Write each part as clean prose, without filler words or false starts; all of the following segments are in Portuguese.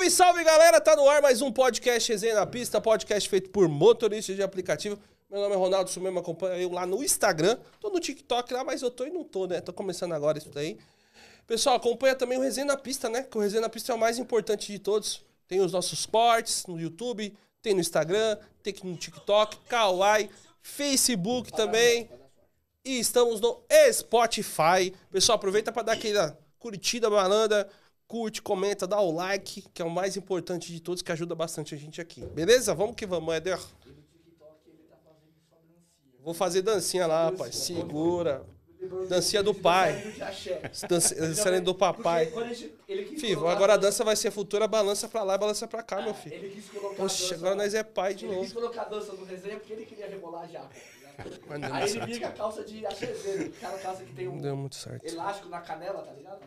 Salve, salve, galera! Tá no ar mais um podcast Resenha na Pista, podcast feito por motoristas de aplicativo. Meu nome é Ronaldo, você mesmo acompanha eu lá no Instagram. Tô no TikTok lá, mas eu tô e não tô, né? Tô começando agora isso daí. Pessoal, acompanha também o Resenha na Pista, né? Que o Resenha na Pista é o mais importante de todos. Tem os nossos cortes no YouTube, tem no Instagram, tem no TikTok, Kawaii, Facebook também. E estamos no Spotify. Pessoal, aproveita para dar aquela curtida, balanda. Curte, comenta, dá o like, que é o mais importante de todos, que ajuda bastante a gente aqui. Beleza? Vamos que vamos, Éder. Vou fazer dancinha lá, rapaz. Segura. Dancinha do pai. Dancinha do papai. Filho, agora a dança vai ser futura, balança pra lá e balança pra cá, meu filho. Oxe, agora nós é pai de novo. Ele quis colocar a dança no resenha porque ele queria rebolar já. Aí ele liga a calça de achezeiro. Aquela calça que tem um deu muito certo. Elástico na canela, tá ligado?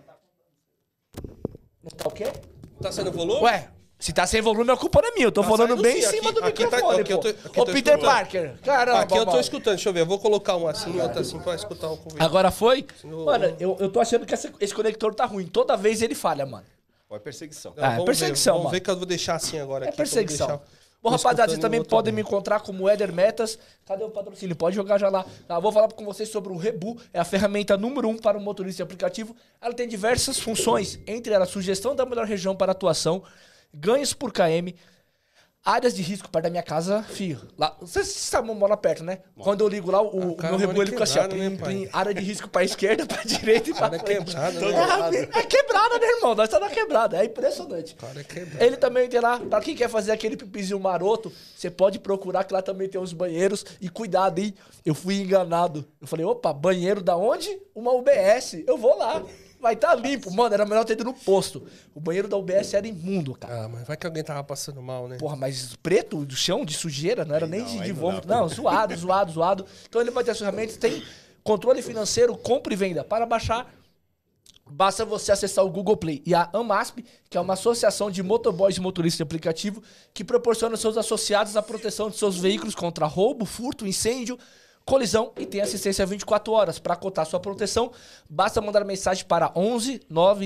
Não tá o quê? Tá sendo volume? Ué, se tá sem volume, a culpa não é minha. Eu tô falando bem em cima do microfone, pô. Ô, Peter Parker. Caramba, aqui eu tô escutando. Deixa eu ver. Eu vou colocar um assim e outro assim pra escutar o convite. Agora foi? Mano, eu tô achando que esse conector tá ruim. Toda vez ele falha, mano. Ó, é perseguição. Não, é perseguição, vamos mano. ver que eu vou deixar assim agora. É aqui, perseguição. Bom, rapaziada, vocês também podem me encontrar como Éder Metas. Cadê o patrocínio? Pode jogar já lá. Tá, vou falar com vocês sobre o Rebu. É a ferramenta número 1 para o motorista de aplicativo. Ela tem diversas funções. Entre elas, sugestão da melhor região para atuação, ganhos por KM, áreas de risco perto da minha casa, fio. Lá, vocês sabem, moram perto, né? Quando eu ligo lá, o meu Rebu, ele fica assim, ó, né, área de risco pra esquerda, pra direita e pra frente. Quebrada, né? É quebrada, né, irmão? Nós tá na quebrada. É impressionante. Cara, é quebrada. Ele também tem lá, pra quem quer fazer aquele pipizinho maroto, você pode procurar que lá também tem uns banheiros. E cuidado, hein? Eu fui enganado. Eu falei, opa, banheiro da onde? Uma UBS. Eu vou lá. Vai tá limpo. Mano, era melhor ter ido no posto. O banheiro da UBS era imundo, cara. Ah, mas vai que alguém tava passando mal, né? Porra, mas preto do chão, de sujeira, não era nem de vômito. Não, zoado. Então ele vai ter as ferramentas, tem controle financeiro, compra e venda. Para baixar, basta você acessar o Google Play. E a AMASP, que é uma associação de motoboys e motoristas de aplicativo, que proporciona aos seus associados a proteção de seus veículos contra roubo, furto, incêndio, colisão e tem assistência 24 horas. Para cotar sua proteção, basta mandar mensagem para 11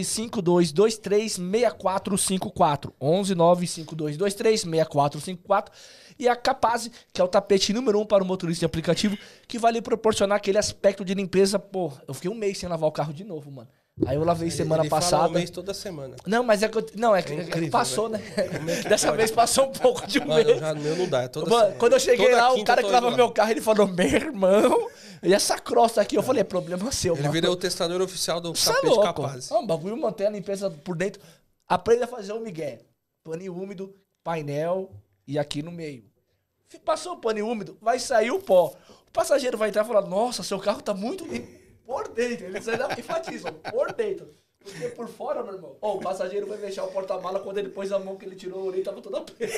95223 6454. 11 95223 6454. E a Capaz, que é o tapete número 1 para o motorista de aplicativo, que vai lhe proporcionar aquele aspecto de limpeza. Pô, eu fiquei um mês sem lavar o carro de novo, mano. Aí eu lavei semana passada. Fala um mês toda semana. Não, mas é que incrível, passou, né? Dessa vez passou um pouco de um mês. Já no meu não dá, é toda mano, semana. Quando eu cheguei toda lá, o cara que lava meu carro, ele falou, meu irmão, e essa crosta aqui? Eu falei, é problema seu, ele mano. Ele virou o testador oficial do Isso tapete Capaz. Não, o bagulho mantém a limpeza por dentro. Aprenda a fazer o migué. Paninho úmido, painel e aqui no meio. Passou o paninho úmido, vai sair o pó. O passageiro vai entrar e falar, nossa, seu carro tá muito limpo. Por dentro. Eles ainda enfatizam, por dentro. Porque por fora, meu irmão, o passageiro vai fechar o porta-mala quando ele pôs a mão que ele tirou, o orelha tava toda preta.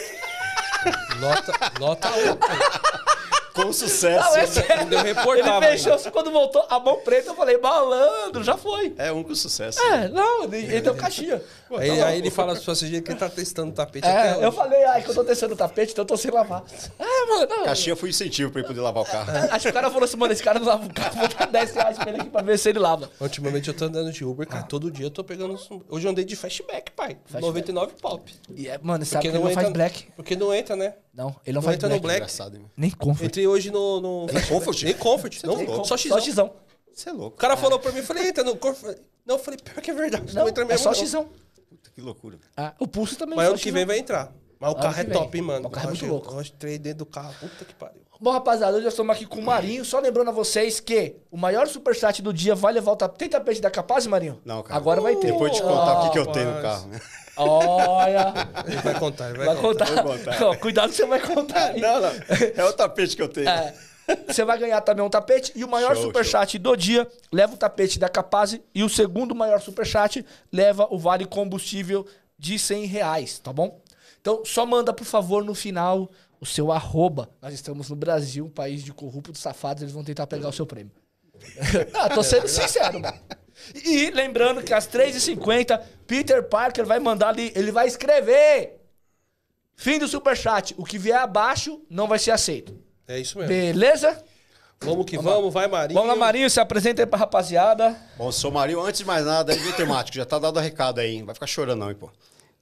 Nota 1. Com sucesso. Não, é sério. Ele fechou, quando voltou, a mão preta, eu falei, malandro, já foi. É um com sucesso. Não, ele deu caixinha. Aí ele fala pros passageiros que ele tá testando o tapete até hoje. Eu falei, que eu tô testando o tapete, então eu tô sem lavar. Mano. Caixinha foi incentivo pra ele poder lavar o carro. Acho que o cara falou assim, mano, esse cara não lava o carro, vou dar 10 reais pra ele aqui pra ver se ele lava. Ultimamente eu tô andando de Uber, cara, todo dia eu tô pegando... Hoje eu andei de fastback, pai. 99 pop. E mano, sabe que ele não faz black? Porque não entra, né? Não, ele não faz entra black. No black. Engraçado, hein? Nem Comfort. Entrei hoje no... Nem Comfort? Nem Comfort. Não, só Xzão. Só Xzão. Você é louco. O cara falou pra mim, eu falei, entra no Comfort. Não, eu falei, pior que é verdade. Não, entra é mesmo, só não. Xzão. Puta, que loucura. O Pulso também Mas é ano que vem vai entrar. Mas o carro é top, hein, mano. O carro é muito louco. Eu entrei dentro do carro. Puta que pariu. Bom, rapaziada, hoje nós estamos aqui com o Marinho. Só lembrando a vocês que o maior superchat do dia vai levar o tapete. Tem tapete da Capaz, Marinho? Não, cara. Agora vai ter. Depois de contar o que eu tenho no carro, né? Olha. Ele vai contar, Vai contar. Não, cuidado que você vai contar. Hein? Não. É o tapete que eu tenho. Você vai ganhar também um tapete. E o maior superchat do dia leva o tapete da Capaz. E o segundo maior superchat leva o vale combustível de R$100, tá bom? Então, só manda, por favor, no final o seu arroba. Nós estamos no Brasil, um país de corruptos safados, eles vão tentar pegar o seu prêmio. Tô sendo sincero, mano. E lembrando que às 3h50, Peter Parker vai mandar ali, ele vai escrever. Fim do superchat. O que vier abaixo não vai ser aceito. É isso mesmo. Beleza? Vamos que vamos, vai Marinho. Vamos lá, Marinho, se apresenta aí pra rapaziada. Bom, sou Marinho, antes de mais nada, aí, viu, temático, já tá dado o recado aí, hein? Vai ficar chorando não, hein, pô.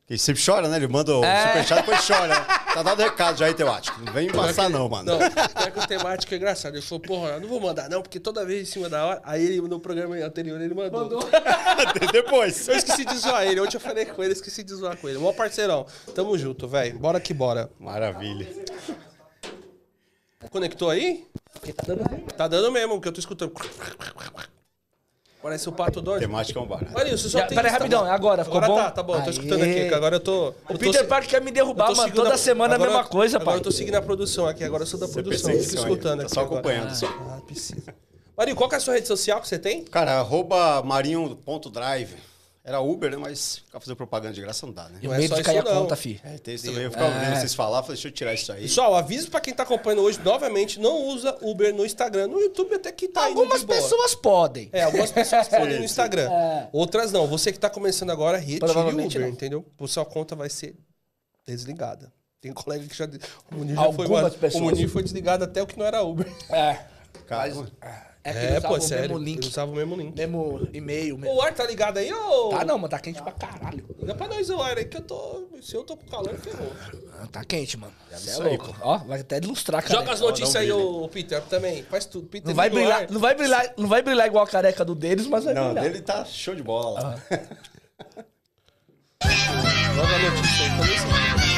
Ele sempre chora, né? Ele manda o superchat e depois chora. Né? Tá dado recado já aí, Temático. Não vem embaçar não, mano. Não, é que o Temático é engraçado. Ele falou, porra, eu não vou mandar não, porque toda vez em cima da hora... Aí ele, no programa anterior ele mandou. Depois. Eu esqueci de zoar ele. Ontem eu falei com ele, esqueci de zoar com ele. Mó parceirão. Tamo junto, velho. Bora que bora. Maravilha. Conectou aí? Tá dando mesmo, porque eu tô escutando. Parece o Pato Donald. Temática é um barato. Olha isso, só tem... Peraí, rapidão, é agora, ficou bom? Tá bom, tô escutando aqui, que agora eu tô... O Peter Parker quer me derrubar, mano, toda semana é a mesma coisa, pai. Agora eu tô seguindo a produção aqui, agora eu sou da produção, eu fico escutando aqui. Tá só acompanhando. Ah, precisa. Marinho, qual que é a sua rede social que você tem? Cara, @marinho.drive. Era Uber, né? Mas ficar fazendo propaganda de graça não dá, né? Eu medo de cair a conta, fi. Tem isso também. Eu ficava ouvindo vocês falar, falei, deixa eu tirar isso aí. Pessoal, aviso pra quem tá acompanhando hoje, novamente, não usa Uber no Instagram. No YouTube até que tá indo Algumas de boa. pessoas podem. Algumas pessoas podem no Instagram. Outras não. Você que tá começando agora, retire o Uber, não. entendeu? A sua conta vai ser desligada. Tem colega que já... O Munir pessoas. O Munir foi desligado até o que não era Uber. Cara, É que ele usava o sério. mesmo link. Ele usava o mesmo link. Mesmo e-mail. O ar tá ligado aí, ô? Tá não, mano, tá quente pra caralho. Liga pra nós o ar aí, que eu tô... Se eu tô com calor, ferrou. Tá quente, mano. Você é isso aí, louco. Ó, vai até ilustrar, cara. Joga as notícias aí, ô Peter, também. Faz tudo. Peter, Não vai brilhar igual a careca do deles, mas vai não, brilhar. dele tá show de bola lá. Joga a notícia aí, começa.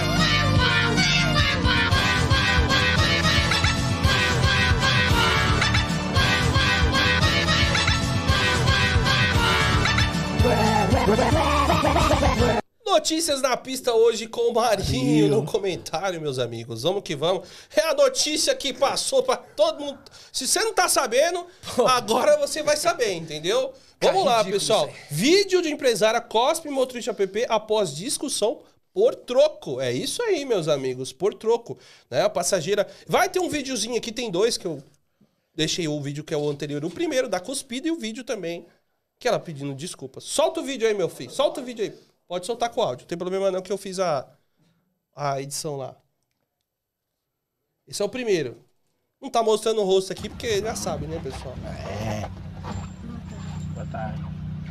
Notícias na pista hoje com o Marinho no comentário, meus amigos. Vamos que vamos. É a notícia que passou pra todo mundo. Se você não tá sabendo, agora você vai saber, entendeu? Vamos lá, pessoal. Vídeo de empresária cospe motorista app após discussão por troco. É isso aí, meus amigos, por troco. Né? A passageira... Vai ter um videozinho aqui, tem dois que eu deixei o vídeo que é o anterior. O primeiro, da cuspida, e o vídeo também, que ela pedindo desculpas. Solta o vídeo aí, meu filho. Solta o vídeo aí. Pode soltar com áudio. Não tem problema não que eu fiz a edição lá. Esse é o primeiro. Não tá mostrando o rosto aqui porque já sabe, né, pessoal? Boa tarde.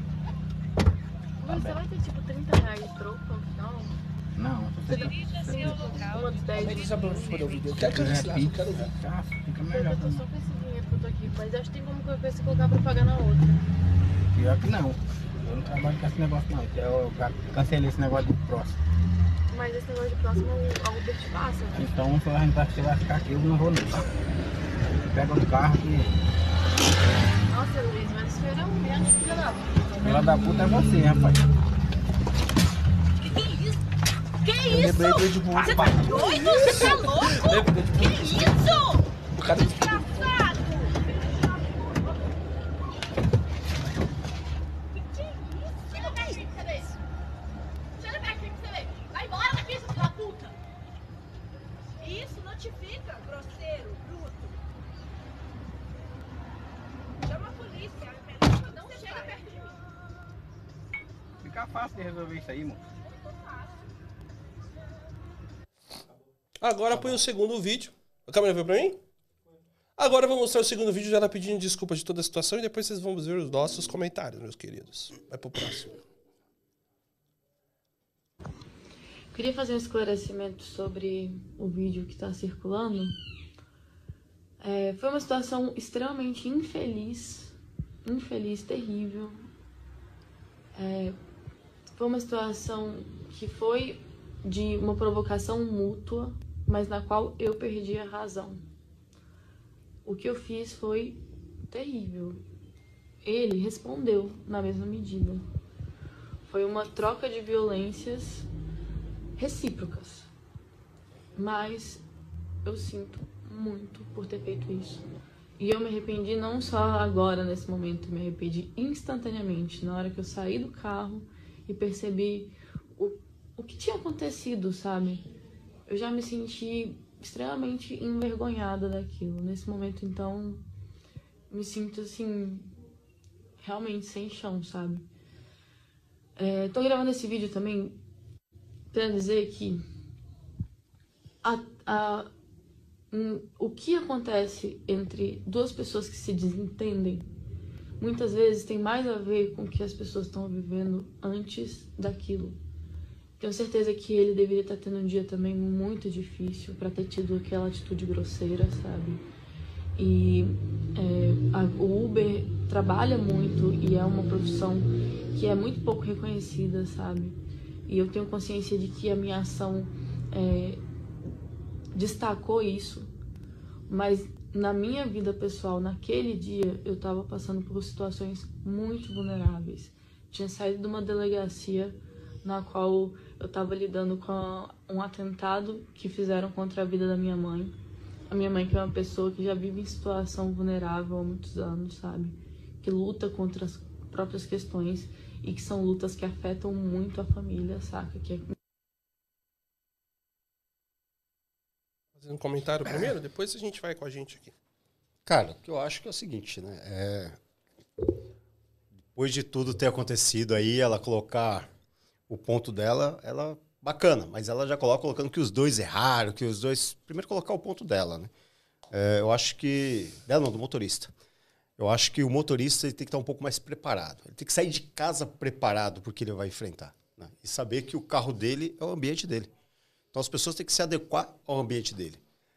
Você vai ter tipo 30 reais de troco no final? Não, Dirija-se ao local. Uma de 10 Como é que você sabe onde responder o vídeo? Eu quero que eu quiser lá, eu quero ver. Tá, fica Eu melhor tô pra mim. só com esse dinheiro que eu tô aqui, mas acho que tem como que eu ver se colocar pra pagar na outra. Pior que não. Eu não trabalho com esse negócio não. Eu já cancelei esse negócio de próximo. Mas esse negócio de próximo, a Uber te passa. Então, se a gente vai ficar aqui, eu não vou não. Pega o carro que... Nossa, Luiz, mas esse senhor é um menos filha da puta. Filha da puta é você, rapaz. Que isso? Que Eu isso? lembrei do Red Bull. Você tá doido? Você tá louco? Que isso? O cara... Desgraçado! Chega perto aqui pra você ver. Chega perto aqui pra você ver. Vai embora daqui, seu filho da puta. Isso, notifica, grosseiro, bruto. Chama a polícia. Não chega perto de mim. Fica fácil de resolver isso aí, mano. Agora põe o segundo vídeo. A câmera veio pra mim? Agora eu vou mostrar o segundo vídeo, já ela pedindo desculpa de toda a situação e depois vocês vão ver os nossos comentários, meus queridos. Vai pro próximo. Queria fazer um esclarecimento sobre o vídeo que está circulando. Foi uma situação extremamente infeliz, terrível. Foi uma situação que foi de uma provocação mútua, mas na qual eu perdi a razão. O que eu fiz foi terrível. Ele respondeu na mesma medida. Foi uma troca de violências recíprocas. Mas eu sinto muito por ter feito isso. E eu me arrependi não só agora, nesse momento, me arrependi instantaneamente, na hora que eu saí do carro e percebi o que tinha acontecido, sabe? Eu já me senti extremamente envergonhada daquilo. Nesse momento, então, me sinto, assim, realmente sem chão, sabe? Tô gravando esse vídeo também pra dizer que o que acontece entre duas pessoas que se desentendem muitas vezes tem mais a ver com o que as pessoas estão vivendo antes daquilo. Tenho certeza que ele deveria estar tendo um dia também muito difícil para ter tido aquela atitude grosseira, sabe? E o Uber trabalha muito e é uma profissão que é muito pouco reconhecida, sabe? E eu tenho consciência de que a minha ação destacou isso, mas na minha vida pessoal, naquele dia, eu estava passando por situações muito vulneráveis. Tinha saído de uma delegacia na qual eu estava lidando com um atentado que fizeram contra a vida da minha mãe. A minha mãe, que é uma pessoa que já vive em situação vulnerável há muitos anos, sabe? Que luta contra as próprias questões e que são lutas que afetam muito a família, saca? Fazendo um comentário primeiro, depois a gente vai com a gente aqui. Cara, o que eu acho que é o seguinte, né? Depois de tudo ter acontecido aí, ela colocar o ponto dela, ela bacana, mas ela já colocando que os dois erraram, que os dois... Primeiro colocar o ponto dela, né? Eu acho que... Dela não, do motorista. Eu acho que o motorista ele tem que estar um pouco mais preparado. Ele tem que sair de casa preparado porque ele vai enfrentar, né? E saber que o carro dele é o ambiente dele. Então as pessoas têm que se adequar ao ambiente dele.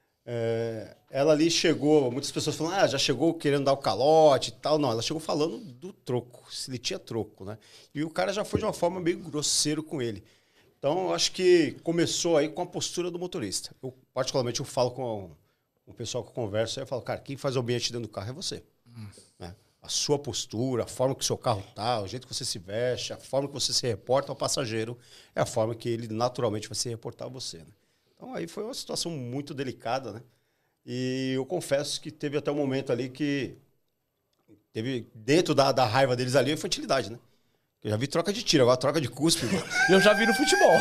Ela ali chegou, muitas pessoas falam, já chegou querendo dar o calote e tal. Não, ela chegou falando do troco, se ele tinha troco, né? E o cara já foi de uma forma meio grosseiro com ele. Então, eu acho que começou aí com a postura do motorista. Eu, particularmente, eu falo com o pessoal que eu converso, eu falo, cara, quem faz o ambiente dentro do carro é você. Né? A sua postura, a forma que o seu carro tá, o jeito que você se veste, a forma que você se reporta ao passageiro, é a forma que ele naturalmente vai se reportar a você, né? Então, aí foi uma situação muito delicada, né? E eu confesso que teve até um momento ali que teve, dentro da raiva deles ali, a infantilidade, né? Eu já vi troca de tiro, agora troca de cuspe, mano. Eu já vi no futebol.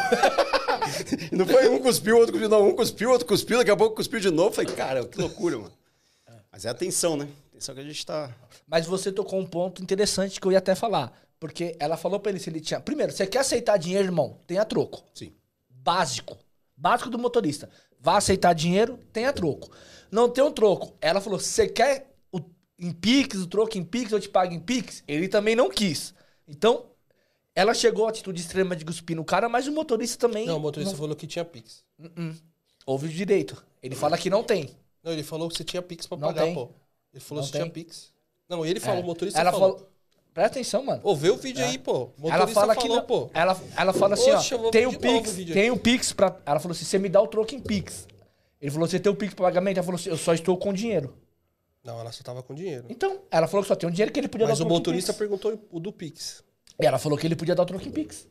E não foi um cuspiu, outro cuspiu, não. Um cuspiu, outro cuspiu, daqui a pouco cuspiu de novo. Falei, cara, que loucura, mano. Mas é a tensão, né? Tensão que a gente tá... Mas você tocou um ponto interessante que eu ia até falar. Porque ela falou pra ele se ele tinha... Primeiro, você quer aceitar dinheiro, irmão? Tenha troco. Sim. Básico. Básico do motorista. Vá aceitar dinheiro, tenha troco. Não tem um troco. Ela falou, você quer em Pix, o troco em Pix, eu te pago em Pix? Ele também não quis. Então, ela chegou à atitude extrema de cuspir no cara, mas o motorista também... Não, o motorista falou que tinha Pix. Houve o direito. Ele fala que não tem. Não, ele falou que você tinha Pix pra Não pagar, tem. pô. Ele falou Não que você tem. tinha Pix. Não, ele falou, o motorista Ela falou. Presta atenção, mano. Ô, vê o vídeo aí, pô. O motorista Ela fala que falou, não, pô. ela fala assim, Poxa, eu ó, vou tem ver o de novo Pix, o vídeo tem aqui. o Pix pra... Ela falou assim, você me dá o troco em Pix. Ele falou, você tem o Pix pra pagamento? Ela falou assim, eu só estou com dinheiro. Não, ela só tava com dinheiro. Então, ela falou que só tem um dinheiro que ele podia Mas dar o o troco motorista em Pix. perguntou o do Pix. E ela falou que ele podia dar o troco em Pix.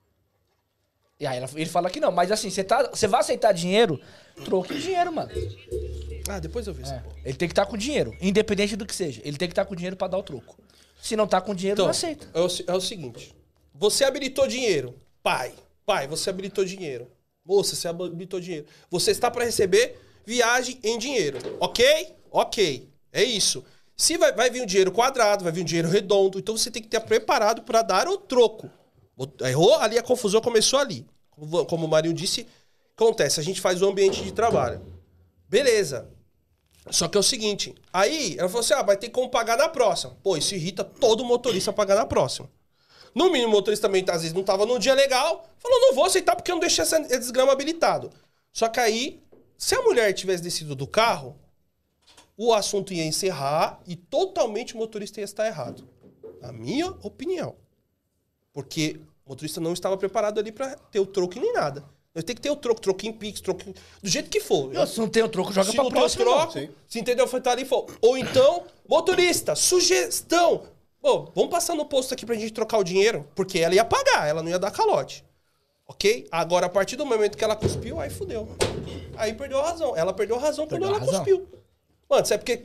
E aí ele fala que não, mas assim, você vai aceitar dinheiro, troco em dinheiro, mano. Ah, depois eu vi essa porra. Ele tem que estar com dinheiro, independente do que seja. Ele tem que estar com dinheiro pra dar o troco. Se não tá com dinheiro, Então, não aceita. é o seguinte. Você habilitou dinheiro. Pai, você habilitou dinheiro. Moça, você habilitou dinheiro. Você está para receber viagem em dinheiro. Ok? Ok. É isso. Se vai vir um dinheiro quadrado, vai vir um dinheiro redondo, então você tem que estar preparado para dar o troco. Errou? Ali a confusão começou ali. Como o Marinho disse, acontece, a gente faz o ambiente de trabalho. Beleza. Só que é o seguinte, aí ela falou assim, vai ter como pagar na próxima. Pô, isso irrita todo motorista pagar na próxima. No mínimo, o motorista também, às vezes, não tava num dia legal, falou, não vou aceitar porque eu não deixei esse desgrama habilitado. Só que aí, se a mulher tivesse descido do carro, o assunto ia encerrar e totalmente o motorista ia estar errado. Na minha opinião. Porque o motorista não estava preparado ali para ter o troco e nem nada. Nós tem que ter o troco em Pix, troco do jeito que for. Se não tem o troco, joga Se pra não tem o próxima. troco, se entendeu? Foi estar ali e falou. Ou então, motorista, sugestão. Pô, vamos passar no posto aqui pra gente trocar o dinheiro, porque ela ia pagar, ela não ia dar calote. Ok? Agora, a partir do momento que ela cuspiu, aí fudeu. Aí perdeu a razão. Ela perdeu a razão quando ela cuspiu. Mano, sabe porque...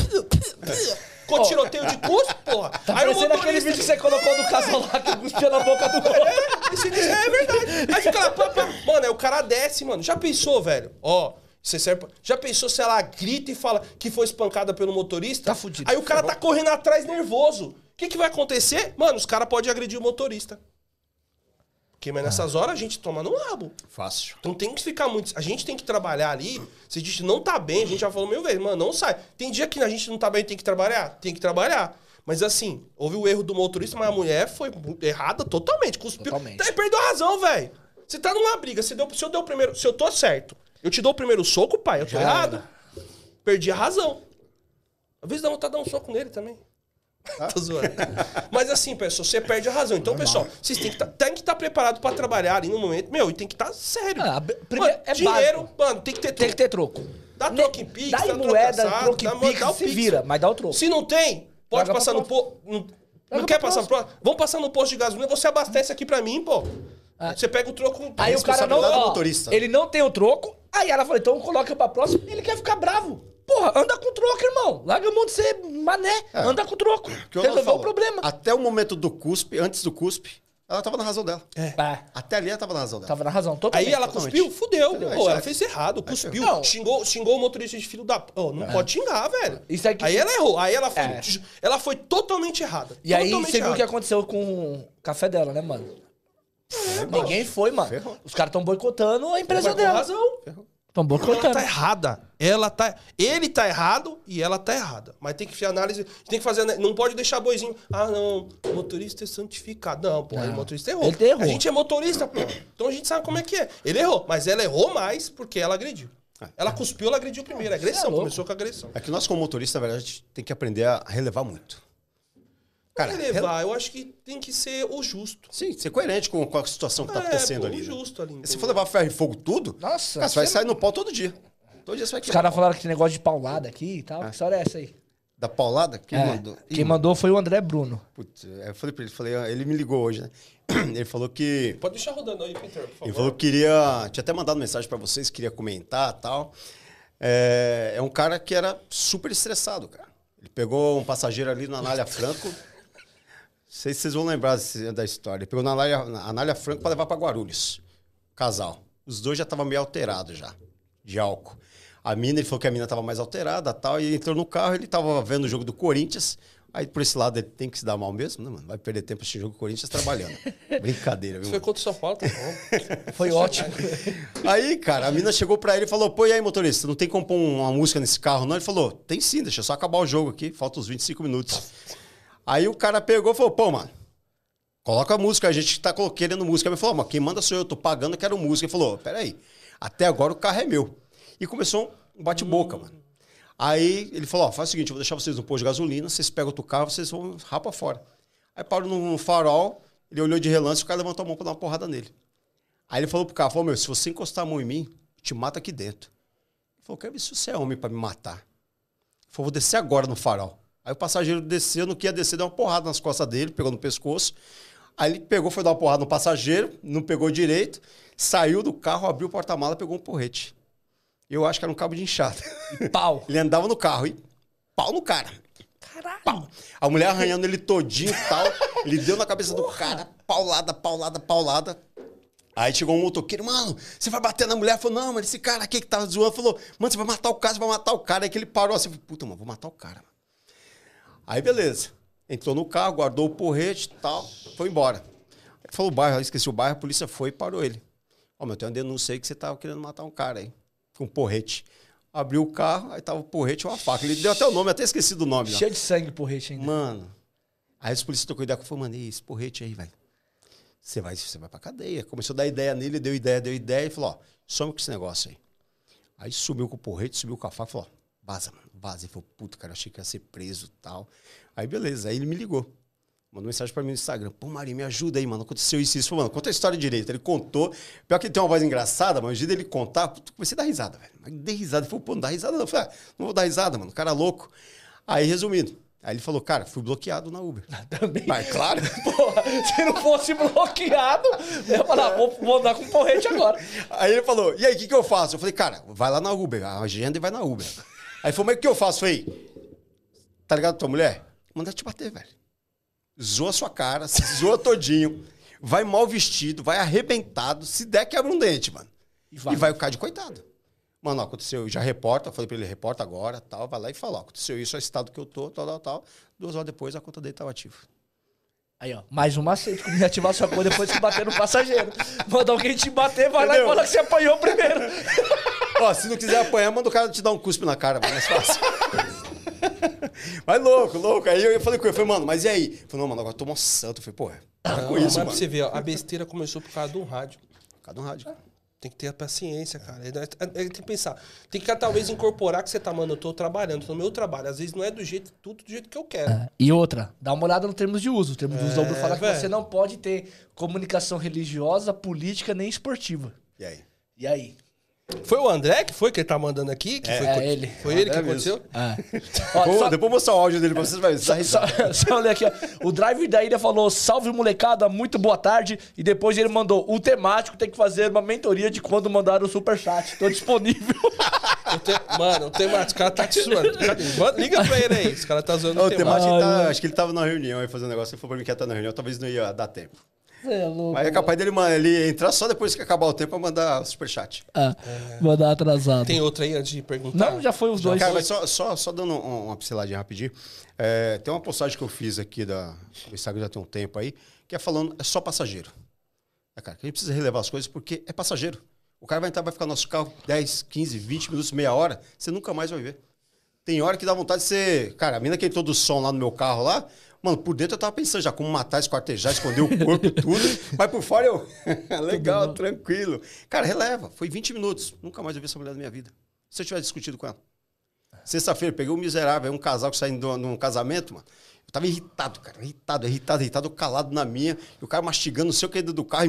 Com tiroteio de cuspe, porra. Tá aí parecendo aquele vídeo que você colocou do casal lá que cuspiu na boca do outro. É verdade. Aí fica lá, mano, aí o cara desce, mano. Já pensou, velho? Ó, você serve... Já pensou se ela grita e fala que foi espancada pelo motorista? Tá fudido. Aí o cara tá correndo atrás nervoso. O que vai acontecer? Mano, os caras podem agredir o motorista. Porque, mas nessas horas a gente toma no rabo. Fácil. Então tem que ficar muito... A gente tem que trabalhar ali. Se a gente não tá bem, a gente já falou mil vezes, mano, não sai. Tem dia que a gente não tá bem, tem que trabalhar? Tem que trabalhar. Mas assim, houve o erro do motorista, mas a mulher foi errada totalmente. Cuspiu. Totalmente. Aí perdeu a razão, velho. Você tá numa briga, se eu der o primeiro... Se eu tô certo, eu te dou o primeiro soco, pai, eu tô errado. Perdi a razão. Às vezes dá vontade de dar um soco nele também. Tô zoando. Mas assim, pessoal, você perde a razão. Então, pessoal, vocês têm que estar preparados pra trabalhar ali no momento. Meu, e tem que estar sério. Primeiro, mano, dinheiro, mano, tem que ter troco. Tem que ter troco. Dá troco em Pix, dá em moeda, troco em Pix, se vira, mas dá o troco. Se não tem, pode Paga passar no posto. Não quer passar no posto? Vamos passar no posto de gasolina, você abastece aqui pra mim, pô. Você pega o troco. Aí o cara não... motorista. Ele não tem o troco, aí ela falou, então coloca pra próxima, ele quer ficar bravo. Porra, anda com troco, irmão. Larga a mão de ser mané. Anda com troco. Resolveu o problema. Até o momento do cuspe, antes do cuspe, ela tava na razão dela. Até ali ela tava na razão dela. Tava na razão, totalmente. Aí ela cuspiu, fudeu. Pô, ela fez errado, cuspiu. Não. Xingou o motorista de filho da... Oh, não pode xingar, velho. Isso aqui... Aí ela errou. Aí ela foi totalmente errada. E aí você viu o que aconteceu com o café dela, né, mano? Ninguém foi, mano. Ferrou. Os caras tão boicotando a empresa dela. Com razão. Tão boicotando. Ela tá errada. Ele tá errado e ela tá errada. Mas tem que fazer análise. Tem que fazer. Não pode deixar boizinho. Ah, não. O motorista é santificado. Não, pô. Aí o motorista errou. Ele errou. A gente é motorista, pô. Então a gente sabe como é que é. Ele errou. Mas ela errou mais porque ela agrediu. Ela cuspiu, ela agrediu primeiro. A agressão. Começou com a agressão. É que nós, como motorista, na verdade, a gente tem que aprender a relevar muito. Cara, relevar, eu acho que tem que ser o justo. Sim, ser coerente com a situação que tá acontecendo ali. O justo ali. Se for levar ferro e fogo tudo, nossa, cara, você vai sair no pau todo dia. Todo dia você vai Os caras falaram que tem negócio de paulada aqui e tal. Que história é essa aí? Da paulada? Quem mandou? Quem mandou foi o André Bruno. Putz, eu falei pra ele, ele me ligou hoje, né? Ele falou que... Pode deixar rodando aí, Peter, por favor. Ele falou que queria... Tinha até mandado mensagem pra vocês, queria comentar e tal. É um cara que era super estressado, cara. Ele pegou um passageiro ali na Anália Franco. Não sei se vocês vão lembrar da história. Ele pegou na Anália Franco pra levar pra Guarulhos. Casal. Os dois já estavam meio alterados já, de álcool. A mina, ele falou que a mina tava mais alterada e tal, e entrou no carro, ele tava vendo o jogo do Corinthians. Aí, por esse lado, ele tem que se dar mal mesmo, né, mano? Vai perder tempo assistindo o jogo do Corinthians trabalhando. Brincadeira, viu? Foi contra o São Paulo, tá bom. Foi ótimo. Aí, cara, a mina chegou pra ele e falou, pô, e aí, motorista, não tem como pôr uma música nesse carro, não? Ele falou, tem sim, deixa eu só acabar o jogo aqui, falta uns 25 minutos. Aí o cara pegou e falou, pô, mano, coloca a música, a gente tá querendo música. Ele falou, mas quem manda sou eu tô pagando, eu quero música. Ele falou, peraí, até agora o carro é meu. E começou um bate-boca, mano. Aí ele falou, ó, faz o seguinte, eu vou deixar vocês no posto de gasolina, vocês pegam outro carro, vocês vão rapa fora. Aí parou no farol, ele olhou de relance, o cara levantou a mão pra dar uma porrada nele. Aí ele falou pro carro, falou, meu, se você encostar a mão em mim, eu te mato aqui dentro. Ele falou, quero ver se você é homem pra me matar. Ele falou, vou descer agora no farol. Aí o passageiro desceu, não queria descer, deu uma porrada nas costas dele, pegou no pescoço. Aí ele pegou, foi dar uma porrada no passageiro, não pegou direito, saiu do carro, abriu o porta-mala, pegou um porrete. Eu acho que era um cabo de enxada. E pau. Ele andava no carro e pau no cara. Caralho. Pau. A mulher arranhando ele todinho e tal. Ele deu na cabeça do cara, paulada, paulada, paulada. Aí chegou um motoqueiro, mano, você vai bater na mulher? Falou, não, mas esse cara aqui que tava zoando, falou, mano, você vai matar o cara, você vai matar o cara. Aí que ele parou assim, puta, mano, vou matar o cara. Aí beleza. Entrou no carro, guardou o porrete e tal, foi embora. Ele falou o bairro, esqueci o bairro, a polícia foi e parou ele. Ó, meu, tem uma denúncia aí que você tava querendo matar um cara aí. Com um porrete. Abriu o carro, aí tava o porrete e uma faca. Ele deu até o nome, até esqueci do nome. Cheio de sangue o porrete ainda. Mano. Aí os policiais trocou ideia com o mano, esse porrete aí, velho. Você vai pra cadeia. Começou a dar ideia nele, deu ideia e falou, ó, some com esse negócio aí. Aí subiu com o porrete, subiu com a faca e falou, ó, vaza, mano, vaza. Ele falou, puta, cara, eu achei que ia ser preso e tal. Aí beleza, aí ele me ligou. Mandou mensagem pra mim no Instagram. Pô, Marinho, me ajuda aí, mano. Aconteceu isso e isso. Falei, mano, conta a história direito. Ele contou. Pior que ele tem uma voz engraçada, mas no dia dele contar, comecei a dar risada, velho. Mas dei risada. Ele falou, pô, não dá risada não. Eu falei, não vou dar risada, mano. O cara louco. Aí, resumindo. Aí ele falou, cara, fui bloqueado na Uber. Também. Mas claro. Porra, se não fosse bloqueado, eu ia falar, vou andar com porrete agora. Aí ele falou, e aí, o que eu faço? Eu falei, cara, vai lá na Uber. A agenda e vai na Uber. Aí ele falou, mas o que eu faço? Eu falei, tá ligado tua mulher? Manda te bater, velho. Zoa a sua cara, se zoa todinho, vai mal vestido, vai arrebentado, se der quebra um dente, mano. E vai ficar de coitado. Mano, ó, aconteceu, já reporta, falei pra ele, reporta agora, tal, vai lá e fala, ó, aconteceu isso, é o estado que eu tô, tal. 2 horas depois, a conta dele tava ativa. Aí, ó, mais um macete, como ativar sua conta depois que bater no passageiro. Manda alguém te bater, vai Entendeu? lá e fala que você apanhou primeiro. Ó, se não quiser apanhar, manda o cara te dar um cuspe na cara, mano, mais fácil. Mas louco. Aí eu falei com ele, mano, mas e aí? Ele falou, não, mano, agora eu tô moçando. Eu falei, porra, para com isso, mas mano. pra você ver, ó, a besteira começou por causa de um rádio. Cada um rádio. Tem que ter a paciência, cara. Tem que pensar. Tem que talvez incorporar que você tá, mano, eu tô trabalhando, tô no meu trabalho. Às vezes não é tudo do jeito que eu quero. E outra, dá uma olhada no termos de uso. O termo de uso da Uber fala que velho. você não pode ter comunicação religiosa, política nem esportiva. E aí? E aí? Foi o André que ele tá mandando aqui? Que foi ele. Foi ele que André aconteceu? Ó, Pô, só- depois eu vou mostrar o áudio dele pra vocês, vai ver. Só ler aqui, ó. O driver da ilha falou: salve molecada, muito boa tarde. E depois ele mandou: o temático tem que fazer uma mentoria de quando mandar o superchat. Tô disponível. Mano, o temático, o cara tá te zoando. Liga pra ele aí. Esse cara tá zoando O o temático. Temático, acho que ele tava na reunião aí fazendo um negócio. Ele falou pra mim que ia estar na reunião, talvez não ia dar tempo. Você é louco. Mas é capaz dele, mano, ele entrar só depois que acabar o tempo pra mandar o superchat. Mandar atrasado. Tem outra aí antes de perguntar? Não, já foi os dois. Cara, mas só dando uma pinceladinha rapidinho. Tem uma postagem que eu fiz aqui do Instagram já tem um tempo aí, que é falando, é só passageiro. Cara, que a gente precisa relevar as coisas porque é passageiro. O cara vai entrar, vai ficar no nosso carro 10, 15, 20 minutos, meia hora, você nunca mais vai ver. Tem hora que dá vontade de ser... Cara, a mina que entrou do som lá no meu carro lá, mano, por dentro eu tava pensando já como matar, esquartejar, esconder o corpo e tudo. Mas por fora eu... Legal, tranquilo. Cara, releva. Foi 20 minutos. Nunca mais eu vi essa mulher na minha vida. Se eu tivesse discutido com ela. Sexta-feira, peguei um miserável, um casal que saiu num casamento, mano. Eu tava irritado, cara. Irritado, calado na minha. E o cara mastigando não sei o que dentro do carro.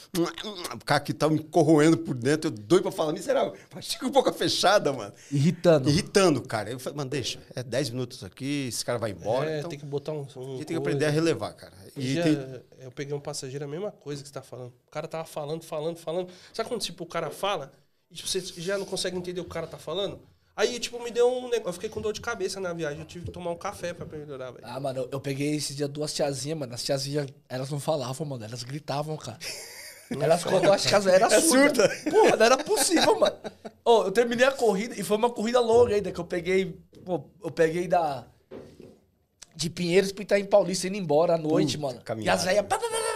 O cara que tava me corroendo por dentro. Eu doido pra falar, miserável. Mastiga com boca fechada, mano. Irritando, cara. Eu falei, mano, deixa. É 10 minutos aqui, esse cara vai embora. Então, tem que botar um a gente tem que aprender a relevar, cara. Eu peguei um passageiro, a mesma coisa que você tá falando. O cara tava falando. Sabe quando, tipo, o cara fala e tipo, você já não consegue entender o que o cara tá falando? Aí, tipo, me deu um negócio. Eu fiquei com dor de cabeça na viagem. Eu tive que tomar um café pra melhorar, velho. Ah, mano, eu peguei esse dia 2 tiazinhas, mano. As tiazinhas, elas não falavam, mano. Elas gritavam, cara. Elas contavam, acho que elas eram surda. Porra, não era possível, mano. Oh, eu terminei a corrida e foi uma corrida longa ainda, que eu peguei... Pô, eu peguei de Pinheiros pra Itaim Paulista, indo embora à noite, mano. E as velhas...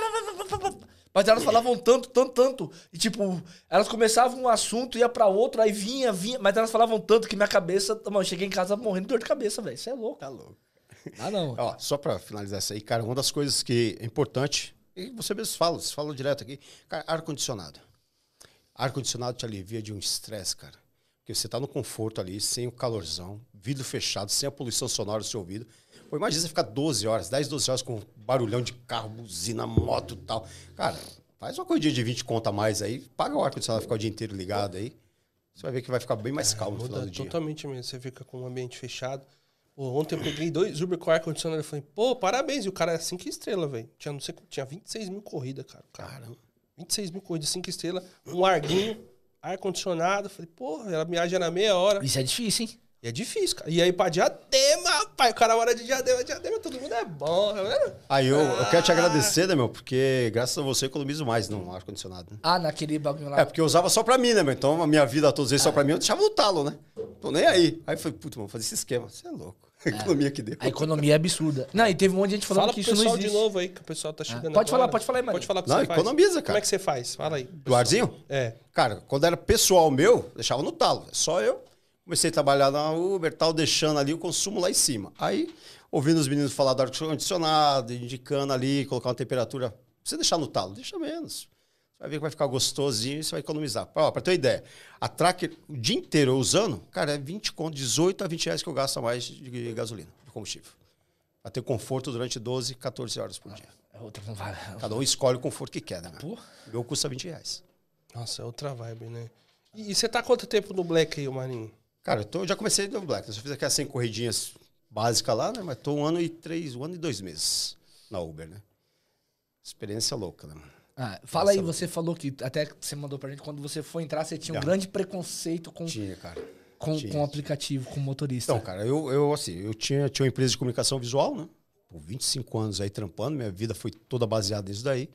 Mas elas falavam tanto. E, tipo, elas começavam um assunto, ia pra outro, aí vinha. Mas elas falavam tanto que minha cabeça... Mano, eu cheguei em casa morrendo de dor de cabeça, velho. Isso é louco. Tá louco. Ah, não. Ó, só pra finalizar isso aí, cara, uma das coisas que é importante, e você mesmo fala direto aqui, cara, ar-condicionado. Ar-condicionado te alivia de um estresse, cara. Porque você tá no conforto ali, sem o calorzão, vidro fechado, sem a poluição sonora do seu ouvido. Pô, imagina você ficar 12 horas, 10, 12 horas com barulhão de carro, buzina, moto e tal. Cara, faz uma corridinha de 20 conto a mais aí, paga o ar-condicionado, ficar o dia inteiro ligado aí. Você vai ver que vai ficar bem mais calmo no final do dia. Totalmente mesmo. Você fica com um ambiente fechado. Pô, ontem eu peguei 2 Uber com ar-condicionado e falei, pô, parabéns. E o cara é 5 estrelas, velho. Tinha 26 mil corridas, cara. Caramba. 26 mil corridas, 5 estrelas, um larguinho, ar-condicionado. Falei, porra, ela viaja na meia hora. Isso é difícil, hein? E é difícil, cara. E aí pra Diadema, pai, o cara hora de Diadema, todo mundo é bom, tá vendo? Aí eu quero te agradecer, né, meu? Porque graças a você eu economizo mais no ar-condicionado, né? Ah, naquele bagulho lá. É, porque eu usava só pra mim, né, meu? Então a minha vida todos eles só pra mim, eu deixava no talo, né? Tô nem aí. Aí eu falei, puta, vamos fazer esse esquema. Você é louco. A economia que deu. A economia é absurda. Não, e teve um monte de gente falando Fala que pro isso não pessoal existe. de novo aí, que o pessoal tá chegando Pode agora. falar aí, mano. Pode falar o que Não, você faz. economiza, cara. Como é que você faz? Fala aí. Do arzinho? É. Cara, quando era pessoal meu, deixava no talo. É só eu. Comecei a trabalhar na Uber, tal, deixando ali o consumo lá em cima. Aí, ouvindo os meninos falar do ar-condicionado, indicando ali, colocar uma temperatura. Você deixar no talo, deixa menos. Você vai ver que vai ficar gostosinho e você vai economizar. Ó, pra ter uma ideia, a Tracker, o dia inteiro eu usando, cara, é 20 conto, 18 a 20 reais que eu gasto a mais de gasolina, de combustível. Pra ter conforto durante 12, 14 horas por dia. Outra não vale. Cada um escolhe o conforto que quer, né? Pô. Meu custa 20 reais. Nossa, é outra vibe, né? E você tá há quanto tempo no Black aí, Marinho? Cara, eu já comecei no Black. Eu só fiz aquelas 100 corridinhas básicas lá, né? Mas tô 1 ano e 2 meses na Uber, né? Experiência louca, né? Ah, fala aí, você falou que até você mandou pra gente, quando você foi entrar, você tinha um grande preconceito com Tinha, cara. com o aplicativo, com o motorista. Então, cara, eu tinha uma empresa de comunicação visual, né? Por 25 anos aí trampando, minha vida foi toda baseada nisso daí.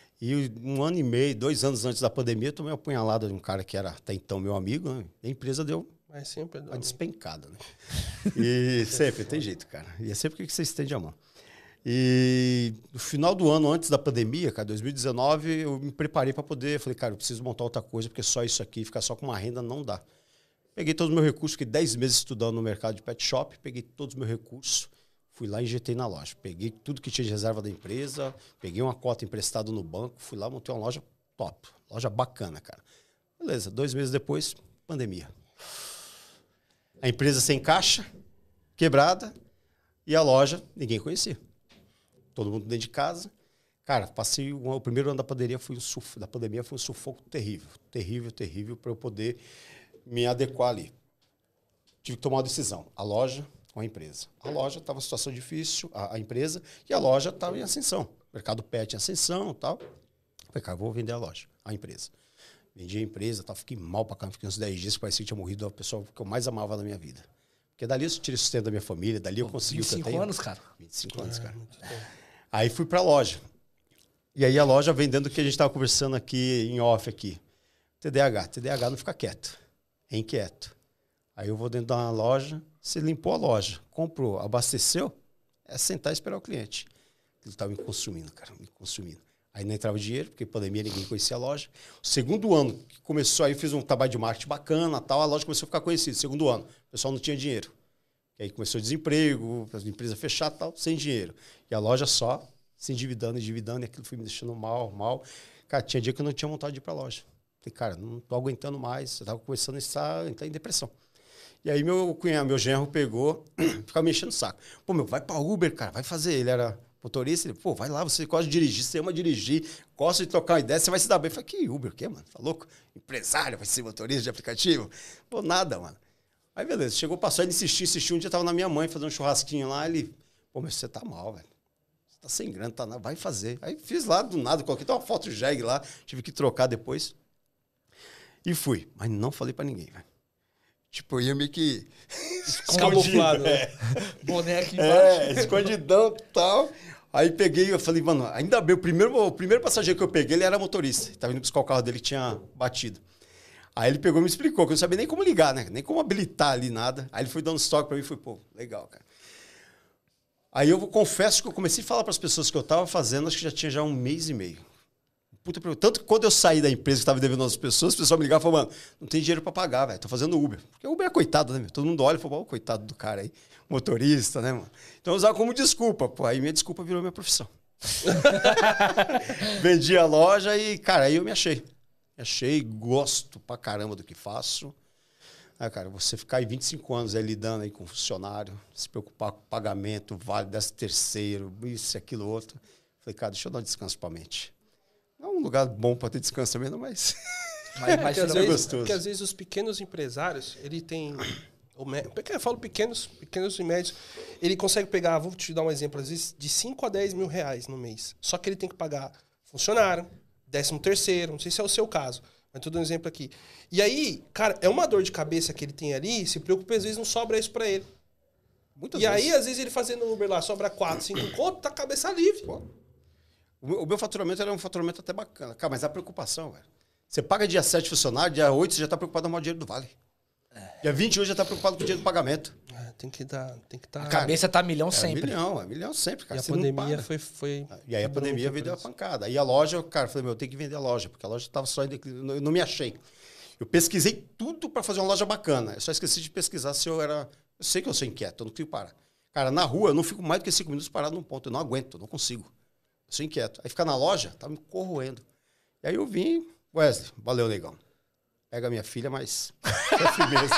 E 1 ano e meio, 2 anos antes da pandemia, eu tomei uma apunhalada de um cara que era até então meu amigo, né? E a empresa deu Mas sempre... uma despencada, né? E sempre, tem jeito, cara. E é sempre que você estende a mão. E no final do ano, antes da pandemia, cara, 2019, eu me preparei para poder... Falei, cara, eu preciso montar outra coisa, porque só isso aqui, ficar só com uma renda, não dá. Peguei todos os meus recursos, fiquei 10 meses estudando no mercado de pet shop, peguei todos os meus recursos, fui lá e injetei na loja. Peguei tudo que tinha de reserva da empresa, peguei uma cota emprestada no banco, fui lá, montei uma loja top. Loja bacana, cara. Beleza, 2 meses depois, pandemia. A empresa sem caixa, quebrada, e a loja, ninguém conhecia. Todo mundo dentro de casa. Cara, passei o primeiro ano da pandemia, foi um sufoco terrível. Terrível para eu poder me adequar ali. Tive que tomar uma decisão. A loja ou a empresa? A loja estava em situação difícil, a empresa, e a loja estava em ascensão. O mercado pet em ascensão e tal. Falei, cara, vou vender a loja, a empresa. Vendi a empresa, tal, fiquei mal pra caramba, fiquei uns 10 dias, parecia que tinha morrido a pessoa que eu mais amava na minha vida. Porque dali eu tirei sustento da minha família, dali eu consegui o que eu tenho. 25 anos, cara. 25 anos, cara. Aí fui pra loja. E aí a loja vendendo o que a gente estava conversando aqui em off aqui. TDAH não fica quieto, é inquieto. Aí eu vou dentro da loja, você limpou a loja, comprou, abasteceu, é sentar e esperar o cliente. Ele estava me consumindo, cara, me consumindo. Aí não entrava dinheiro, porque pandemia ninguém conhecia a loja. O segundo ano que começou, aí fiz um trabalho de marketing bacana, tal, a loja começou a ficar conhecida. Segundo ano, o pessoal não tinha dinheiro. E aí começou o desemprego, as empresas fechadas, tal, sem dinheiro. E a loja só se endividando, e aquilo foi me deixando mal. Cara, tinha dia que eu não tinha vontade de ir pra loja. Falei, cara, não tô aguentando mais. Eu tava começando a entrar em depressão. E aí meu genro pegou, ficava me enchendo o saco. Pô, vai pra Uber, cara, vai fazer. Ele era motorista, ele, pô, vai lá, você gosta de dirigir, você ama dirigir, gosta de trocar uma ideia, você vai se dar bem. Eu falei, que Uber, o quê, mano? Tá louco? Empresário, vai ser motorista de aplicativo? Pô, nada, mano. Aí, beleza, chegou, passou, ele insistiu. Um dia tava na minha mãe fazendo um churrasquinho lá, ele, pô, mas você tá mal, velho. Você tá sem grana, vai fazer. Aí fiz lá, do nada, coloquei até uma foto jegue lá, tive que trocar depois. E fui, mas não falei pra ninguém, velho. Tipo, eu ia meio que Camuflado, né? Boné aqui embaixo. Escondidão e tal. Aí peguei, eu falei, mano, ainda bem, o primeiro passageiro que eu peguei, ele era motorista. Tava indo buscar o carro dele que tinha batido. Aí ele pegou e me explicou, que eu não sabia nem como ligar, né? Nem como habilitar ali, nada. Aí ele foi dando estoque pra mim e foi, pô, legal, cara. Aí eu confesso que eu comecei a falar para as pessoas que eu tava fazendo, acho que já 1 mês e meio. Puta, tanto que quando eu saí da empresa que estava devendo às pessoas, o pessoal me ligava e falou, mano, não tem dinheiro para pagar, velho, tô fazendo Uber. Porque o Uber é coitado, né, meu? Todo mundo olha e fala, oh, coitado do cara aí, motorista, né, mano? Então eu usava como desculpa, pô, aí minha desculpa virou minha profissão. Vendi a loja e, cara, aí eu me achei. Gosto pra caramba do que faço. Aí, cara, você ficar aí 25 anos aí lidando aí com funcionário, se preocupar com pagamento, vale, 13º, isso, aquilo, outro. Falei, cara, deixa eu dar um descanso pra mente. Não é um lugar bom para ter descanso também, não, mas é gostoso. Porque às vezes os pequenos empresários, ele tem... Eu falo pequenos e médios, ele consegue pegar, vou te dar um exemplo, às vezes de 5 a 10 mil reais no mês. Só que ele tem que pagar funcionário, 13º, não sei se é o seu caso, mas tô dando um exemplo aqui. E aí, cara, é uma dor de cabeça que ele tem ali, se preocupa, às vezes não sobra isso para ele. Muitas vezes. Aí, às vezes, ele fazendo Uber lá, sobra 4, 5 conto, tá cabeça livre. Pô. O meu faturamento era um faturamento até bacana. Cara, mas a preocupação, velho. Você paga dia 7 funcionário, dia 8 você já tá preocupado em arrumar o dinheiro do Vale. Dia 20 hoje já tá preocupado com o dinheiro do pagamento. Tem que dar... A cabeça tá milhão sempre. Milhão sempre, cara. E a pandemia foi... E aí a pandemia veio dar uma pancada. Aí a loja, cara, eu falei, eu tenho que vender a loja, porque a loja tava só em declínio, eu não me achei. Eu pesquisei tudo para fazer uma loja bacana. Eu só esqueci de pesquisar se eu era... Eu sei que eu sou inquieto, eu não consigo parar. Cara, na rua eu não fico mais do que 5 minutos parado num ponto. Eu não aguento, eu não consigo. Eu sou inquieto. Aí ficar na loja, tá me corroendo. E aí eu vim, Wesley, valeu, negão. Pega a minha filha, mas é firmeza.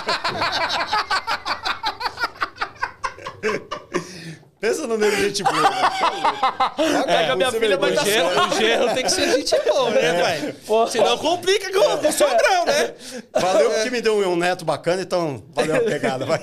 Pensa no nego gente boa. Pega a minha filha, mas tá O genro tem que ser gente boa, né, pai? Senão complica com o sogrão, né? Valeu porque me deu um neto bacana, então valeu a pegada, vai.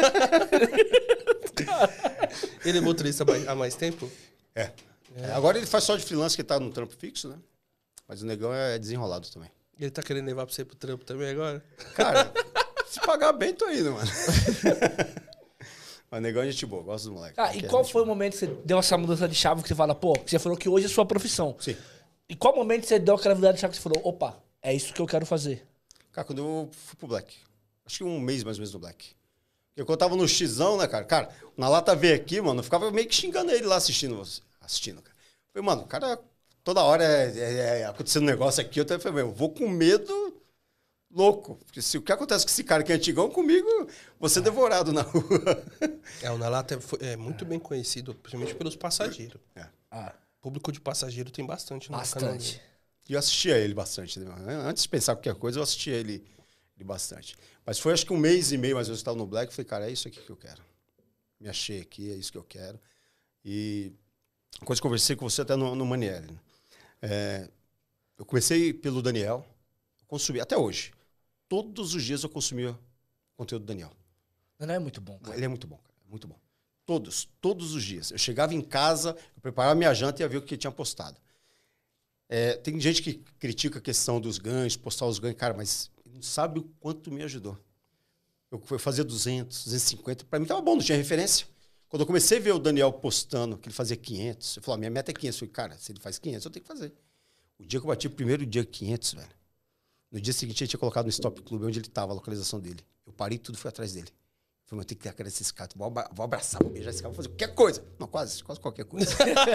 Ele é motorista há mais tempo? É. Agora ele faz só de freelance, que tá no trampo fixo, né? Mas o negão é desenrolado também. Ele tá querendo levar pra você pro trampo também agora? Cara, se pagar bem, tô indo, mano. Mas o negão é gente boa, gosto do moleque. E qual foi o momento que você deu essa mudança de chave que você fala, pô, que você falou que hoje é sua profissão? Sim. E qual momento você deu aquela virada de chave que você falou, opa, é isso que eu quero fazer? Cara, quando eu fui pro Black. Acho que 1 mês mais ou menos no Black. Porque quando eu tava no Xão, né, cara? Cara, na lata veio aqui, mano, eu ficava meio que xingando ele lá assistindo, cara. Falei, mano, o cara, toda hora acontecendo um negócio aqui, eu falei, eu vou com medo louco. Porque se o que acontece com esse cara que é antigão, comigo, vou ser devorado na rua. O Nalata é muito bem conhecido, principalmente pelos passageiros. O público de passageiro tem bastante no canal. E eu assistia ele bastante. Né? Antes de pensar qualquer coisa, eu assistia ele bastante. Mas foi acho que 1 mês e meio, mais ou menos, eu estava no Black, eu falei, cara, é isso aqui que eu quero. Me achei aqui, é isso que eu quero. E uma coisa que eu conversei com você até no Manieri. Né? Eu comecei pelo Daniel, consumi até hoje. Todos os dias eu consumia o conteúdo do Daniel. Não é muito bom, cara. Ele é muito bom, cara. Muito bom. Todos os dias. Eu chegava em casa, eu preparava minha janta e ia ver o que ele tinha postado. Tem gente que critica a questão dos ganhos, postar os ganhos. Cara, mas não sabe o quanto me ajudou. Eu fazia 200, 250. Para mim estava bom, não tinha referência. Quando eu comecei a ver o Daniel postando que ele fazia 500, eu falei, minha meta é 500. Eu falei, cara, se ele faz 500, eu tenho que fazer. O dia que eu bati o primeiro dia 500, velho. No dia seguinte, ele tinha colocado no Stop Club, onde ele estava, a localização dele. Eu parei tudo e fui atrás dele. Eu falei, eu tenho que agradecer esse cara. Vou abraçar, vou beijar esse cara, vou fazer qualquer coisa. Não, quase qualquer coisa.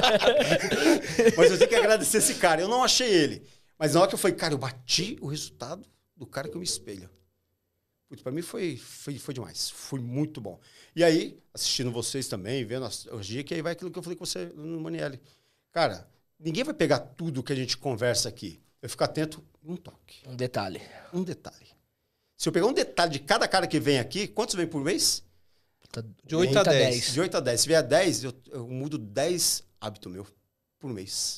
Mas eu tenho que agradecer esse cara. Eu não achei ele. Mas na hora que eu falei, cara, eu bati o resultado do cara que eu me espelho. Putz, pra mim foi demais. Foi muito bom. E aí, assistindo vocês também, vendo os dias, que aí vai aquilo que eu falei com você no Manieri. Cara, ninguém vai pegar tudo que a gente conversa aqui. Eu fico atento um toque. Um detalhe. Um detalhe. Se eu pegar um detalhe de cada cara que vem aqui, quantos vem por mês? De 8 a 10. De 8 a 10. Se vier 10, eu mudo 10 hábitos meu por mês.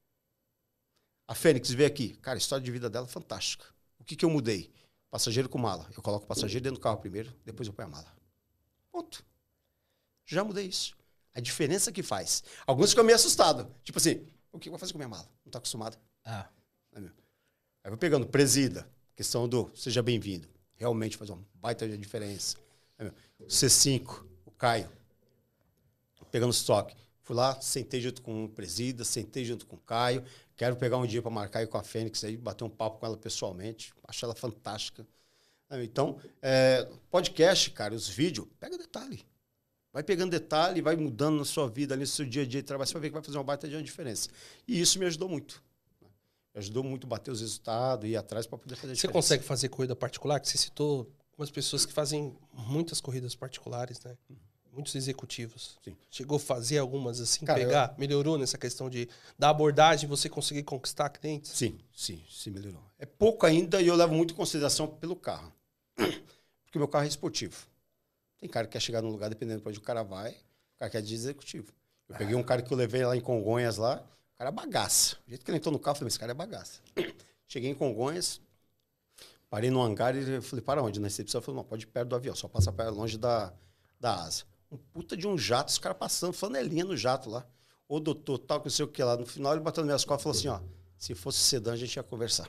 A Fênix veio aqui. Cara, a história de vida dela é fantástica. O que eu mudei? Passageiro com mala. Eu coloco o passageiro dentro do carro primeiro, depois eu ponho a mala. Ponto. Já mudei isso. A diferença que faz. Alguns ficam meio assustados. Tipo assim, o que eu vou fazer com a minha mala? Não tá acostumado. Aí eu vou pegando presida. Questão do seja bem-vindo. Realmente faz uma baita diferença. O C5, o Caio. Pegando estoque. Fui lá, sentei junto com o presida, sentei junto com o Caio. Quero pegar um dia para marcar aí com a Fênix, aí, bater um papo com ela pessoalmente. Acho ela fantástica. Então, podcast, cara, os vídeos, pega detalhe. Vai pegando detalhe, vai mudando na sua vida, ali no seu dia a dia de trabalho, você vai ver que vai fazer uma baita de diferença. E isso me ajudou muito. Me ajudou muito a bater os resultados e ir atrás para poder fazer a diferença. Você consegue fazer corrida particular? Que você citou umas pessoas que fazem muitas corridas particulares, né? Muitos executivos. Sim. Chegou a fazer algumas assim, cara, pegar? Melhorou nessa questão da abordagem, você conseguir conquistar clientes? Sim, melhorou. É pouco ainda e eu levo muito em consideração pelo carro. Porque o meu carro é esportivo. Tem cara que quer chegar num lugar, dependendo de onde o cara vai, o cara quer de executivo. Eu peguei um cara que eu levei lá em Congonhas, lá, o cara é bagaça. Do jeito que ele entrou no carro, eu falei, esse cara é bagaça. Cheguei em Congonhas, parei no hangar e eu falei, para onde? Na recepção, eu falei, não, pode ir perto do avião, só passa longe da asa. Um puta de um jato, os caras passando, flanelinha no jato lá. Ô, doutor, tal, que não sei o que lá. No final, ele bateu nas minhas costas e falou assim, ó, se fosse sedã, a gente ia conversar.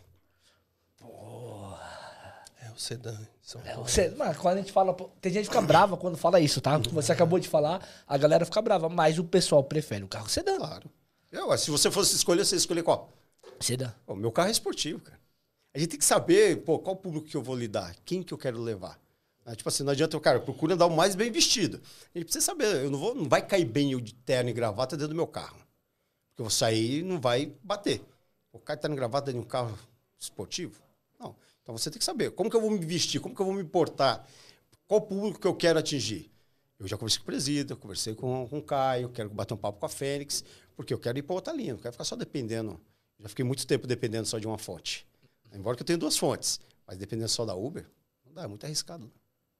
É o sedã. Mano, quando a gente fala... Tem gente que fica brava quando fala isso, tá? Você acabou de falar, a galera fica brava, mas o pessoal prefere o carro sedã. Claro. Se você fosse escolher, você ia escolher qual? Sedã. O meu carro é esportivo, cara. A gente tem que saber, qual público que eu vou lidar, quem que eu quero levar. Tipo assim, não adianta, cara, procura andar o mais bem vestido. A gente precisa saber, não vai cair bem eu de terno e gravata dentro do meu carro. Porque eu vou sair e não vai bater. O cara tá de gravata dentro de um carro esportivo? Não. Então você tem que saber, como que eu vou me vestir, como que eu vou me portar, qual público que eu quero atingir. Eu já conversei com o presida, conversei com o Caio, quero bater um papo com a Fênix, porque eu quero ir para outra linha, não quero ficar só dependendo. Já fiquei muito tempo dependendo só de uma fonte. Embora que eu tenha 2 fontes, mas dependendo só da Uber, não dá, é muito arriscado.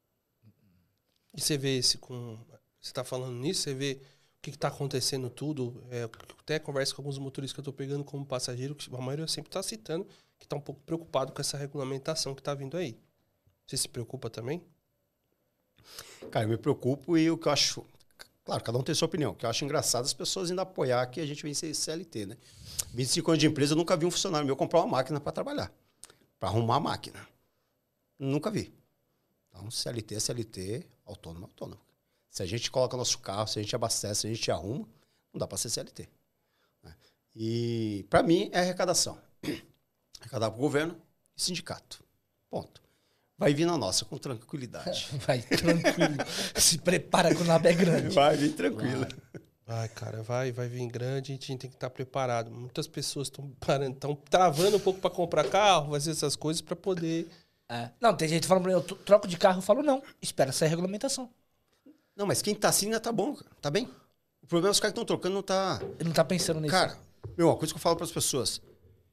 E você vê você tá falando nisso, você vê o que tá acontecendo tudo. Até converso com alguns motoristas que eu tô pegando como passageiro, que a maioria sempre tá citando, que tá um pouco preocupado com essa regulamentação que tá vindo aí. Você se preocupa também? Cara, eu me preocupo e o que eu acho... Claro, cada um tem sua opinião. O que eu acho engraçado as pessoas ainda apoiar que a gente vem ser CLT, né? 25 anos de empresa, eu nunca vi um funcionário meu comprar uma máquina para trabalhar. Para arrumar a máquina. Nunca vi. Então, CLT é CLT, autônomo é autônomo. Se a gente coloca nosso carro, se a gente abastece, se a gente arruma, não dá para ser CLT. Né? E, para mim, é arrecadação. Arrecadar para o governo e sindicato. Ponto. Vai vir na nossa, com tranquilidade. Vai tranquilo. Se prepara que o nabo é grande. Vai vir tranquilo. Vai, cara, vai vir grande e a gente tem que estar preparado. Muitas pessoas estão travando um pouco para comprar carro, fazer essas coisas para poder... Não, tem gente falando pra mim, eu troco de carro, eu falo, não, espera sair a regulamentação. Não, mas quem tá assim ainda tá bom, cara. Tá bem. O problema é que os caras que estão trocando não tá... Ele não tá pensando nisso. Cara, uma coisa que eu falo para as pessoas,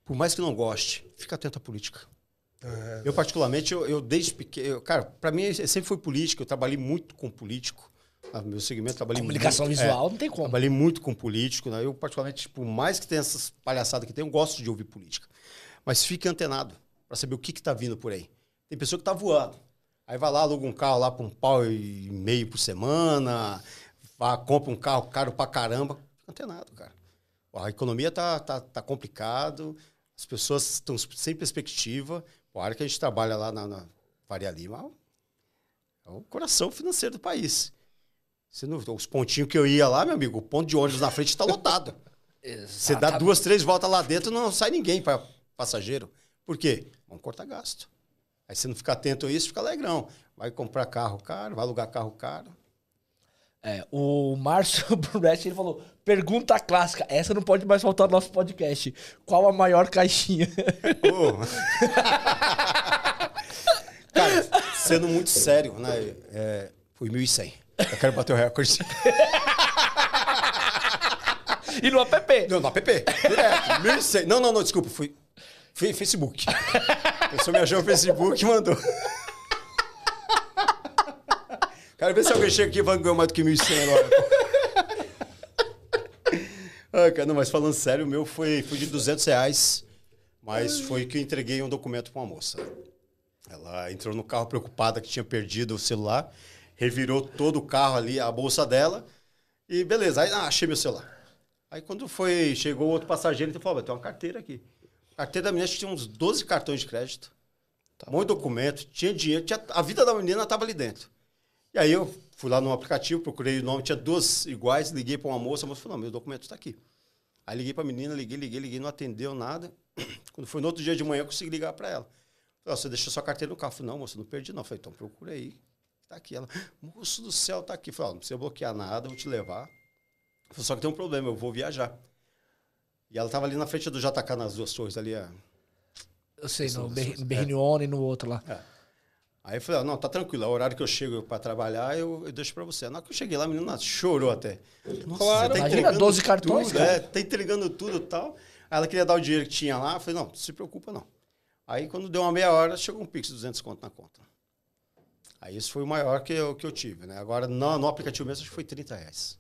por mais que não goste, fica atento à política. Eu, particularmente, eu desde pequeno... Cara, para mim, sempre foi política. Eu trabalhei muito com político. No meu segmento, trabalhei Comunicação muito, visual, não tem como. Trabalhei muito com político. Né? Eu, particularmente, por mais que tenha essas palhaçadas que tem, eu gosto de ouvir política. Mas fique antenado para saber o que está vindo por aí. Tem pessoa que está voando. Aí vai lá, aluga um carro lá por £1,5 por semana, compra um carro caro pra caramba. Fica antenado, cara. A economia tá complicado, as pessoas estão sem perspectiva. A hora que a gente trabalha lá na Faria Lima, é o coração financeiro do país. Os pontinhos que eu ia lá, meu amigo, o ponto de ônibus na frente está lotado. Você dá 2, 3 voltas lá dentro, não sai ninguém para passageiro. Por quê? Vamos cortar gasto. Aí você não fica atento a isso, fica alegrão. Vai comprar carro caro, vai alugar carro caro. O Márcio Brunetti, ele falou, pergunta clássica, essa não pode mais faltar no nosso podcast. Qual a maior caixinha? Cara, sendo muito sério, né? Foi 1.100. Eu quero bater o recorde. E no app? Não, no app. Direto, 1.100. Não, desculpa, foi Facebook. A pessoa me achou no Facebook e mandou. Quero ver se alguém chega aqui e vai ganhar mais do que 1.100 agora. Cara, não, mas falando sério, o meu foi de R$200, mas foi que eu entreguei um documento para uma moça. Ela entrou no carro preocupada que tinha perdido o celular, revirou todo o carro ali, a bolsa dela, e beleza, aí achei meu celular. Aí quando chegou outro passageiro, ele falou, tem uma carteira aqui. A carteira da menina tinha uns 12 cartões de crédito, um monte de documento, tinha dinheiro, a vida da menina estava ali dentro. E aí eu fui lá no aplicativo, procurei o nome, tinha 2 iguais, liguei para uma moça, a moça falou, não, meu documento está aqui. Aí liguei para a menina, liguei, não atendeu nada. Quando foi no outro dia de manhã, eu consegui ligar para ela. Falei, você deixou sua carteira no carro? Eu falei, não, moça, não perdi não. Eu falei, então procura aí, está aqui. Ela, moço do céu, está aqui. Eu falei, não precisa bloquear nada, eu vou te levar. Eu falei, só que tem um problema, eu vou viajar. E ela estava ali na frente do JK, nas 2 torres ali. Eu sei, no Bernione e no outro lá. Aí eu falei, não, tá tranquilo, é o horário que eu chego para trabalhar, eu deixo para você. Na hora que eu cheguei lá, a menina chorou até. Nossa, claro, você tá imagina, 12 cartões, tudo, cara. tá entregando tudo e tal. Aí ela queria dar o dinheiro que tinha lá, eu falei, não se preocupa não. Aí quando deu uma meia hora, chegou um Pix de 200 conto na conta. Aí esse foi o maior que eu tive, né? Agora no aplicativo mesmo, acho que foi R$30.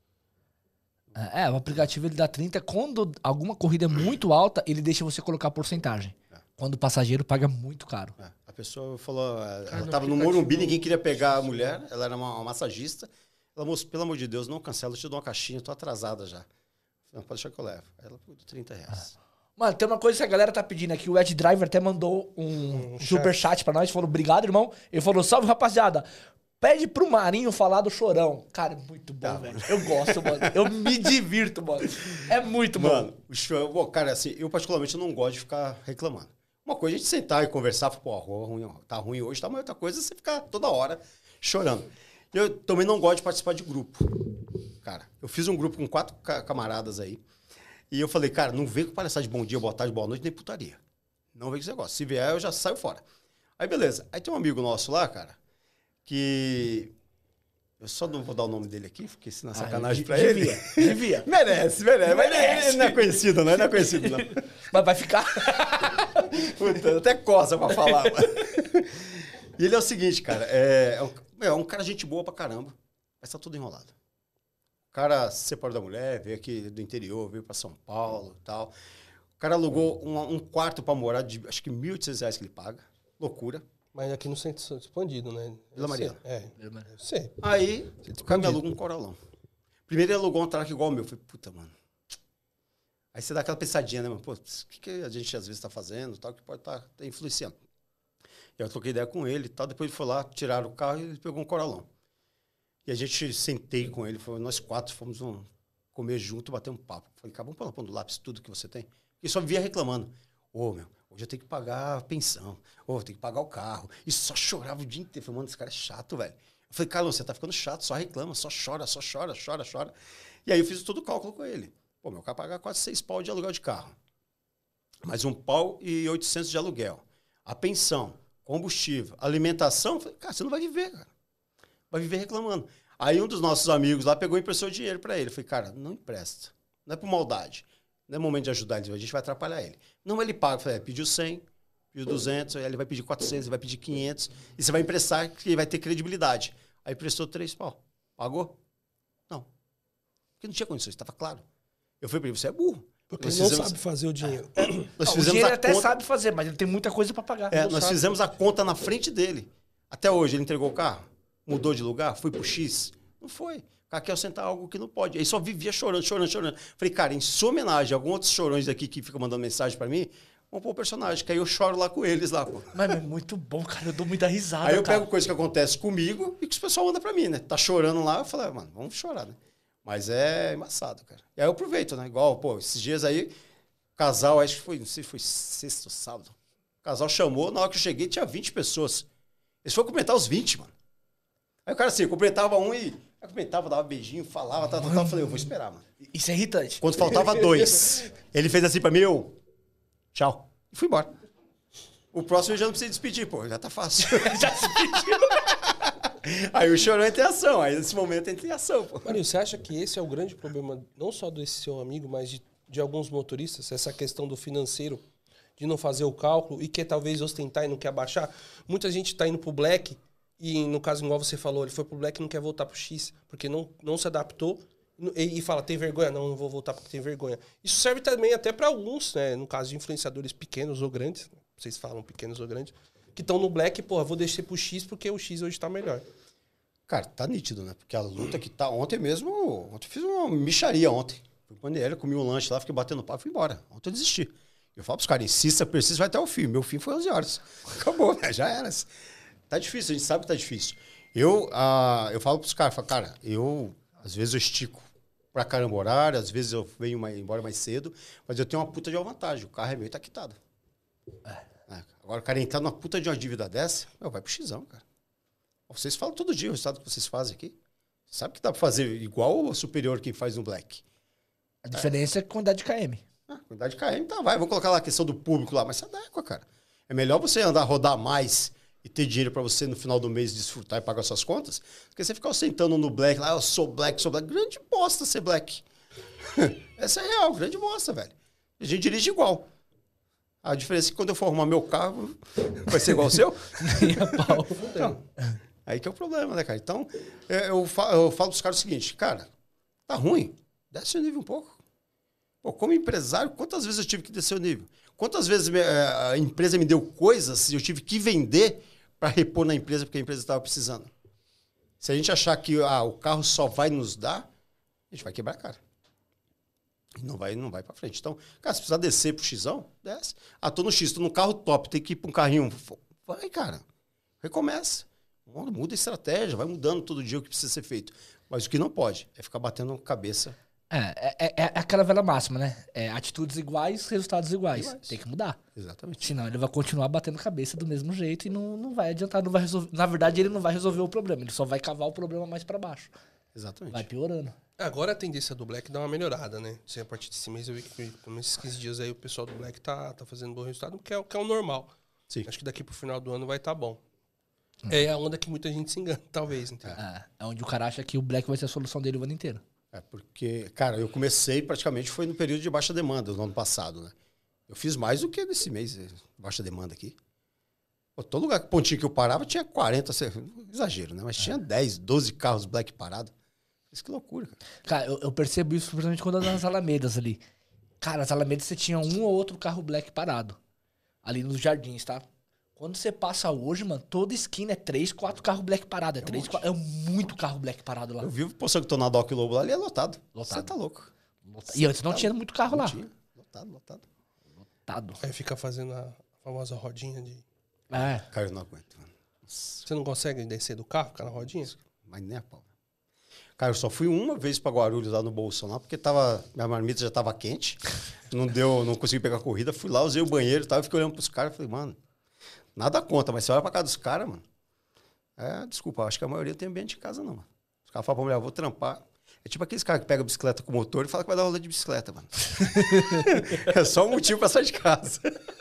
O aplicativo ele dá 30, quando alguma corrida é muito alta, ele deixa você colocar porcentagem. Quando o passageiro paga muito caro. A pessoa falou, ela estava no Morumbi, ninguém queria pegar a mulher, ela era uma massagista. Ela, moço, pelo amor de Deus, não cancela, eu te dou uma caixinha, eu tô atrasada já. Não, pode deixar que eu levo. Aí ela pagou R$30. Mano, tem uma coisa que a galera tá pedindo aqui, o Ed Driver até mandou um superchat pra nós, falou, obrigado, irmão. Ele falou, salve, rapaziada. Pede pro Marinho falar do Chorão. Cara, é muito bom, velho. Eu gosto, mano. Eu me divirto, mano. É muito bom. Mano, o Chorão, cara, assim, eu particularmente não gosto de ficar reclamando. Uma coisa é a gente sentar e conversar, pô, tá ruim hoje, tá, mas outra coisa é você ficar toda hora chorando. Eu também não gosto de participar de grupo. Cara, eu fiz um grupo com 4 camaradas aí, e eu falei, cara, não vem com palhaçada de bom dia, boa tarde, boa noite, nem putaria. Não vem com esse negócio. Se vier, eu já saio fora. Aí, beleza. Aí tem um amigo nosso lá, cara, que... Eu só não vou dar o nome dele aqui, porque senão é sacanagem pra ele. Devia. Merece. Mas ele não é conhecido, não. Ele não é conhecido, não. Mas vai ficar. Puta, até coça pra falar. E ele é o seguinte, cara. É um cara gente boa pra caramba, mas tá tudo enrolado. O cara se separou da mulher, veio aqui do interior, veio pra São Paulo e tal. O cara alugou um quarto pra morar, de acho que R$1.800 que ele paga. Loucura. Mas aqui no centro expandido, né? Vila Mariana. Sim. Aí, o cara me alugou um Corolão. Primeiro ele alugou um traque igual o meu. Eu falei, puta, mano. Aí você dá aquela pensadinha, né, mano? Pô, o que a gente às vezes tá fazendo, tal, que pode estar influenciando. E eu troquei ideia com ele e tal. Depois ele foi lá, tiraram o carro e ele pegou um Corolão. E a gente sentei com ele, nós 4 fomos comer junto, bater um papo. Falei, cara, vamos pôr no lápis tudo que você tem. E só vivia reclamando. Meu, hoje eu tenho que pagar a pensão. Eu tenho que pagar o carro. E só chorava o dia inteiro. Falei, mano, esse cara é chato, velho. Eu falei, Carlão, você tá ficando chato, só reclama, só chora. E aí eu fiz todo o cálculo com ele. Pô, meu cara paga quase 6 pau de aluguel de carro. Mais R$1.800 de aluguel. A pensão, combustível, alimentação. Eu falei, cara, você não vai viver, cara. Vai viver reclamando. Aí um dos nossos amigos lá pegou e emprestou dinheiro pra ele. Eu falei, cara, não empresta. Não é por maldade. Não é momento de ajudar ele, a gente vai atrapalhar ele. Não, ele paga. Eu falei, pediu 100, pediu 200, aí ele vai pedir 400, ele vai pedir 500. E você vai emprestar, que ele vai ter credibilidade. Aí prestou 3 pau. Pagou? Não. Porque não tinha condições, estava claro. Eu falei para ele, você é burro. Porque ele não sabe fazer o dinheiro. Nós O fizemos dinheiro a ele até conta, sabe fazer, mas ele tem muita coisa pra pagar. nós fizemos a conta na frente dele. Até hoje, ele entregou o carro, mudou de lugar, foi pro X. Não foi. O cara quer sentar algo que não pode. Ele só vivia chorando. Falei, cara, em sua homenagem, alguns outros chorões aqui que ficam mandando mensagem para mim, vamos pôr o personagem, que aí eu choro lá com eles lá, pô. Mas é muito bom, cara. Eu dou muita risada, Aí eu cara. pego coisa que acontece comigo e que os pessoal manda pra mim, né? Tá chorando lá, eu falo, mano, vamos chorar, né? Mas é embaçado, cara. E aí eu aproveito, né? Igual, pô, esses dias aí, casal, acho que foi, não sei se foi sexta ou sábado. O casal chamou, na hora que eu cheguei tinha 20 pessoas. Eles foram cumprimentar os 20, mano. Aí o cara assim, cumprimentava um e... Aí cumprimentava, dava beijinho, falava, tal. Eu falei, eu vou esperar, mano. Isso é irritante. Quando faltava 2, ele fez assim pra mim, tchau. E fui embora. O próximo eu já não precisa despedir, pô, já tá fácil. Já despediu. Aí o chorão entra em ação, aí nesse momento entra em ação, pô. Mário, você acha que esse é o grande problema, não só desse seu amigo, mas de alguns motoristas, essa questão do financeiro, de não fazer o cálculo e quer talvez ostentar e não quer abaixar? Muita gente tá indo pro Black e, no caso, igual você falou, ele foi pro Black e não quer voltar pro X, porque não se adaptou e fala, tem vergonha? Não vou voltar porque tem vergonha. Isso serve também até para alguns, né? No caso de influenciadores pequenos ou grandes, vocês falam pequenos ou grandes, que estão no Black, porra, vou descer pro X porque o X hoje tá melhor. Cara, tá nítido, né? Porque a luta que tá... Ontem mesmo, eu fiz uma micharia ontem. Fui pra Andiera, comi um lanche lá, fiquei batendo papo e fui embora. Ontem eu desisti. Eu falo pros caras, insista, persista, vai até o fim. Meu fim foi 11 horas. Acabou, né? Já era. Tá difícil, a gente sabe que tá difícil. Eu falo pros caras, cara, às vezes eu estico pra caramba o horário, às vezes eu venho embora mais cedo, mas eu tenho uma puta de uma vantagem. O carro é meu e tá quitado. Agora o cara entrar numa puta de uma dívida dessa, vai pro xizão, cara. Vocês falam todo dia o resultado que vocês fazem aqui. Você sabe que dá pra fazer igual ou superior quem faz no Black. A diferença é a quantidade de KM. Quantidade de KM, tá, vai. Vou colocar lá a questão do público lá, mas se adequa, cara. É melhor você rodar mais e ter dinheiro pra você no final do mês desfrutar e pagar suas contas, do que você ficar sentando no Black lá, eu sou Black. Grande bosta ser Black. Essa é real, grande bosta, velho. A gente dirige igual. A diferença é que quando eu for arrumar meu carro, vai ser igual o seu? Nem a pau. Então, aí que é o problema, né, cara? Então, eu falo pros caras o seguinte, cara, tá ruim, desce o nível um pouco. Pô, como empresário, quantas vezes eu tive que descer o nível? Quantas vezes a empresa me deu coisas e eu tive que vender para repor na empresa porque a empresa estava precisando? Se a gente achar que o carro só vai nos dar, a gente vai quebrar a cara. E não vai para frente. Então, cara, se precisar descer pro Xão, desce. Tô no X, tô no carro top, tem que ir para um carrinho. Vai, cara. Recomeça. Muda a estratégia, vai mudando todo dia o que precisa ser feito. Mas o que não pode é ficar batendo cabeça. É aquela velha máxima, né? Atitudes iguais, resultados iguais. Tem que mudar. Exatamente. Senão ele vai continuar batendo cabeça do mesmo jeito e não vai adiantar, não vai resolver. Na verdade, ele não vai resolver o problema, ele só vai cavar o problema mais para baixo. Exatamente. Vai piorando. Agora a tendência do Black dá uma melhorada, né? A partir desse mês eu vi que nesses 15 dias aí o pessoal do Black tá fazendo bom resultado, que é o normal. Sim. Acho que daqui pro final do ano vai estar bom. É a onda que muita gente se engana, talvez. É onde o cara acha que o Black vai ser a solução dele o ano inteiro. Porque, cara, eu comecei praticamente foi no período de baixa demanda, no ano passado, né? Eu fiz mais do que nesse mês, baixa demanda aqui. Pô, todo lugar, pontinho que eu parava, tinha 40, exagero, né? Mas tinha 10, 12 carros Black parados. Isso que loucura, cara. Cara, eu percebo isso principalmente quando nas Alamedas ali. Cara, as Alamedas você tinha um ou outro carro Black parado. Ali nos jardins, tá? Quando você passa hoje, mano, toda esquina é 3, 4 carros Black parados. É muito carro Black parado lá. Eu vivo postando que tô na Doc Lobo lá, ali é lotado. Você tá louco. E antes não tinha muito carro lá. Tinha. Lotado. Aí fica fazendo a famosa rodinha de... Cara, eu não aguento, mano. Você não consegue descer do carro, ficar na rodinha? Mas nem a pau. Cara, eu só fui uma vez pra Guarulhos lá no Bolsão lá, porque minha marmita já tava quente. Não consegui pegar a corrida. Fui lá, usei o banheiro e tal. Fiquei olhando pros caras e falei, mano, nada conta, mas você olha pra casa dos caras, mano. Desculpa, acho que a maioria tem ambiente de casa, não, mano. Os caras falam pra mulher, vou trampar. É tipo aqueles caras que pegam a bicicleta com motor e falam que vai dar rolê de bicicleta, mano. É só um motivo pra sair de casa.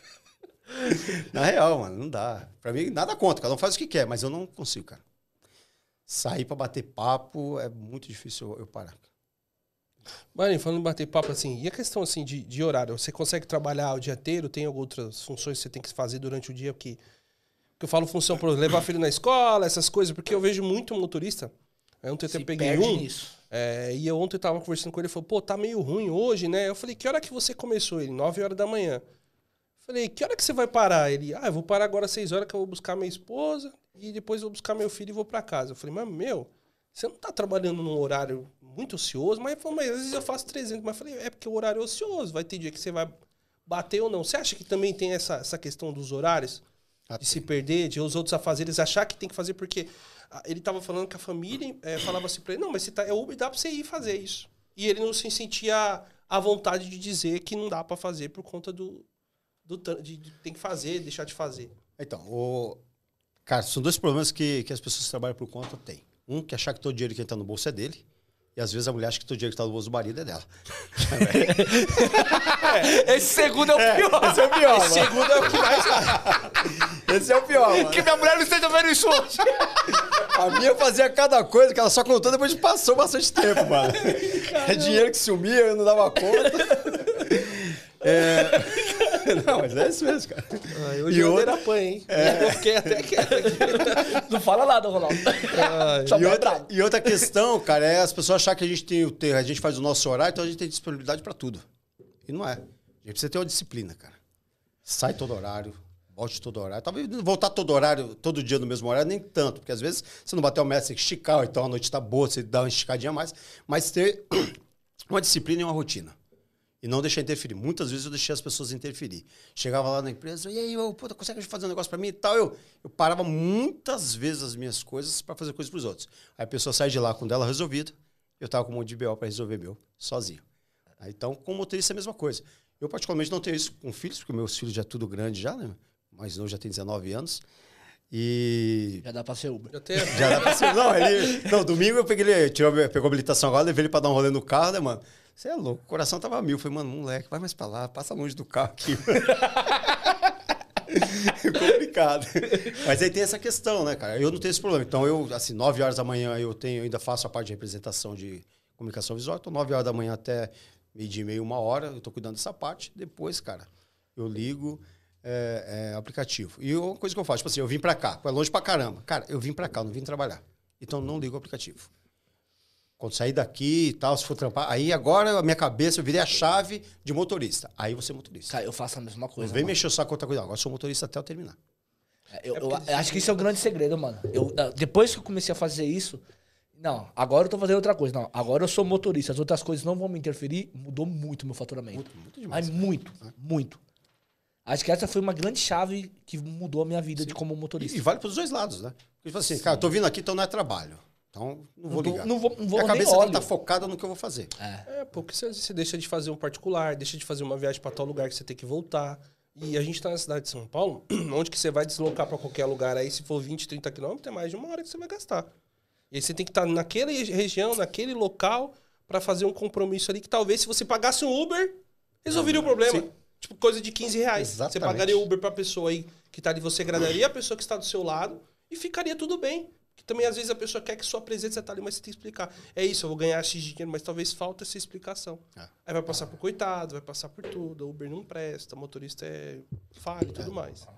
Na real, mano, não dá. Pra mim, nada conta. Cada um faz o que quer, mas eu não consigo, cara. Sair pra bater papo é muito difícil eu parar. Mano, falando em bater papo, assim, e a questão, assim, de horário? Você consegue trabalhar o dia inteiro? Tem outras funções que você tem que fazer durante o dia? Porque eu falo função para levar filho na escola, essas coisas, porque eu vejo muito motorista. Ontem eu peguei e ontem eu tava conversando com ele, ele falou, pô, tá meio ruim hoje, né? Eu falei, que hora que você começou? Ele, 9 horas da manhã. Eu falei, que hora que você vai parar? Ele, eu vou parar agora às 6 horas que eu vou buscar minha esposa e depois eu vou buscar meu filho e vou pra casa. Eu falei, mas você não tá trabalhando num horário muito ocioso? Mas ele falou, mas às vezes eu faço 300. Mas eu falei, é porque o horário é ocioso, vai ter dia que você vai bater ou não. Você acha que também tem essa questão dos horários? De se perder, de os outros afazeres achar que tem que fazer, porque ele tava falando que a família falava assim pra ele, não, mas você é Uber, dá pra você ir fazer isso. E ele não se sentia à vontade de dizer que não dá pra fazer por conta de tem que fazer, deixar de fazer. Então, cara, são dois problemas que as pessoas que trabalham por conta têm. Um, que achar que todo dinheiro que entra no bolso é dele. E às vezes a mulher acha que todo dinheiro que tá no bolso do marido é dela. Esse segundo é o pior. Esse é o pior, Esse segundo é o que mais Esse é o pior, mano. Que minha mulher não esteja vendo isso hoje. A minha fazia cada coisa que ela só contou depois de passou bastante tempo, mano. É dinheiro que sumia, eu não dava conta. Não, mas é isso mesmo, cara. Hoje eu dei apanha, hein? Eu fiquei até quieto aqui. Não fala nada, Ronaldo. E outra questão, cara, é as pessoas acharem que a gente faz o nosso horário, então a gente tem disponibilidade pra tudo. E não é. A gente precisa ter uma disciplina, cara. Sai todo horário, volte todo horário. Talvez voltar todo horário, todo dia no mesmo horário, nem tanto, porque às vezes você não bateu a meta, você tem que esticar, ou então a noite tá boa, você dá uma esticadinha a mais, mas ter uma disciplina e uma rotina. E não deixar interferir. Muitas vezes eu deixei as pessoas interferir. Chegava lá na empresa, e aí, puta, consegue fazer um negócio pra mim e tal? Eu parava muitas vezes as minhas coisas pra fazer coisas pros outros. Aí a pessoa sai de lá com dela resolvida, eu tava com um monte de BO pra resolver meu, sozinho. Aí, então, com o motorista é a mesma coisa. Eu, particularmente, não tenho isso com filhos, porque meus filhos já é tudo grande já, né? Mas não, já tem 19 anos. E... Já dá pra ser Uber. Já dá pra ser... Não, domingo eu peguei ele, pegou a habilitação agora, levei ele pra dar um rolê no carro, né, mano? Você é louco, o coração tava mil. Falei, mano, moleque, vai mais pra lá, passa longe do carro aqui. É complicado. Mas aí tem essa questão, né, cara? Eu não tenho esse problema. Então, eu, assim, 9 horas da manhã eu ainda faço a parte de representação de comunicação visual. Então, 9 horas da manhã até meio-dia e meia, 1 hora, eu tô cuidando dessa parte. Depois, cara, eu ligo aplicativo. E uma coisa que eu faço, tipo assim, eu vim pra cá, é longe pra caramba. Cara, eu vim pra cá, eu não vim trabalhar. Então, não ligo o aplicativo. Quando sair daqui e tal, se for trampar, aí agora a minha cabeça, eu virei a chave de motorista. Aí você é motorista. Cara, eu faço a mesma coisa. Não vem mexer o saco com outra coisa. Agora eu sou motorista até eu terminar. Eu acho que isso é o grande segredo, mano. Depois que eu comecei a fazer isso, não, agora eu tô fazendo outra coisa. Não, agora eu sou motorista, as outras coisas não vão me interferir. Mudou muito o meu faturamento. Muito demais. Mas muito. Acho que essa foi uma grande chave que mudou a minha vida de como motorista. E vale pros dois lados, né? Porque tipo assim, cara, eu tô vindo aqui, então não é trabalho. Então, não vou ligar. Não vou a cabeça tem que estar focada no que eu vou fazer. Porque você deixa de fazer um particular, deixa de fazer uma viagem para tal lugar que você tem que voltar. E a gente tá na cidade de São Paulo, onde que você vai deslocar para qualquer lugar aí, se for 20, 30 quilômetros, é mais de 1 hora que você vai gastar. E aí você tem que estar naquela região, naquele local, para fazer um compromisso ali que talvez se você pagasse um Uber, resolveria o problema. Sim. Tipo, coisa de R$15. Exatamente. Você pagaria Uber pra pessoa aí que tá ali, você agradaria a pessoa que está do seu lado e ficaria tudo bem. Que também, às vezes, a pessoa quer que sua presença tá ali, mas você tem que explicar. É isso, eu vou ganhar X dinheiro, mas talvez falta essa explicação. Aí vai passar por coitado, vai passar por tudo. O Uber não presta, o motorista é falho e tudo mais.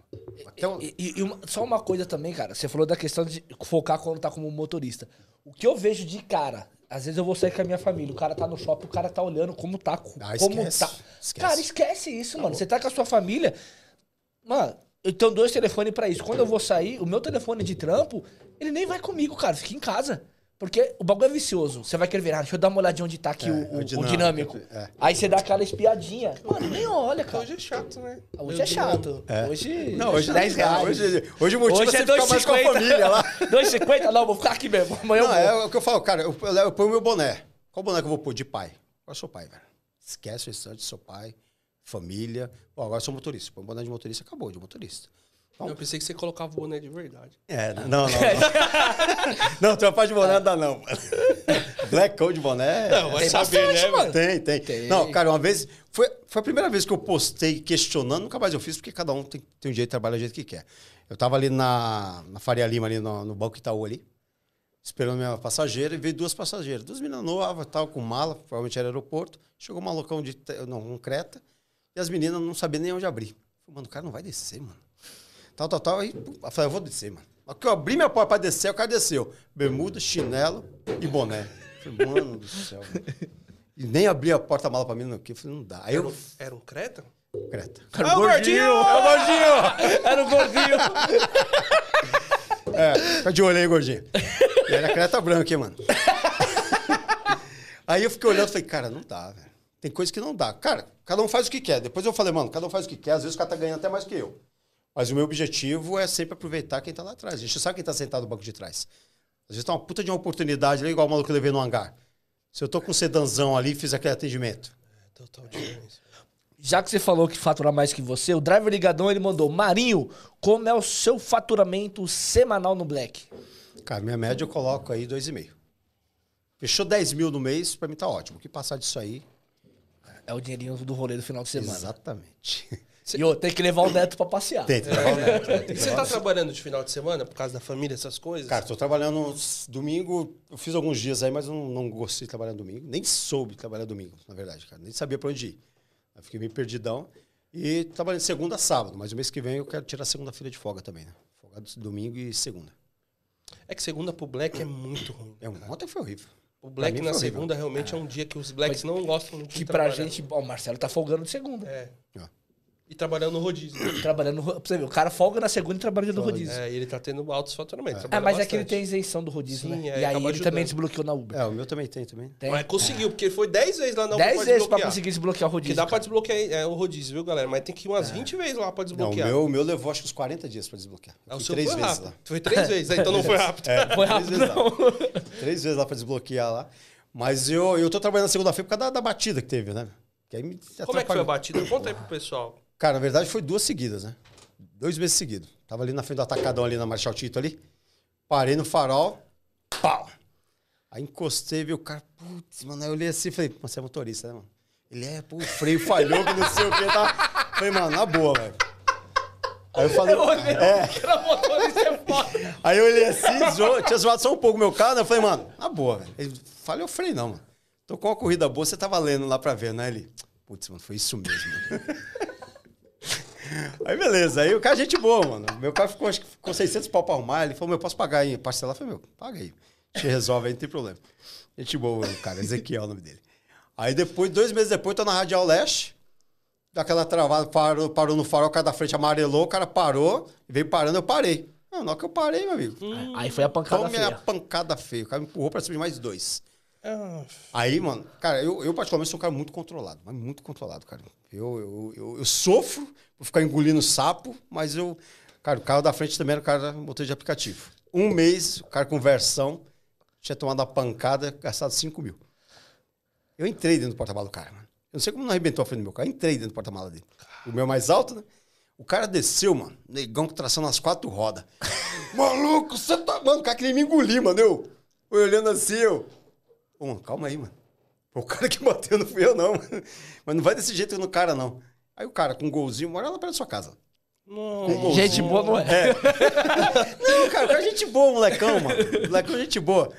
Só uma coisa também, cara. Você falou da questão de focar quando tá como motorista. O que eu vejo de cara, às vezes eu vou sair com a minha família, o cara tá no shopping, o cara tá olhando como tá. Esquece. Cara, esquece isso, mano. Você tá com a sua família. Mano, eu tenho 2 telefones pra isso. Quando eu vou sair, o meu telefone de trampo, ele nem vai comigo, cara. Fica em casa. Porque o bagulho é vicioso. Você vai querer virar, deixa eu dar uma olhadinha onde tá aqui o dinâmico. Aí você dá aquela espiadinha. Mano, nem olha, cara. Hoje é chato, né? Hoje é chato. Hoje, não, hoje R$10. Hoje o motivo é você ficar mais com a família lá. 2,50? Não, vou ficar aqui mesmo. Amanhã não, é o que eu falo, cara. Eu ponho o meu boné. Qual boné que eu vou pôr? De pai. Agora eu sou pai, velho. Esquece o restante, sou pai, família. Pô, agora eu sou motorista. Põe o boné de motorista, acabou, de motorista. Eu pensei que você colocava o boné de verdade. Não. Não, tem uma parte de boné não dá não, mano. Black Code boné... Não, vai saber, né, mano? Tem. Não, cara, uma vez... Foi a primeira vez que eu postei questionando, nunca mais eu fiz, porque cada um tem um jeito de trabalhar do jeito que quer. Eu tava ali na Faria Lima, ali no Banco Itaú ali. esperando minha passageira, e veio 2 passageiras. 2 meninas novas, tal, com mala, provavelmente era aeroporto. Chegou um malucão um Creta, e as meninas não sabiam nem onde abrir. Falei, mano, o cara não vai descer, mano. Tal. Aí eu falei, eu vou descer, mano. Na hora que eu abri minha porta pra descer, o cara desceu. Bermuda, chinelo e boné. Falei, mano do céu. Mano. E nem abri a porta-mala pra mim, não. Eu falei, não dá. Aí Era um Creta? Creta. Era o gordinho! É o gordinho! Era o gordinho! Fica de olho aí, gordinho. E era Creta branca, hein, mano. Aí eu fiquei olhando e falei, cara, não dá, velho. Tem coisa que não dá. Cara, cada um faz o que quer. Depois eu falei, mano, cada um faz o que quer. Às vezes o cara tá ganhando até mais que eu. Mas o meu objetivo é sempre aproveitar quem tá lá atrás. A gente sabe quem tá sentado no banco de trás. Às vezes tá uma puta de uma oportunidade, igual o maluco que eu levei no hangar. Se eu tô com um sedanzão ali e fiz aquele atendimento. Total diferença. Já que você falou que fatura mais que você, o Driver Ligadão, ele mandou, Marinho, como é o seu faturamento semanal no Black? Cara, minha média eu coloco aí 2,5. Fechou 10 mil no mês, pra mim tá ótimo. O que passar disso aí... É o dinheirinho do rolê do final de semana. Exatamente. E eu tenho que levar o neto pra passear. Tem que levar o neto. Tem que E você levar tá trabalhando de final de semana por causa da família, essas coisas? Cara, tô trabalhando domingo, eu fiz alguns dias aí, mas não gostei de trabalhar domingo. Nem soube trabalhar domingo, na verdade, cara. Nem sabia pra onde ir. Eu fiquei meio perdidão. E trabalhando de segunda a sábado, mas o mês que vem eu quero tirar segunda-feira de folga também, né? Folgado domingo e segunda. É que segunda pro Black é muito ruim. Ontem foi horrível. O Black Pra mim na foi horrível. segunda realmente é um dia que os Blacks não gostam de Que pra trabalhar. gente... Ó, o Marcelo tá folgando de segunda. É. Ó. E trabalhando no rodízio. Trabalhando... Pra você ver, o cara folga na segunda e trabalha no rodízio. É, e ele tá tendo altos faturamentos. Ah, trabalha mas é que ele bastante. tem isenção do rodízio, Sim, né? é, E aí acaba ele também ajudando. desbloqueou na Uber. O meu também tem. Tem? Mas conseguiu, porque ele foi 10 vezes lá na 10 pra vezes pra desbloquear. conseguir desbloquear o rodízio. Que dá pra cara. desbloquear o rodízio, viu, galera? Mas tem que ir umas 20 vezes lá pra Não, desbloquear. o meu levou acho que uns 40 dias pra desbloquear. Eu O fui seu 3 foi vezes rápido. lá. Foi 3 vezes, então não foi rápido. Foi 3 rápido, vezes lá. não. 3 vezes lá pra desbloquear lá. Mas eu tô trabalhando na segunda-feira por causa da batida que teve, né? Que aí me Como é que foi atrapalhou. a batida? Conta aí pro pessoal. Cara, na verdade foi 2 seguidas, né? 2 meses seguidos. Tava ali na frente do Atacadão, ali na Marechal Tito ali. Parei no farol. Pau! Aí encostei, vi o cara. Putz, mano. Aí eu olhei assim e falei, você é motorista, né, mano? Ele pô, o freio falhou, que não sei o que. Tá... Falei, mano, na boa, velho. Aí eu falei. Era motorista é foda. Aí eu olhei assim, tinha zoado só um pouco o meu carro, né? Eu falei, mano, na boa, velho. Ele falei, eu freio não, mano. Tô com uma corrida boa, você tá valendo lá pra ver, né? Ele, putz, mano, foi isso mesmo, mano. Aí beleza, aí o cara é gente boa, mano. Meu carro ficou, acho que ficou 600 pau pra arrumar. Ele falou, eu posso pagar aí, parcelar? Eu falei, meu, paga aí. A gente resolve aí, não tem problema. Gente boa, cara, Ezequiel é o nome dele. Aí depois, 2 meses depois, tô na Radial Leste, daquela travada, parou no farol, o cara da frente amarelou, o cara parou, veio parando, eu parei. Não, na hora que eu parei, meu amigo. Aí foi a pancada Tome feia. a pancada feia. O cara me empurrou pra cima de mais 2. Ah, Aí, mano, cara, eu particularmente sou um cara muito controlado, mas muito controlado, cara. Eu sofro por ficar engolindo sapo, mas cara, o carro da frente também era o cara motor de aplicativo. 1 mês, o cara com versão, tinha tomado uma pancada, gastado 5 mil. Eu entrei dentro do porta-malas do cara, mano. Eu não sei como não arrebentou a frente do meu carro, eu entrei dentro do porta-malas dele. O meu mais alto, né? O cara desceu, mano, negão traçando as 4 rodas. Maluco, você tá... Mano, o cara queria me engolir, mano. Eu olhando assim, Ô, mano, calma aí, mano. Foi o cara que bateu, não fui eu, não. Mas não vai desse jeito no cara, não. Aí o cara, com um golzinho, mora lá perto da sua casa. não. Gente boa não é. Não, cara, o cara é gente boa, molecão, mano. Molecão é gente boa.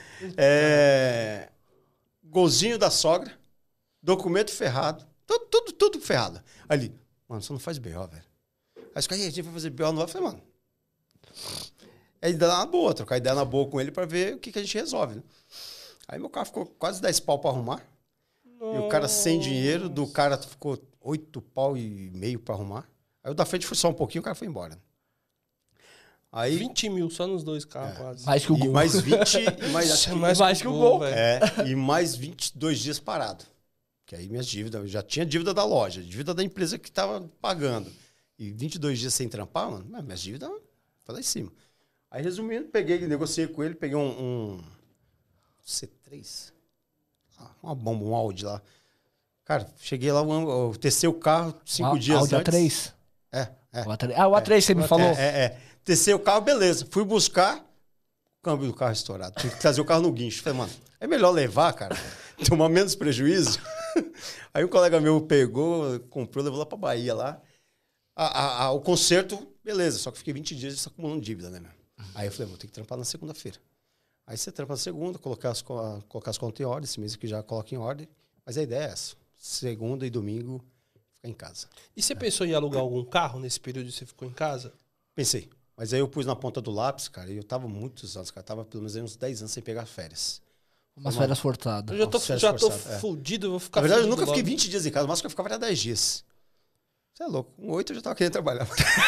Golzinho da sogra, documento ferrado, tudo ferrado. Ali, mano, você não faz B.O., velho. Aí os caras, a gente vai fazer B.O., não vai? Eu falei, mano... Aí dá na boa, trocar ideia na boa com ele pra ver o que a gente resolve, né? Aí meu carro ficou quase 10 pau pra arrumar. Nossa. E o cara sem dinheiro, do cara ficou 8 pau e meio pra arrumar. Aí o da frente foi só um pouquinho, o cara foi embora. Aí, 20 mil só nos 2 carros, quase. Mais que o e gol. mais 20, e Mais que o gol. velho. e mais 22 dias parado. Que aí minhas dívidas, eu já tinha dívida da loja, dívida da empresa que tava pagando. E 22 dias sem trampar, mano, minhas dívidas foi lá em cima. Aí, resumindo, negociei com ele, peguei um C3, uma bomba, um Audi lá. Cara, cheguei lá, eu testei o carro 5 dias Audi antes. A3? É. O A3. Ah, o A3 você me falou. Testei o carro, beleza. Fui buscar, o câmbio do carro estourado. Tive que trazer o carro no guincho. Falei, mano, é melhor levar, cara, tomar menos prejuízo. Aí um colega meu pegou, comprou, levou lá pra Bahia lá. O conserto, beleza, só que fiquei 20 dias acumulando dívida, né, meu? Aí eu falei, vou ter que trampar na segunda-feira. Aí você trampa na segunda, colocar as contas em ordem, esse mês aqui já coloca em ordem. Mas a ideia é essa. Segunda e domingo, ficar em casa. E você pensou em alugar algum carro nesse período que você ficou em casa? Pensei. Mas aí eu pus na ponta do lápis, cara, e eu tava muitos anos, cara. Tava pelo menos aí uns 10 anos sem pegar férias. Umas férias forçadas. Eu já tô forçado, fudido, vou ficar Na verdade, eu fudido nunca fiquei logo. 20 dias em casa, mas que eu ficava era 10 dias. Você é louco. Com 8 eu já tava querendo trabalhar.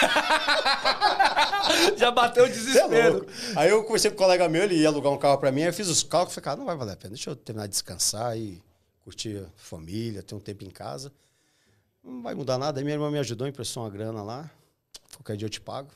Já bateu o Você é desespero. louco. Aí eu conversei com um colega meu, ele ia alugar um carro pra mim, aí eu fiz os cálculos, falei, cara, não vai valer a pena. Deixa eu terminar de descansar e curtir a família, ter um tempo em casa. Não vai mudar nada. Aí minha irmã me ajudou, emprestou uma grana lá. Qualquer dia eu te pago.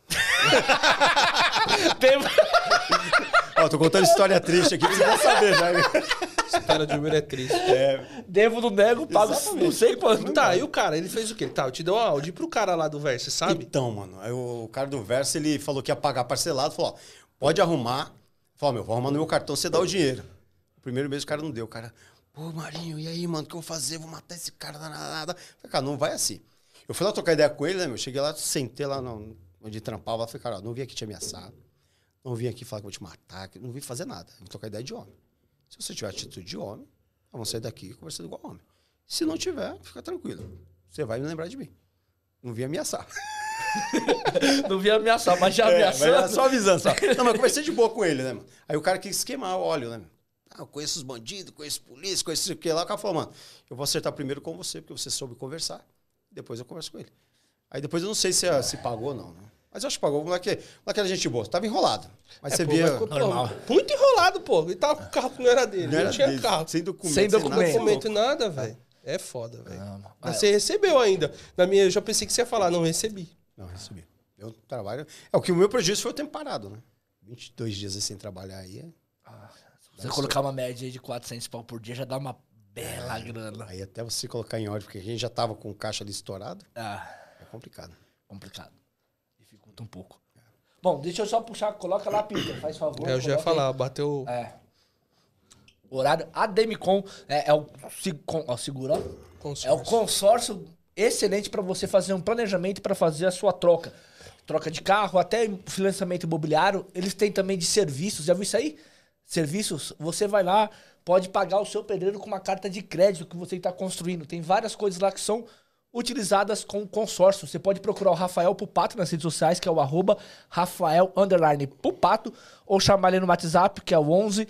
Ó, tô contando história triste aqui, pra você não saber, né? História de Uber é triste. Devo do nego, pago não sei quanto. Tá, e o cara, ele fez o quê? Tá, eu te dei uma Audi pro cara lá do Versa, sabe? Então, mano, aí o cara do Versa, ele falou que ia pagar parcelado, falou, ó, pode arrumar. Falou, vou arrumar no meu cartão, você dá o dinheiro. O primeiro mês o cara não deu, o cara, pô, Marinho, e aí, mano, o que eu vou fazer? Vou matar esse cara, nada. Falei, cara, não vai assim. Eu fui lá trocar ideia com ele, né, meu? Cheguei lá, sentei lá onde trampava, falei, cara, ó, não vim aqui te ameaçar, não vim aqui falar que eu vou te matar, não vim fazer nada, vim trocar ideia de homem. Se você tiver atitude de homem, vamos sair daqui conversando igual homem. Se não tiver, fica tranquilo. Você vai me lembrar de mim. Não vim ameaçar. Não vi ameaçar, mas já ameaçou. Mas só avisando, só. Não, mas eu conversei de boa com ele, né, mano? Aí o cara quis queimar o óleo, né, mano? Ah, eu conheço os bandidos, conheço polícia, conheço o que lá. O cara falou, mano, eu vou acertar primeiro com você, porque você soube conversar. Depois eu converso com ele. Aí depois eu não sei se pagou ou não, né? Mas eu acho que pagou. O moleque era gente boa. Tava enrolado. Mas você via... Normal. Muito enrolado, pô. E tava com o carro que não era dele. Não tinha dele, carro. Sem documento. Sem Não documento. documento nada, velho. É foda, velho. Mas você recebeu ainda. Na minha, eu já pensei que você ia falar, não recebi. Não, recebi. Eu trabalho... É, o que o meu prejuízo foi o tempo parado, né? 22 dias sem trabalhar aí. Se você colocar uma média aí de 400 pau por dia, já dá uma bela grana. Aí até você colocar em ordem, porque a gente já tava com o caixa ali estourado. Ah, É complicado. complicado. Dificulta um pouco. Bom, deixa eu só puxar, coloca lá, Peter, faz favor. Eu já ia coloca aí. falar, bateu... Horário, a Demicon é o seguro, ó. Consórcio. É o consórcio excelente para você fazer um planejamento para fazer a sua troca. Troca de carro, até financiamento imobiliário. Eles têm também de serviços, já viu isso aí? Serviços, você vai lá, pode pagar o seu pedreiro com uma carta de crédito que você está construindo. Tem várias coisas lá que são utilizadas com consórcio. Você pode procurar o Rafael Pupato nas redes sociais, que é o @Rafael_Pupato, ou chamar ele no WhatsApp, que é o 11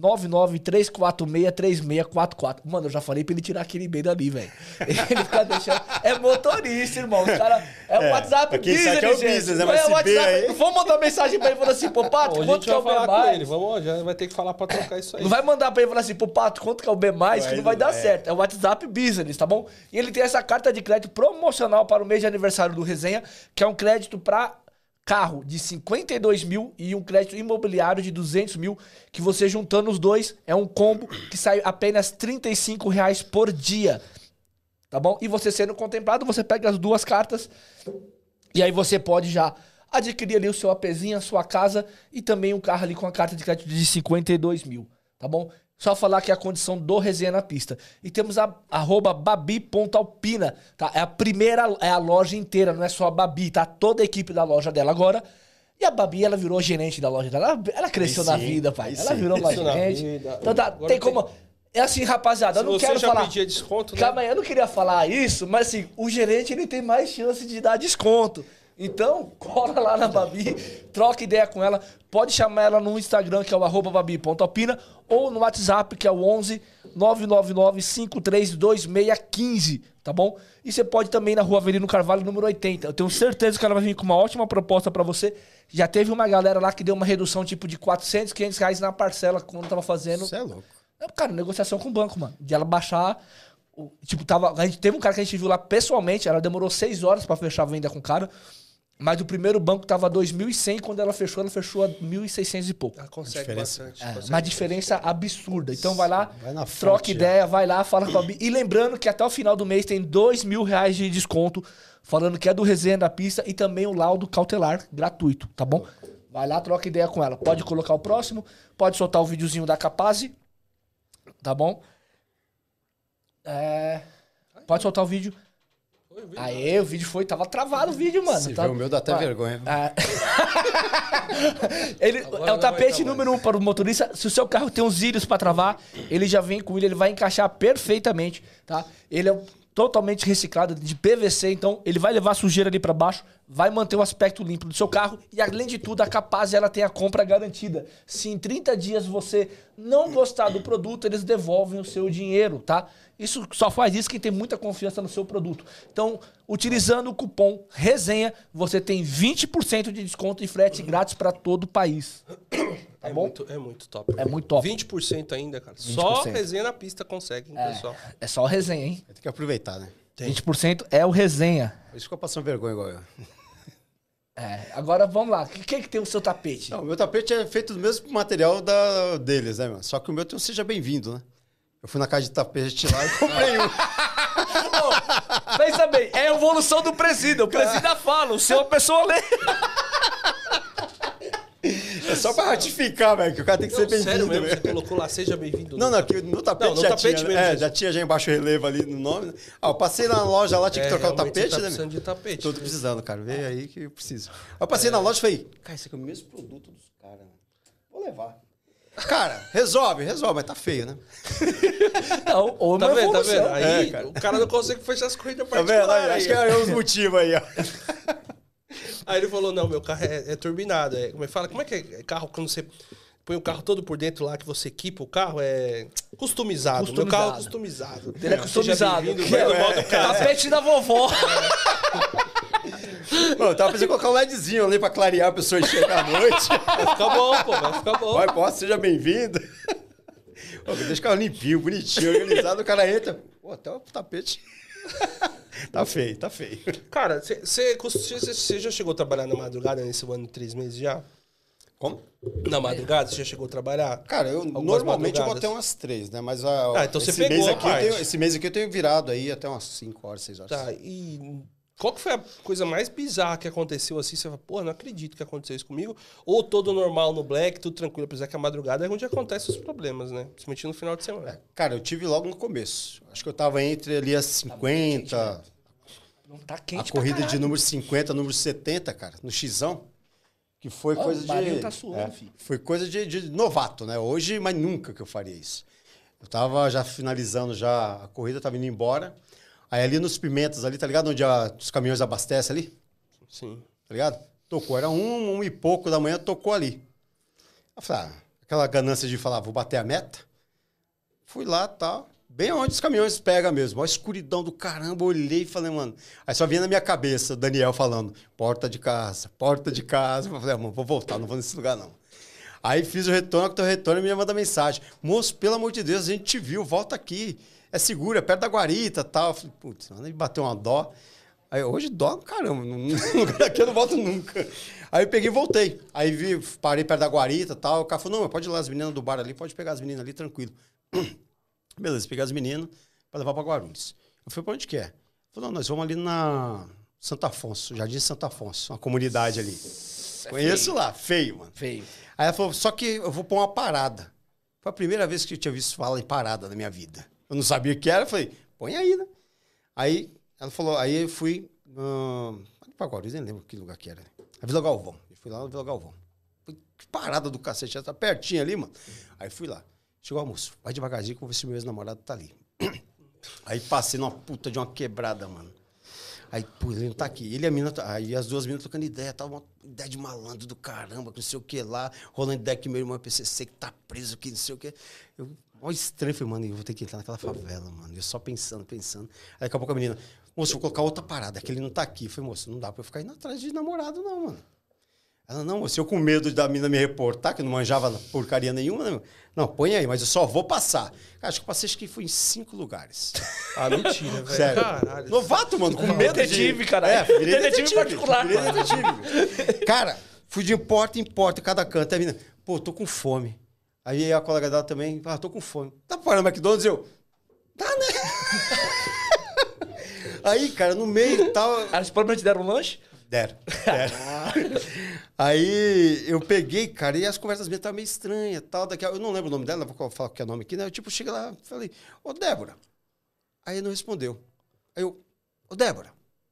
993463644. Mano, eu já falei pra ele tirar aquele e-mail dali, velho. Ele fica deixando... É motorista, irmão. Os cara... É o WhatsApp quem business, sabe é o gente. business, né? Não Mas é o se WhatsApp. vê aí- Não vamos mandar mensagem pra ele falando assim, pô, Pato, Pô, a quanto gente que é vai o B+. falar com ele. Vamos, já vai ter que falar pra trocar isso aí. Não vai mandar pra ele falar assim, pô, Pato, quanto que é o B+, que não vai dar É. certo. É o WhatsApp Business, tá bom? E ele tem essa carta de crédito promocional para o mês de aniversário do Resenha, que é um crédito pra carro de 52 mil e um crédito imobiliário de 200 mil, que você juntando os dois é um combo que sai apenas R$35 por dia, tá bom? E você sendo contemplado, você pega as duas cartas e aí você pode já adquirir ali o seu APzinho, a sua casa e também um carro ali com a carta de crédito de 52 mil, tá bom? Só falar que é a condição do Resenha na Pista. E temos a @babi.alpina, tá? É a primeira, é a loja inteira, não é só a Babi, tá? Toda a equipe da loja dela agora. E a Babi, ela virou gerente da loja dela. Ela cresceu Aí na sim, vida, pai. aí Ela sim. virou uma Cresceu na gerente. vida. Então tá, Agora tem como... É assim, rapaziada, eu não você quero já falar... pedia desconto, né? Calma aí, eu não queria falar isso, mas assim, o gerente ele tem mais chance de dar desconto. Então, cola lá na Babi, troca ideia com ela. Pode chamar ela no Instagram, que é o @babi.alpina, ou no WhatsApp, que é o 11 999 532615, tá bom? E você pode também ir na Rua Avelino Carvalho, número 80. Eu tenho certeza que ela vai vir com uma ótima proposta pra você. Já teve uma galera lá que deu uma redução tipo de 400, 500 reais na parcela quando tava fazendo. Você é louco. Cara, negociação com o banco, mano. De ela baixar. Tipo, a gente teve um cara que a gente viu lá pessoalmente. Ela demorou 6 horas pra fechar a venda com o cara. Mas o primeiro banco tava 2.100. Quando ela fechou a 1.600 e pouco. Ela consegue diferença. bastante. É, consegue uma diferença absurda. Então vai lá, Vai na fonte, troca já. ideia, vai lá, fala com a Babi. E lembrando que até o final do mês tem R$2.000 de desconto. Falando que é do Resenha da Pista e também o laudo cautelar gratuito, tá bom? Vai lá, troca ideia com ela. Pode colocar o próximo, pode soltar o videozinho da Capaz. Tá bom? Pode soltar o vídeo. eu vi. Aí o vídeo tava travado o vídeo, mano. Se Tá... vê o meu dá até vergonha. É o tapete número 1 para o motorista. Se o seu carro tem uns íris para travar, ele já vem com ele vai encaixar perfeitamente, tá? Ele é totalmente reciclado de PVC, então ele vai levar a sujeira ali para baixo, vai manter o aspecto limpo do seu carro e, além de tudo, a Capaz ela tem a compra garantida. Se em 30 dias você não gostar do produto, eles devolvem o seu dinheiro, tá? Isso só faz isso quem tem muita confiança no seu produto. Então, utilizando o cupom RESENHA, você tem 20% de desconto e frete grátis para todo o país. Tá bom? É muito top. É muito top. 20% ainda, cara. 20%. Só resenha na pista consegue, hein, pessoal. É só resenha, hein? Tem que aproveitar, né? 20% é o resenha. Por isso que eu passando vergonha igual eu. Agora vamos lá. O que tem o seu tapete? Não, o meu tapete é feito do mesmo material deles, né, mano? Só que o meu tem um Seja Bem-vindo, né? Eu fui na casa de tapete lá e comprei um. Pensa bem, é a evolução do presídio. O presídio fala, o seu a pessoa lê. É só pra ratificar, velho, que o cara tem que ser bem-vindo. Sério mesmo, velho. você colocou lá, seja bem-vindo. Não, aqui no tapete Não, no já tapete tinha. mesmo, Já tinha embaixo relevo ali no nome. Né? Eu passei na loja lá, tinha que trocar o realmente tapete, tá né? precisando de tapete. Tô precisando, cara. Vê aí que eu preciso. Aí eu passei na loja e falei, cara, esse aqui é o mesmo produto dos caras, né? Vou levar. Cara, resolve, mas tá feio, né? Não, ou Tá uma vendo, tá evolução. vendo? Aí cara. o cara não consegue fechar as corridas Tá vendo? particulares. Acho que é os motivos aí, ó. Aí ele falou, não, meu carro é turbinado. Como é que fala? Como é que é carro quando você põe o carro todo por dentro lá, que você equipa o carro? É customizado. Meu carro é customizado. Ele é customizado. Seja bem-vindo, vai no modo casa. Tapete da vovó. Mano, eu tava pensando em colocar um LEDzinho ali pra clarear a pessoa chegar à noite. Vai ficar bom, pô, vai ficar bom. Vai, posso, seja bem-vindo. Deixa o carro limpinho, bonitinho, organizado, o cara entra. Pô, até o tapete. Tá feio. Cara, você já chegou a trabalhar na madrugada nesse ano de 3 meses já? Como? Na madrugada, você já chegou a trabalhar? Cara, eu Algumas normalmente eu vou madrugadas? até umas 3, né? Mas então você pegou a parte. esse mês aqui eu tenho virado aí até umas 5 horas, 6 horas. Tá, e qual que foi a coisa mais bizarra que aconteceu assim? Você fala, pô, não acredito que aconteceu isso comigo. Ou todo normal no Black, tudo tranquilo, apesar que a madrugada é onde acontecem os problemas, né? Principalmente no final de semana. Cara, eu tive logo no começo. Acho que eu tava entre ali as 50, Não tá quente a corrida de número 50, número 70, cara, no Xão. Que foi coisa o Marinho de. tá suando, filho. Foi coisa de novato, né? Hoje, mas nunca que eu faria isso. Eu tava já finalizando já a corrida, tava indo embora. Aí ali nos Pimentas, ali, tá ligado? Onde os caminhões abastecem ali? Sim. Tá ligado? Tocou. Era 1 e pouco da manhã, tocou ali. Eu falei, aquela ganância de falar, vou bater a meta. Fui lá e tal. Bem onde os caminhões pegam mesmo. Olha a escuridão do caramba. Olhei e falei, mano. Aí só vinha na minha cabeça o Daniel falando, porta de casa, porta de casa. Eu falei, mano, vou voltar, não vou nesse lugar não. Aí fiz o retorno, que o retorno e me manda mensagem. Moço, pelo amor de Deus, a gente te viu, volta aqui. É seguro, é perto da guarita e tal. Eu falei, putz, mano, me bateu uma dó. Aí hoje dó, caramba, no lugar daqui eu não volto nunca. Aí eu peguei e voltei. Aí parei perto da guarita e tal. O cara falou, não, pode ir lá, as meninas do bar ali, pode pegar as meninas ali, tranquilo. Beleza, peguei as meninas pra levar pra Guarulhos. Eu falei, pra onde que é? Ele falou, não, nós vamos ali na Santo Afonso, Jardim Santo Afonso, uma comunidade ali. Conheço feio. Lá, feio, mano. Feio. Aí ela falou, só que eu vou pôr uma parada. Foi a primeira vez que eu tinha visto falar em parada na minha vida. Eu não sabia o que era, eu falei, põe aí, né? Aí ela falou, aí eu fui pra Guarulhos, nem lembro que lugar que era. A Vila Galvão. Eu fui lá na Vila Galvão. Que parada do cacete, já tá pertinho ali, mano. Aí fui lá. Chegou o almoço, vai devagarzinho que eu vou ver se meu ex-namorado tá ali. Aí passei numa puta de uma quebrada, mano. Aí, pô, ele não tá aqui. Ele e a mina, aí as duas meninas trocando ideia, tava uma ideia de malandro do caramba, que não sei o que lá, rolando ideia que meu irmão é PCC, que tá preso, que não sei o que. Eu, ó, estranho, falei, mano, eu vou ter que entrar naquela favela, mano. Eu só pensando. Aí daqui a pouco a menina, moço, vou colocar outra parada, que ele não tá aqui. Eu falei, moço, não dá pra eu ficar indo atrás de namorado, não, mano. Ela, não, moço, eu com medo da mina me reportar, que eu não manjava porcaria nenhuma, né? Não, põe aí, mas eu só vou passar. Cara, acho que eu passei, acho que fui em 5 lugares. Ah, mentira, velho. Sério. Caralho. Novato, mano, com medo Detetive, de... caralho. Virei Detetive particular. Virei detetive. Cara, fui de porta em porta, cada canto. Aí a menina, pô, tô com fome. Aí a colega dela também, tô com fome. Tá para no McDonald's? Eu, tá, né? Aí, cara, no meio e tal... Elas provavelmente deram um lanche? Deram. Aí eu peguei, cara, e as conversas minhas estavam meio estranhas, tal, eu não lembro o nome dela, vou falar que é o nome aqui, né? Eu tipo, cheguei lá, falei, ô Débora. Aí não respondeu. Aí eu, ô Débora.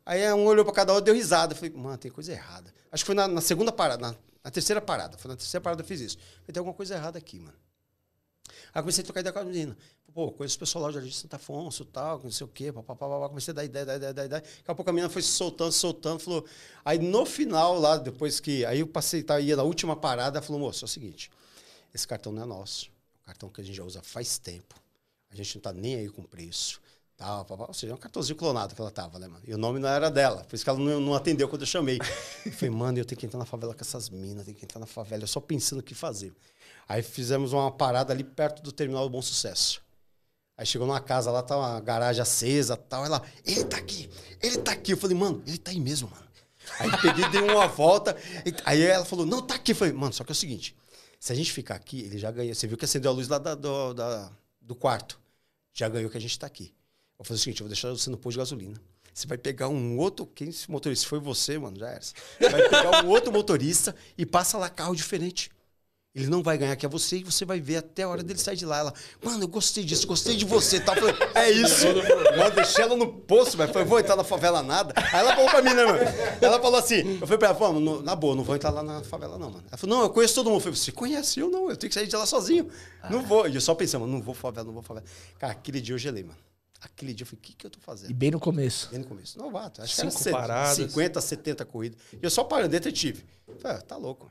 Aí um olhou pra cada um e deu risada. Eu falei, mano, tem coisa errada. Acho que foi na segunda parada, na terceira parada. Foi na terceira parada que eu fiz isso. Falei, tem alguma coisa errada aqui, mano. Aí comecei a trocar ideia com a menina. Pô, conheço o pessoal lá do Jardim de Santo Afonso e tal, não sei o quê, papapá. Comecei a dar ideia. Daqui a pouco a menina foi se soltando, falou... Aí no final lá, depois que... Aí eu passei, ia na última parada, falou, moço, é o seguinte, esse cartão não é nosso. É um cartão que a gente já usa faz tempo. A gente não tá nem aí com preço. Tal, ou seja, é um cartãozinho clonado que ela tava, né, mano? E o nome não era dela, por isso que ela não atendeu quando eu chamei. Eu falei, mano, eu tenho que entrar na favela com essas minas, tenho que entrar na favela, eu só pensando o que fazer. Aí fizemos uma parada ali perto do terminal do Bom Sucesso. Aí chegou numa casa lá, tá uma garagem acesa e tal. Ela, ele tá aqui. Eu falei, mano, ele tá aí mesmo, mano. Aí peguei, dei uma volta. Aí ela falou, não, tá aqui. Eu falei, mano, só que é o seguinte, se a gente ficar aqui, ele já ganha. Você viu que acendeu a luz lá do quarto. Já ganhou que a gente tá aqui. Eu vou fazer o seguinte, eu vou deixar você no posto de gasolina. Você vai pegar um outro... Quem esse motorista? Se foi você, mano, já era. Você vai pegar um outro motorista e passa lá carro diferente. Ele não vai ganhar, que é você, e você vai ver até a hora dele sair de lá. Ela, mano, eu gostei disso, gostei de você. Tá? Eu falei, é isso. Mano, deixei ela no poço, velho. Falei, vou entrar na favela nada. Aí ela falou pra mim, né, mano? Ela falou assim, eu falei pra ela, mano, na boa, não vou entrar lá na favela não, mano. Ela falou, não, eu conheço todo mundo. Eu falei, você conhece? Eu não, eu tenho que sair de lá sozinho. Não vou. E eu só pensei, mano, não vou favela. Cara, aquele dia eu gelei, mano. Aquele dia eu falei, o que eu tô fazendo? E bem no começo. Bem no começo. Novato. Acho que Cinco era paradas. 50, 70 corridas. E eu só parando, detetive. Falei, tá louco.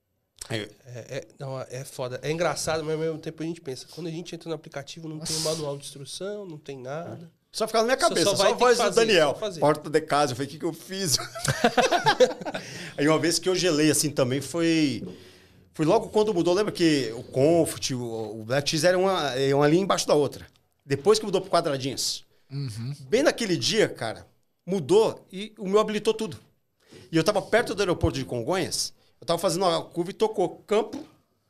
Não, é foda. É engraçado, mas ao mesmo tempo a gente pensa, quando a gente entra no aplicativo, não tem manual de instrução, não tem nada. Só ficava na minha cabeça, Só só vai a ter voz que do fazer, Daniel. só fazer. Porta de casa. Eu falei, o que eu fiz? Aí uma vez que eu gelei assim também foi logo quando mudou. Lembra que o Comfort, o Black Cheese era uma linha embaixo da outra. Depois que mudou pro quadradinhos. Uhum. Bem naquele dia, cara, mudou e o meu habilitou tudo. E eu tava perto do aeroporto de Congonhas, eu tava fazendo uma curva e tocou campo,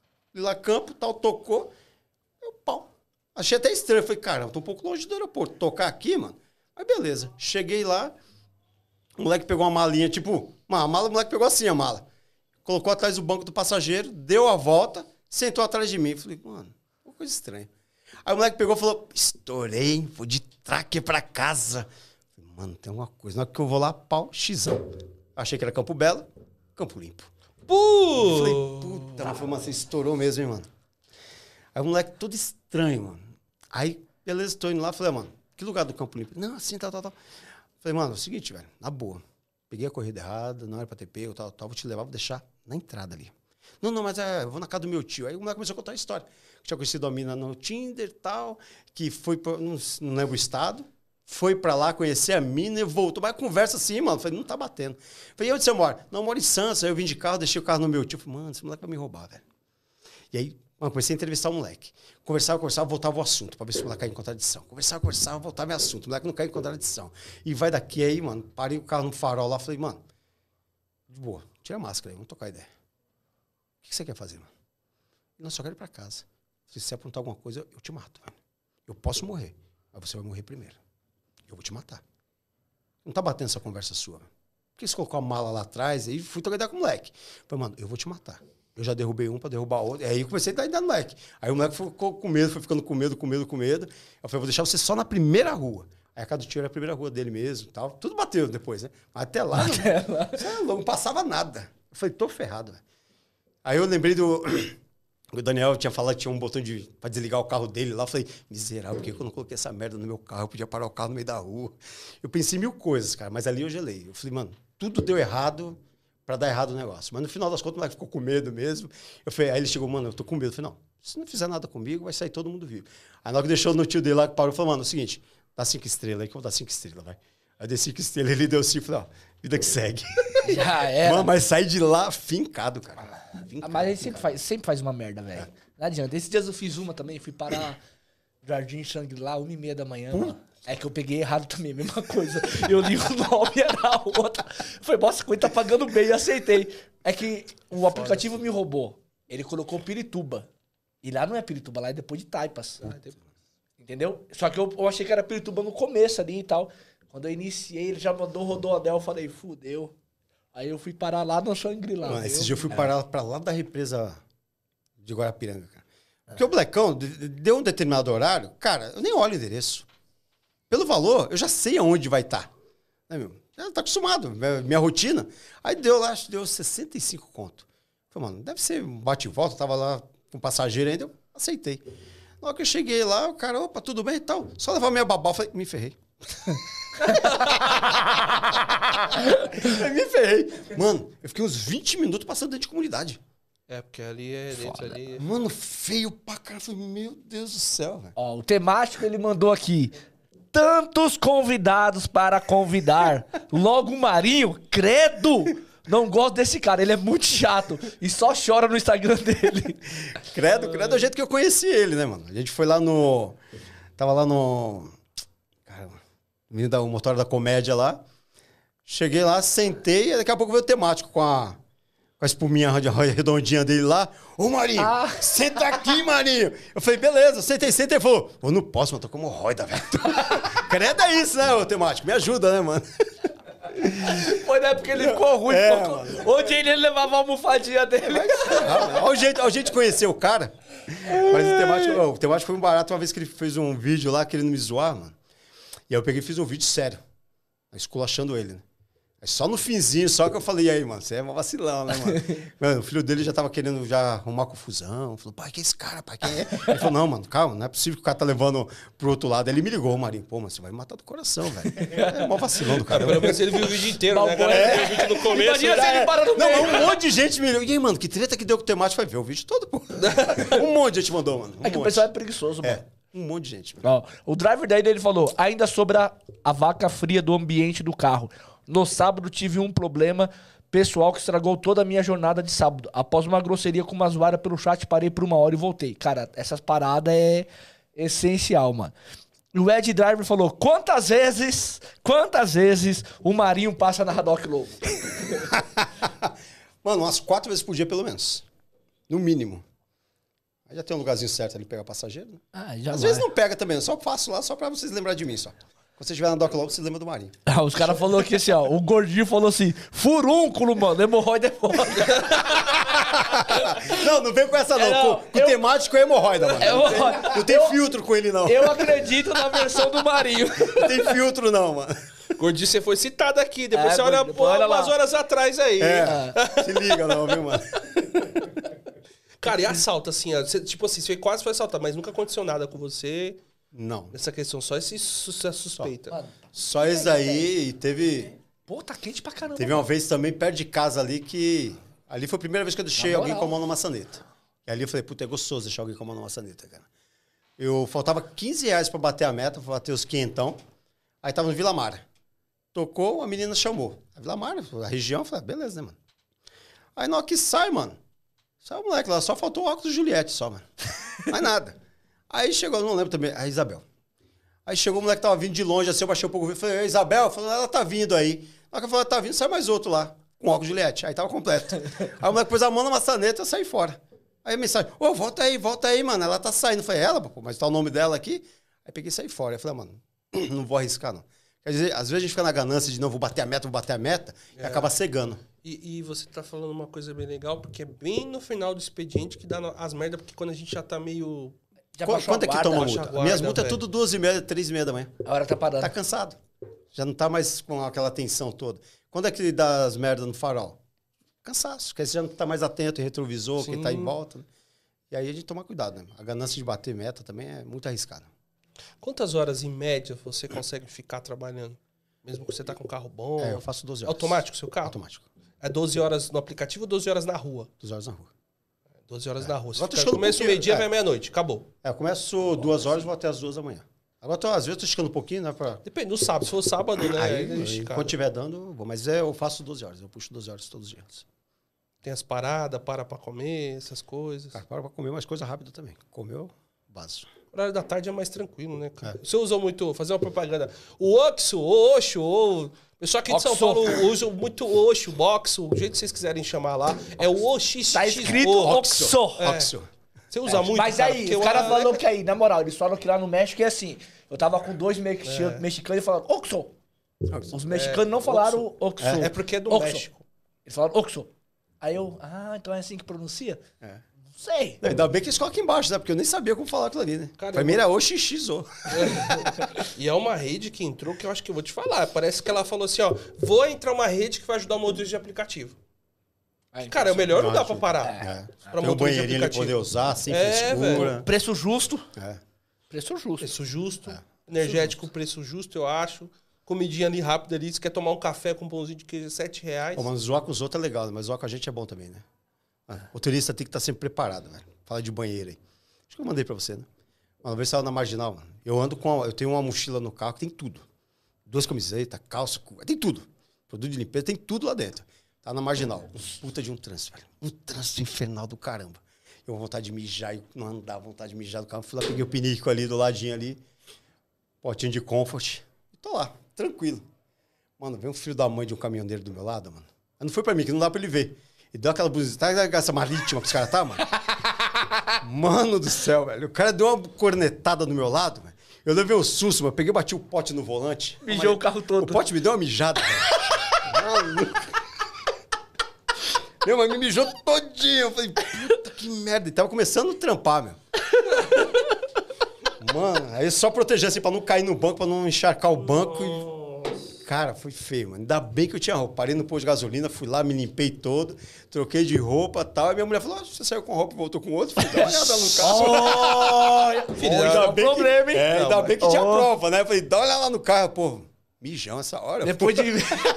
tal, tocou, eu pau. Achei até estranho, falei, cara, eu tô um pouco longe do aeroporto, tocar aqui, mano. Mas beleza, cheguei lá, o moleque pegou uma malinha, tipo, uma mala, o moleque pegou assim a mala. Colocou atrás do banco do passageiro, deu a volta, sentou atrás de mim. Falei, mano, uma coisa estranha. Aí o moleque pegou e falou, estourei, hein? Vou de traque pra casa. Falei, mano, tem uma coisa. Na hora que eu vou lá, pau, xizão. Achei que era Campo Belo, Campo Limpo. Falei, puta, mas foi uma, você estourou mesmo, hein, mano. Aí o moleque todo estranho, mano. Aí, beleza, tô indo lá, falei, mano, que lugar do Campo Limpo? Não, assim, tal. Falei, mano, é o seguinte, velho, na boa. Peguei a corrida errada, não era pra ter pego, tal, vou te levar, vou deixar na entrada ali. Não, mas eu vou na casa do meu tio. Aí o moleque começou a contar a história. Tinha conhecido a mina no Tinder e tal, que foi pra, não lembro o estado, foi pra lá conhecer a mina e voltou. Mas conversa assim, mano. Falei, não tá batendo. Falei, e onde você mora? Não, eu moro em Santos. Aí eu vim de carro, deixei o carro no meu tio. Falei, mano, esse moleque vai me roubar, velho. E aí, mano, comecei a entrevistar o moleque. Conversava, voltava o assunto, pra ver se o moleque caía em contradição. Conversava, voltava o assunto. O moleque não cai em contradição. E vai daqui aí, mano. Parei o carro no farol lá. Falei, mano, de boa, tira a máscara aí, vamos trocar ideia. O que você quer fazer, mano? Não, só quero ir pra casa. Se você aprontar alguma coisa, eu te mato, velho. Eu posso morrer, mas você vai morrer primeiro. Eu vou te matar. Não tá batendo essa conversa sua. Por que você colocou a mala lá atrás e fui trocar ideia com o moleque? Falei, mano, eu vou te matar. Eu já derrubei um pra derrubar outro. Aí eu comecei a dar ideia no moleque. Aí o moleque ficou com medo, foi ficando com medo. Eu falei, vou deixar você só na primeira rua. Aí a casa do tio era a primeira rua dele mesmo e tal. Tudo bateu depois, né? Mas até lá, não passava nada. Eu falei, tô ferrado, velho. Aí eu lembrei do... O Daniel tinha falado que tinha um botão pra desligar o carro dele lá. Eu falei, miserável, por que eu não coloquei essa merda no meu carro? Eu podia parar o carro no meio da rua. Eu pensei em mil coisas, cara. Mas ali eu gelei. Eu falei, mano, tudo deu errado pra dar errado o negócio. Mas no final das contas, o moleque ficou com medo mesmo. Eu falei, aí ele chegou, mano, eu tô com medo. Eu falei, não, se não fizer nada comigo, vai sair todo mundo vivo. Aí na hora que deixou no tio dele lá, que parou, falou, mano, é o seguinte, dá 5 estrelas aí, que eu vou dar 5 estrelas, vai. Aí dei 5 estrelas, ele deu 5, falei, ó, vida que segue. Já era. Mano, mas saí de lá fincado, cara. Mas ele sempre faz uma merda, velho. Não adianta. Esses dias eu fiz uma também, fui parar Jardim Shangri-La, 1h30 da manhã, mano. É que eu peguei errado também, a mesma coisa. Eu li o nome e era a outra. Foi, nossa, ele tá pagando bem, eu aceitei. É que o aplicativo me roubou. Ele colocou Pirituba. E lá não é Pirituba, lá é depois de Taipas. Entendeu? Só que eu achei que era Pirituba no começo ali e tal. Quando eu iniciei, ele já mandou Rodoanel, eu falei, fudeu. Aí eu fui parar lá no Shangri-La. Mano, esse dia eu fui parar pra lá da represa de Guarapiranga, cara. Porque o Blackão deu um determinado horário, cara, eu nem olho o endereço. Pelo valor, eu já sei aonde vai estar. Né, meu? Já tá acostumado, minha rotina. Aí deu lá, acho que deu 65 conto. Falei, mano, deve ser um bate e volta, tava lá com passageiro ainda, eu aceitei. Na hora que eu cheguei lá, o cara, opa, tudo bem e tal. Só levar minha babá, eu falei, me ferrei. Me ferrei. Mano, eu fiquei uns 20 minutos passando dentro de comunidade. Porque ali é dentro ali. Mano, feio pra caralho. Falei, meu Deus do céu, velho. Ó, o temático ele mandou aqui. Tantos convidados para convidar. Logo o Marinho, credo! Não gosto desse cara, ele é muito chato. E só chora no Instagram dele. Credo é o jeito que eu conheci ele, né, mano? A gente foi lá no... Tava lá no... Caramba. O motor da comédia lá. Cheguei lá, sentei, e daqui a pouco veio o temático com a espuminha redondinha dele lá. Ô, Marinho, senta aqui, Marinho. Eu falei, beleza, sentei. Ele falou, eu não posso, mano, tô com hemorroida, velho. Credo é isso, né, o temático? Me ajuda, né, mano? Foi na época que ele ficou ruim. Onde ele levava a almofadinha dele. Olha o jeito de conhecer o cara. Mas o temático foi um barato. Uma vez que ele fez um vídeo lá, querendo me zoar, mano. E aí eu peguei e fiz um vídeo sério. Esculachando ele, né? Aí só no finzinho, só que eu falei, e aí, mano, você é uma vacilão, né, mano? Mano, o filho dele já tava querendo já arrumar confusão. Falou, pai, que é esse cara, pai? Quem é? Ele falou, não, mano, calma, não é possível que o cara tá levando pro outro lado. Aí ele me ligou, Marinho, pô, mano, você vai me matar do coração, velho. É uma vacilão do cara. Pelo menos ele viu o vídeo inteiro, né, galera? Viu o vídeo no começo. Imagina se ele para no meio. Não, um monte de gente me ligou. E aí, mano, que treta que deu com o temático? Vai ver o vídeo todo, pô. Um monte de gente mandou, mano. É que o pessoal é preguiçoso, mano. Um monte de gente. Ó, o driver daí ele falou, ainda sobre a vaca fria do ambiente do carro. No sábado tive um problema pessoal que estragou toda a minha jornada de sábado. Após uma grosseria com uma zoada pelo chat, parei por 1 hora e voltei. Cara, essas paradas é essencial, mano. E o Ed Driver falou, quantas vezes o Marinho passa na Haddock Lobo? Mano, umas 4 vezes por dia, pelo menos. No mínimo. Aí já tem um lugarzinho certo ali pegar passageiro, né? Às vezes não pega também, eu só faço lá só pra vocês lembrarem de mim, só. Quando você estiver na Doc Lobo, vocês lembram do Marinho. Os caras falaram aqui assim, ó. O gordinho falou assim: furúnculo, mano. Hemorroida é foda. Não vem com essa, não. Com o temático é hemorroida, mano. Não tem filtro com ele, não. Eu acredito na versão do Marinho. Não tem filtro, não, mano. Gordinho, você foi citado aqui. Depois você olha umas horas atrás aí. Se liga, não, viu, mano? Cara, e assalto, assim, ó, tipo assim, você quase foi assaltado, mas nunca aconteceu nada com você. Não. Nessa questão, só essa suspeita. Só isso aí, e teve... Pô, tá quente pra caramba. Teve uma vez também, perto de casa ali, que... Ali foi a primeira vez que eu deixei alguém com a mão na maçaneta. E ali eu falei, puta, é gostoso deixar alguém com a mão na maçaneta, cara. Faltava 15 reais pra bater a meta, pra bater os quinhentão. Aí tava no Vila Mara. Tocou, a menina chamou. A Vila Mara, a região, eu falei, beleza, né, mano? Aí na hora que sai, mano, sai o moleque lá, só faltou o óculos de Juliette só, mano. Mais nada. Aí chegou, não lembro também, a Isabel. Aí chegou o moleque que tava vindo de longe, assim, eu baixei um pouco o vídeo, falei, Isabel, ela tá vindo aí. Na hora que eu falei, ela tá vindo, sai mais outro lá, com óculos de Juliette. Aí tava completo. Aí o moleque pôs a mão na maçaneta, eu saí fora. Aí a mensagem, volta aí, mano, ela tá saindo. Eu falei, ela, pô, mas tá o nome dela aqui. Aí peguei e saí fora. Eu falei, mano, não vou arriscar, não. Quer dizer, às vezes a gente fica na ganância de não, vou bater a meta, e acaba cegando. E você tá falando uma coisa bem legal, porque é bem no final do expediente que dá as merdas, porque quando a gente já tá meio... Quanto é que toma multa? guarda, Minhas multas é tudo 2h30, 3h30 da manhã. A hora tá parando. Tá cansado. Já não tá mais com aquela tensão toda. Quando é que dá as merdas no farol? Cansaço. Porque você já não tá mais atento em retrovisor, que tá em volta. Né? E aí a gente toma cuidado, né? A ganância de bater meta também é muito arriscada. Quantas horas, em média, você consegue ficar trabalhando? Mesmo que você tá com um carro bom? Eu faço 12 horas. Automático o seu carro? Automático. É 12 horas no aplicativo ou 12 horas na rua? 12 horas na rua. 12 horas na rua. Agora Se começa meio-dia, vai meia-noite. Acabou. Eu começo 2 horas e vou até as 2 da manhã. Agora, às vezes, eu tô esticando um pouquinho, né? Depende do sábado. Se for sábado, né? Aí, quando tiver dando, eu vou. Mas eu faço 12 horas. Eu puxo 12 horas todos os dias. Tem as paradas, para pra comer, essas coisas. Cara, para pra comer, mas coisa rápida também. Comeu, vaso. O horário da tarde é mais tranquilo, né, cara? Você usa muito, fazer uma propaganda. O Oxo, o Oxo, o pessoal aqui de São Paulo usa muito Oxo, Boxo, do jeito que vocês quiserem chamar lá. É o OXX. Tá escrito Oxo. Oxo. Você usa muito, mas cara, aí, o cara falou que aí, na moral, eles falam que lá no México é assim. Eu tava com 2 mexicanos e falaram Oxo. Os mexicanos não falaram Oxo. É porque é do México. Eles falaram Oxo. Aí eu, então é assim que pronuncia? Sei. Ainda bem que eles colocam embaixo, né? Porque eu nem sabia como falar aquilo ali, né? Cara, Pra mim era OXXO. E é uma rede que entrou que eu acho que eu vou te falar. Parece que ela falou assim, ó, vou entrar uma rede que vai ajudar o motorista de aplicativo. Cara, é o melhor lugar pra parar. Pra Tem um banheirinho ele poder usar, sem frescura. Preço justo. É. Preço justo. Preço justo. Energético, preço justo, eu acho. Comidinha ali rápida ali. Se quer tomar um café com um pãozinho de queijo, R$7. Pô, mas zoar com os outros é legal, né? Mas zoar com a gente é bom também, né? O turista tem que estar sempre preparado, velho. Fala de banheiro aí. Acho que eu mandei pra você, né? Uma vez saiu na Marginal, mano. Eu tenho uma mochila no carro que tem tudo. 2 camisetas, calça, tem tudo. Produto de limpeza, tem tudo lá dentro. Tá na Marginal. Puta de um trânsito, velho. Um trânsito infernal do caramba. Eu com vontade de mijar, eu não andava, vontade de mijar do carro. Fui lá, peguei o pinico ali, do ladinho ali. Potinho de comfort. E tô lá, tranquilo. Mano, veio um filho da mãe de um caminhoneiro do meu lado, mano. Mas não foi pra mim, que não dá pra ele ver. E deu aquela buzina. Tá essa marítima que os caras tá, mano? Mano do céu, velho. O cara deu uma cornetada do meu lado, velho. Eu levei um susto, mano. Peguei e bati o pote no volante. Mijou o carro todo. O pote me deu uma mijada, velho. Maluco. Meu, mas me mijou todinho. Eu falei, puta que merda. E tava começando a trampar, meu. Mano, aí só proteger assim pra não cair no banco, pra não encharcar o banco. E... Cara, foi feio, mano. Ainda bem que eu tinha roupa. Parei no posto de gasolina, fui lá, me limpei todo, troquei de roupa e tal. E minha mulher falou, você saiu com roupa e voltou com outro? Falei, dá uma olhada no carro. Ainda bem problema, hein? Ainda bem que tinha prova, né? Eu falei, dá uma olhada lá no carro. Pô, mijão essa hora. Depois de...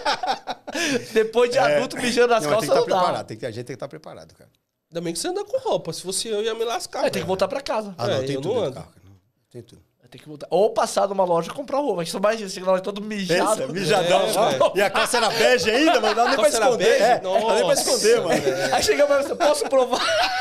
Depois de adulto mijando nas calças, tem que não estar dá. preparado. A gente tem que estar preparado, cara. Ainda bem que você anda com roupa. Se fosse eu ia me lascar. Tem que voltar pra casa. Ah, não, tem eu tudo não no ando. carro, cara. Tem tudo. Tem que voltar. Ou passar numa loja e comprar roupa. A gente só imagina, chega lá todo mijado. Pensa, mijadão. velho. E a calça era bege ainda, mas não dá nem pra Calça era esconder. bege? Não dá nem pra Nossa, esconder, mano. Aí chega pra você, posso provar?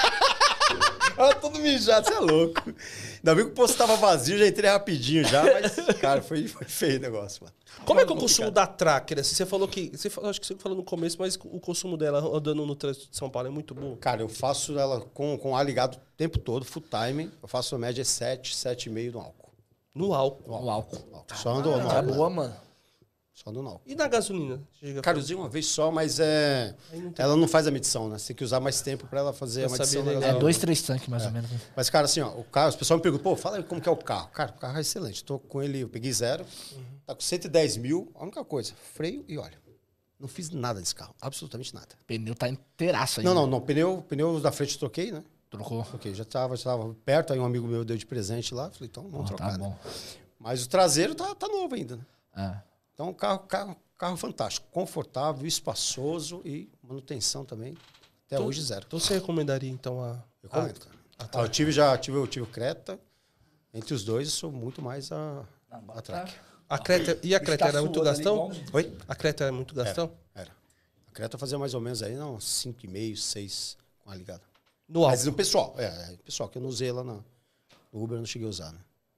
Tava todo mijado, você é louco. Ainda bem que o posto tava vazio, já entrei rapidinho já, mas, cara, foi feio o negócio, mano. Como é que é o consumo da Tracker? Assim, você falou que... acho que você falou no começo, mas o consumo dela andando no trânsito de São Paulo é muito bom. Cara, eu faço ela com ar ligado o tempo todo, full time. Eu faço a média 7,5 no álcool. No álcool. O álcool. Só ando no É álcool. boa, mano. Só ando no álcool. E na gasolina? Chega Cara, usei uma vez só, mas ela não faz a medição, né? Você tem que usar mais tempo pra ela fazer Pra a medição. saber da legal. É 2, 3 tanques, mais ou menos. Mas, cara, assim, ó, o carro, os pessoal me perguntam, pô, fala aí como que é o carro. Cara, o carro é excelente. Tô com ele, eu peguei 0, tá com 110 mil. A única coisa, freio e óleo. Não fiz nada desse carro, absolutamente nada. O pneu tá inteiraço aí. Não. Pneu da frente eu troquei, né? Trocou. Ok, já tava perto, aí um amigo meu deu de presente lá. Falei, então vamos trocar, Tá né? bom. Mas o traseiro tá novo ainda, né? É. Então, carro fantástico, confortável, espaçoso e manutenção também. Até hoje, 0. Então você recomendaria, então, a... Eu comento, cara. Eu tive o Creta. Entre os dois, eu sou muito mais a Tracker. A Creta... E a Creta era muito gastão? Oi? A Creta era muito gastão? Era. A Creta fazia mais ou menos aí, não, 5,5, 6 com a ligada. No Mas álcool. no pessoal, pessoal que eu não usei lá no Uber, eu não cheguei a usar, né?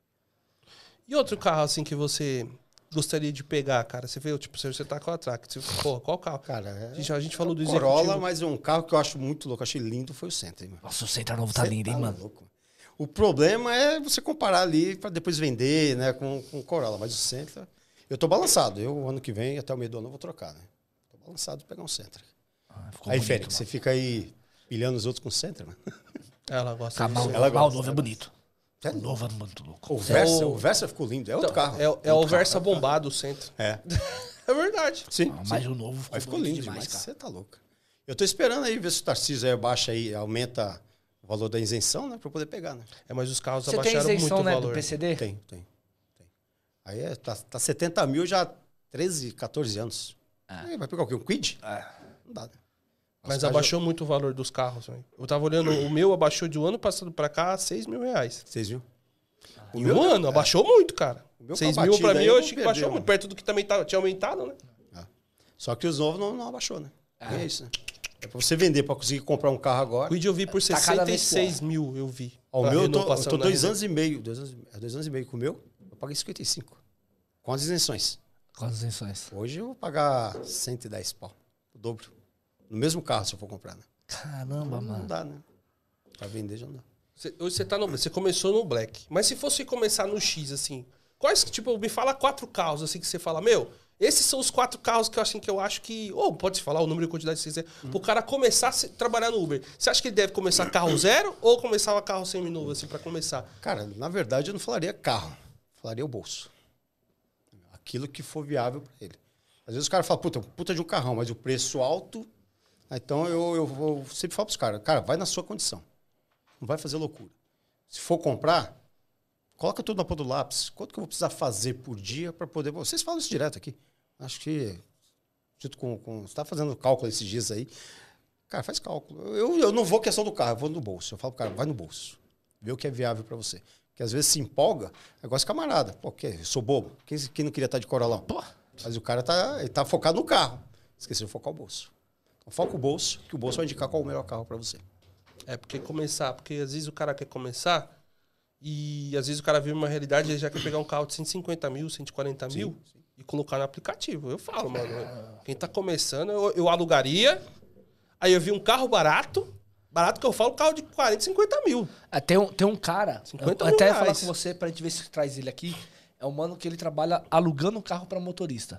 E outro carro, assim, que você gostaria de pegar, cara? Você vê, tipo, você tá com a Tracker. Pô, qual carro? Cara, A gente falou do Corolla, executivo. mas um carro que eu acho muito louco, achei lindo, foi o Sentra, hein, mano. Nossa, o Sentra novo tá Cê lindo, hein, mano? louco. O problema é você comparar ali para depois vender, né, com o Corolla. Mas o Sentra, eu tô balançado. Eu, ano que vem, até o meio do ano, eu vou trocar, né? Tô balançado de pegar um Sentra. Ficou Aí, bonito, Félix, mano. você fica aí pilhando os outros com o Sentra, mano. Ela gosta Tá mal, disso. Ela mal gosta, novo é ela bonito. Sério? O novo é muito louco. O Versa ficou lindo, é outro carro. É o Versa bombado, o centro. É. É verdade. Sim, Ah, sim. mas o novo Mas ficou bonito lindo demais, demais, cara. você tá louco. Eu tô esperando aí ver se o Tarcísio aí baixa aí, aumenta o valor da isenção, né, pra eu poder pegar, né? É, mas os carros Você tem abaixaram muito isenção, o né, valor. do PCD? Tem. Aí tá 70 mil já há 13, 14 anos. Aí vai pegar o quê? Um Quid? Não dá, né? Mas abaixou muito o valor dos carros, velho. Eu tava olhando, o meu abaixou de um ano passado pra cá R$6 mil. Vocês viram? Em um ano, abaixou muito, cara. O meu 6 tá mil pra batido mim, aí, eu eu achei que vou baixou perder, muito, perto do que também tinha aumentado, né? Só que os novos não abaixou, né? É isso, né? É pra você vender, pra conseguir comprar um carro agora. Quid eu vi por Tá cada vez 66 mil, eu vi. Ó, o Pra meu, eu Renault tô passando na 2 Renault. anos e meio. 2 anos e meio com o meu, eu paguei 55. Com as isenções. Com as isenções. Hoje eu vou pagar 110 pau. O dobro. No mesmo carro, se eu for comprar, né? Caramba, Não mano. dá, né? Pra vender já não dá. Hoje você começou no Black. Mas se fosse começar no X, assim, quais, tipo, me fala 4 carros, assim, que você fala, meu, Esses são os 4 carros que eu acho que... Ou pode falar o número e quantidade que você quiser. Pro cara começar a trabalhar no Uber. Você acha que ele deve começar carro zero ou começar um carro seminovo, assim, pra começar? Cara, na verdade eu não falaria carro. Falaria o bolso. Aquilo que for viável para ele. Às vezes o cara fala, puta de um carrão, mas o preço alto... Então eu sempre falo para os caras, cara, vai na sua condição. Não vai fazer loucura. Se for comprar, coloca tudo na ponta do lápis. Quanto que eu vou precisar fazer por dia para poder... Vocês falam isso direto aqui. Acho que... Junto com você está fazendo cálculo esses dias aí. Cara, faz cálculo. Eu não vou questão do carro, eu vou no bolso. Eu falo pro cara, vai no bolso. Vê o que é viável para você. Porque às vezes se empolga, negócio camarada. Pô, eu sou bobo. Quem não queria estar de Corolão? Pô. Mas o cara tá focado no carro. Esqueceu de focar o bolso. Então, foca o bolso, que o bolso vai indicar qual é o melhor carro para você. Porque às vezes o cara quer começar e às vezes o cara vive uma realidade e ele já quer pegar um carro de 150 mil, 140 mil e colocar no aplicativo. Eu falo, mano, quem tá começando, eu alugaria, aí eu vi um carro barato que eu falo, carro de 40, 50 mil. Tem um cara, eu até falar com você pra gente ver se traz ele aqui, é um mano que ele trabalha alugando carro pra motorista.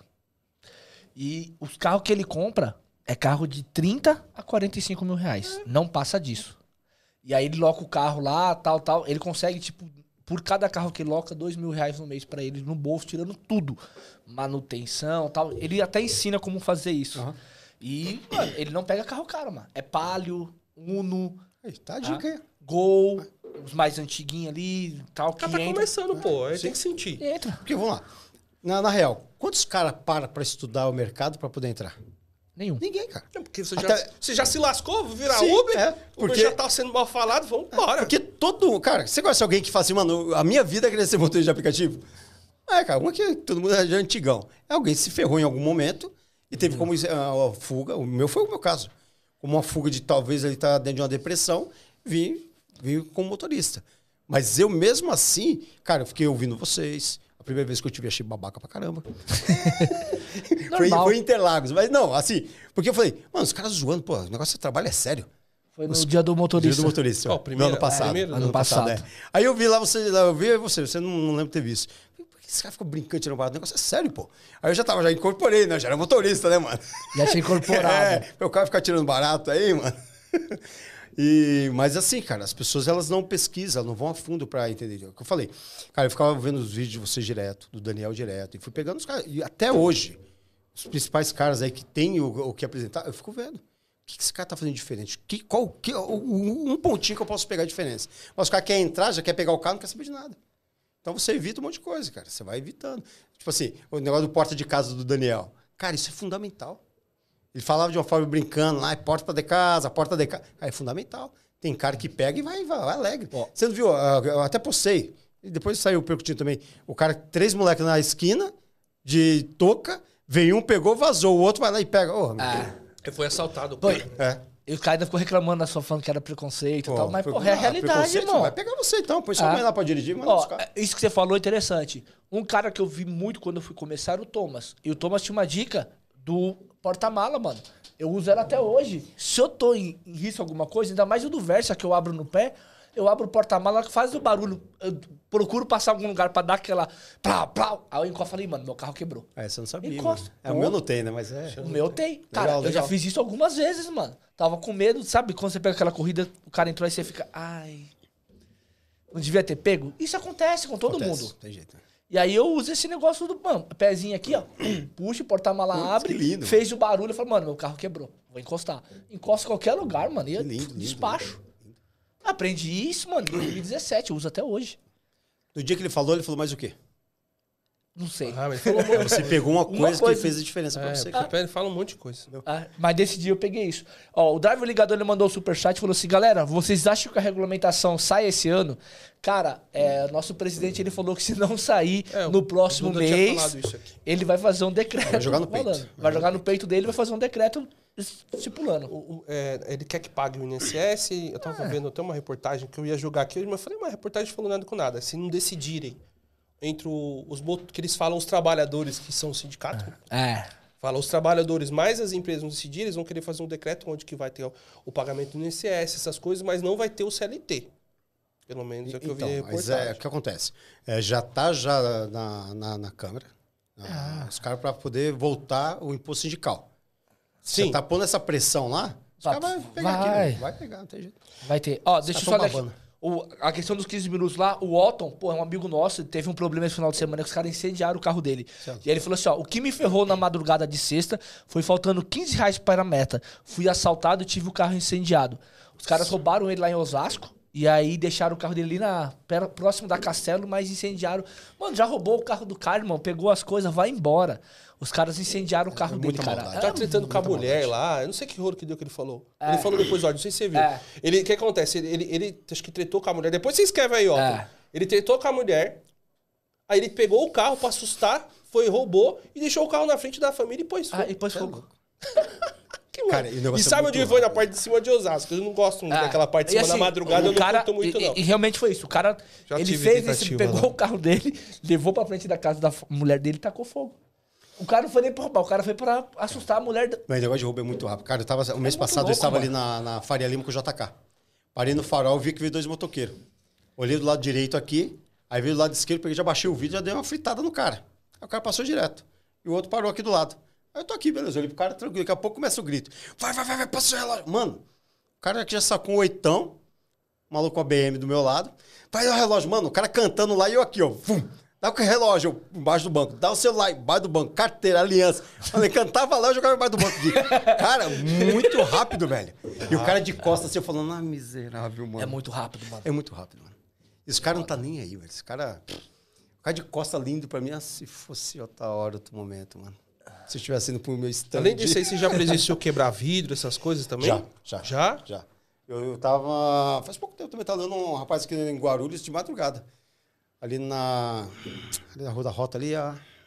E os carros que ele compra é carro de 30 a 45 mil reais. Não passa disso. E aí ele loca o carro lá, tal. Ele consegue, tipo, por cada carro que ele loca, 2 mil reais no mês pra ele, no bolso, tirando tudo. Manutenção, tal. Ele até ensina como fazer isso. Uhum. E, mano, ele não pega carro caro, mano. É Palio, Uno, tá a dica aí. Gol, os mais antiguinhos ali, tal. O cara tá começando, pô. Aí tem que sentir. Entra. Porque, vamos lá. Na real, quantos caras param pra estudar o mercado pra poder entrar? Nenhum. Ninguém, cara. Porque você já se lascou, vou virar Uber, porque Uber já tá sendo mal falado, vamos embora. Porque cara, você conhece alguém que fala assim, mano, a minha vida é querer ser motorista de aplicativo? Cara, uma que todo mundo é de antigão. Alguém se ferrou em algum momento e teve como uma fuga, o meu foi o meu caso, como uma fuga de talvez ele tá dentro de uma depressão, vim como motorista. Mas eu mesmo assim, cara, eu fiquei ouvindo vocês. Primeira vez que eu tive, achei babaca pra caramba. foi Interlagos. Mas não, assim, porque eu falei, mano, os caras zoando, pô, o negócio de trabalho é sério. Foi no dia do motorista. Dia do motorista, no ano passado. Ano passado. Aí eu vi lá, eu vi você não lembra de ter visto. Por que esse cara ficou brincando, tirando barato? O negócio é sério, pô. Aí eu já incorporei, né? Eu já era motorista, né, mano? Já tinha incorporado. O cara ficar tirando barato aí, mano. Mas assim, cara, as pessoas elas não pesquisam, elas não vão a fundo pra entender. É o que eu falei. Cara, eu ficava vendo os vídeos de vocês direto, do Daniel direto, e fui pegando os caras. E até hoje, os principais caras aí que tem o que apresentar, eu fico vendo. O que esse cara tá fazendo diferente? Um pontinho que eu posso pegar a diferença. Mas o cara quer entrar, já quer pegar o carro, não quer saber de nada. Então você evita um monte de coisa, cara. Você vai evitando. Tipo assim, o negócio do porta de casa do Daniel. Cara, isso é fundamental. Ele falava de uma forma brincando lá, porta de casa, porta de casa. É fundamental. Tem cara que pega e vai alegre. Ó, você não viu? Eu até postei. E depois saiu o percutindo também. O cara, 3 moleques na esquina, de touca, veio um, pegou, vazou. O outro vai lá e pega. Ele foi assaltado. Foi. E o cara ainda ficou reclamando da sua falando que era preconceito e tal. Mas, porra, é a realidade, irmão. Vai pegar você então. Põe sua mãe lá pra dirigir, manda buscar. Isso que você falou é interessante. Um cara que eu vi muito quando eu fui começar era o Thomas. E o Thomas tinha uma dica do porta-mala, mano. Eu uso ela até hoje. Se eu tô em risco alguma coisa, ainda mais o do Versa que eu abro no pé, eu abro o porta-mala que faz o barulho. Eu procuro passar em algum lugar pra dar aquela... Aí eu encosto e falei, mano, meu carro quebrou. Você não sabia. Encosto. O meu não tem, né? Mas O meu tem. Cara, eu já fiz isso algumas vezes, mano. Tava com medo, sabe? Quando você pega aquela corrida, o cara entrou e você fica... Ai... Não devia ter pego? Isso acontece com todo mundo. Tem jeito. E aí eu uso esse negócio do, mano, pezinho aqui, ó, puxa, o porta-mala abre, lindo, fez o barulho, eu falo, mano, meu carro quebrou, vou encostar. Encosta em qualquer lugar, mano, e eu despacho. Lindo. Aprendi isso, mano, em 2017, eu uso até hoje. No dia que ele falou mais o quê? Não sei. Mas falou você pegou uma coisa que fez a diferença pra você. Ele fala um monte de coisa. Mas desse dia eu peguei isso. Ó, o Driver Ligador, ele mandou o superchat e falou assim, galera, vocês acham que a regulamentação sai esse ano? Cara, nosso presidente, ele falou que se não sair no próximo mês, ele vai fazer um decreto. Vai jogar no peito. Vai jogar no peito dele e vai fazer um decreto estipulando. Ele quer que pague o INSS. Eu tava vendo até uma reportagem que eu ia jogar aqui, mas eu falei, uma reportagem falou nada com nada. Se não decidirem entre que eles falam os trabalhadores que são o sindicato. Fala, os trabalhadores mais as empresas não decidirem, eles vão querer fazer um decreto onde que vai ter o pagamento do INSS, essas coisas, mas não vai ter o CLT. Pelo menos é o que eu vi a reportagem. Mas o que acontece? Já está na Câmara, Os caras para poder voltar o imposto sindical. Sim. Você tá pondo essa pressão lá, os caras vão pegar aqui, né? Vai pegar, não tem jeito. Vai ter. Ó, deixa eu só dar aqui. A questão dos 15 minutos lá, o Otton, pô, é um amigo nosso, ele teve um problema esse final de semana que os caras incendiaram o carro dele. Certo. E aí ele falou assim, ó, o que me ferrou na madrugada de sexta foi faltando R$15 para a meta. Fui assaltado e tive o carro incendiado. Os caras roubaram ele lá em Osasco e aí deixaram o carro dele ali próximo da Castelo, mas incendiaram. Mano, já roubou o carro do cara, irmão, pegou as coisas, vai embora. Os caras incendiaram o carro dele, cara. Tá tretando com a mulher lá. Eu não sei que rolo que deu que ele falou. Ele falou depois, ó, não sei se você viu. O que acontece? Ele acho que tretou com a mulher. Depois você escreve aí, ó. Ele tretou com a mulher. Aí ele pegou o carro pra assustar, roubou e deixou o carro na frente da família e pôs fogo. E pôs fogo. Cara, e sabe onde foi? Na parte de cima de Osasco. Eu não gosto daquela parte de cima, assim, na madrugada, eu não curto muito, não. E realmente foi isso. O cara, ele fez isso, pegou o carro dele, levou pra frente da casa da mulher dele e tacou fogo. O cara não foi nem pra roubar, o cara foi pra assustar a mulher. Mas o negócio de roubo é muito rápido. Cara, o mês passado eu estava ali na Faria Lima com o JK. Parei no farol, vi que veio 2 motoqueiros. Olhei do lado direito aqui, aí veio do lado esquerdo, peguei, já baixei o vídeo, já dei uma fritada no cara. Aí o cara passou direto. E o outro parou aqui do lado. Aí eu tô aqui, beleza. Eu olhei pro cara tranquilo. Daqui a pouco começa o grito. Vai, passa o relógio. Mano, o cara aqui já sacou um 8ão, maluco com a BM do meu lado. Vai dar o relógio. Mano, o cara cantando lá e eu aqui, ó. Vum. Dá o relógio embaixo do banco. Dá o celular embaixo do banco. Carteira, aliança. Mano, ele cantava lá e eu jogava embaixo do banco aqui. Cara, muito rápido, velho. E o cara de costas assim, eu falando, miserável, mano. É muito rápido, mano. É muito rápido, mano. Esse cara não tá nem aí, velho. Esse cara... O cara de costa lindo pra mim, se fosse outra hora, outro momento, mano. Se eu estivesse indo pro meu stand... Além disso aí, você já presenciou quebrar vidro, essas coisas também? Já. Já? Eu tava... Faz pouco tempo também, tava dando um rapaz aqui em Guarulhos de madrugada. Ali na Rua da Rota ali,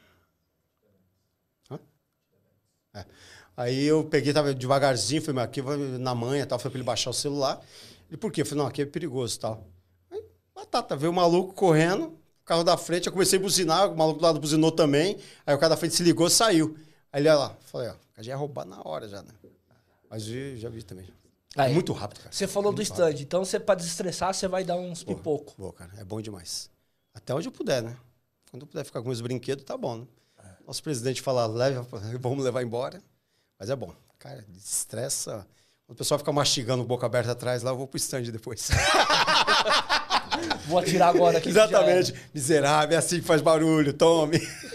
Aí eu peguei, tava devagarzinho, fui aqui na manha, tal, falei pra ele baixar o celular. Ele, por quê? Eu falei, não, aqui é perigoso e tal. Aí, batata, veio o maluco correndo, o carro da frente, eu comecei a buzinar, o maluco do lado buzinou também, aí o cara da frente se ligou, saiu. Aí ele, olha lá, falei, ó, já ia roubar na hora já, né? Mas eu já vi também. Aí, é muito rápido, cara. Você falou do stand, então você, pra desestressar, você vai dar uns pipoco. Boa, cara, é bom demais. Até onde eu puder, né? Quando eu puder ficar com meus brinquedos, tá bom, né? Nosso presidente fala, vamos levar embora. Mas é bom. Cara, desestressa. Quando o pessoal fica mastigando boca aberta atrás, lá eu vou pro stand depois. Vou atirar agora aqui. Exatamente. Miserável, é assim que faz barulho, tome.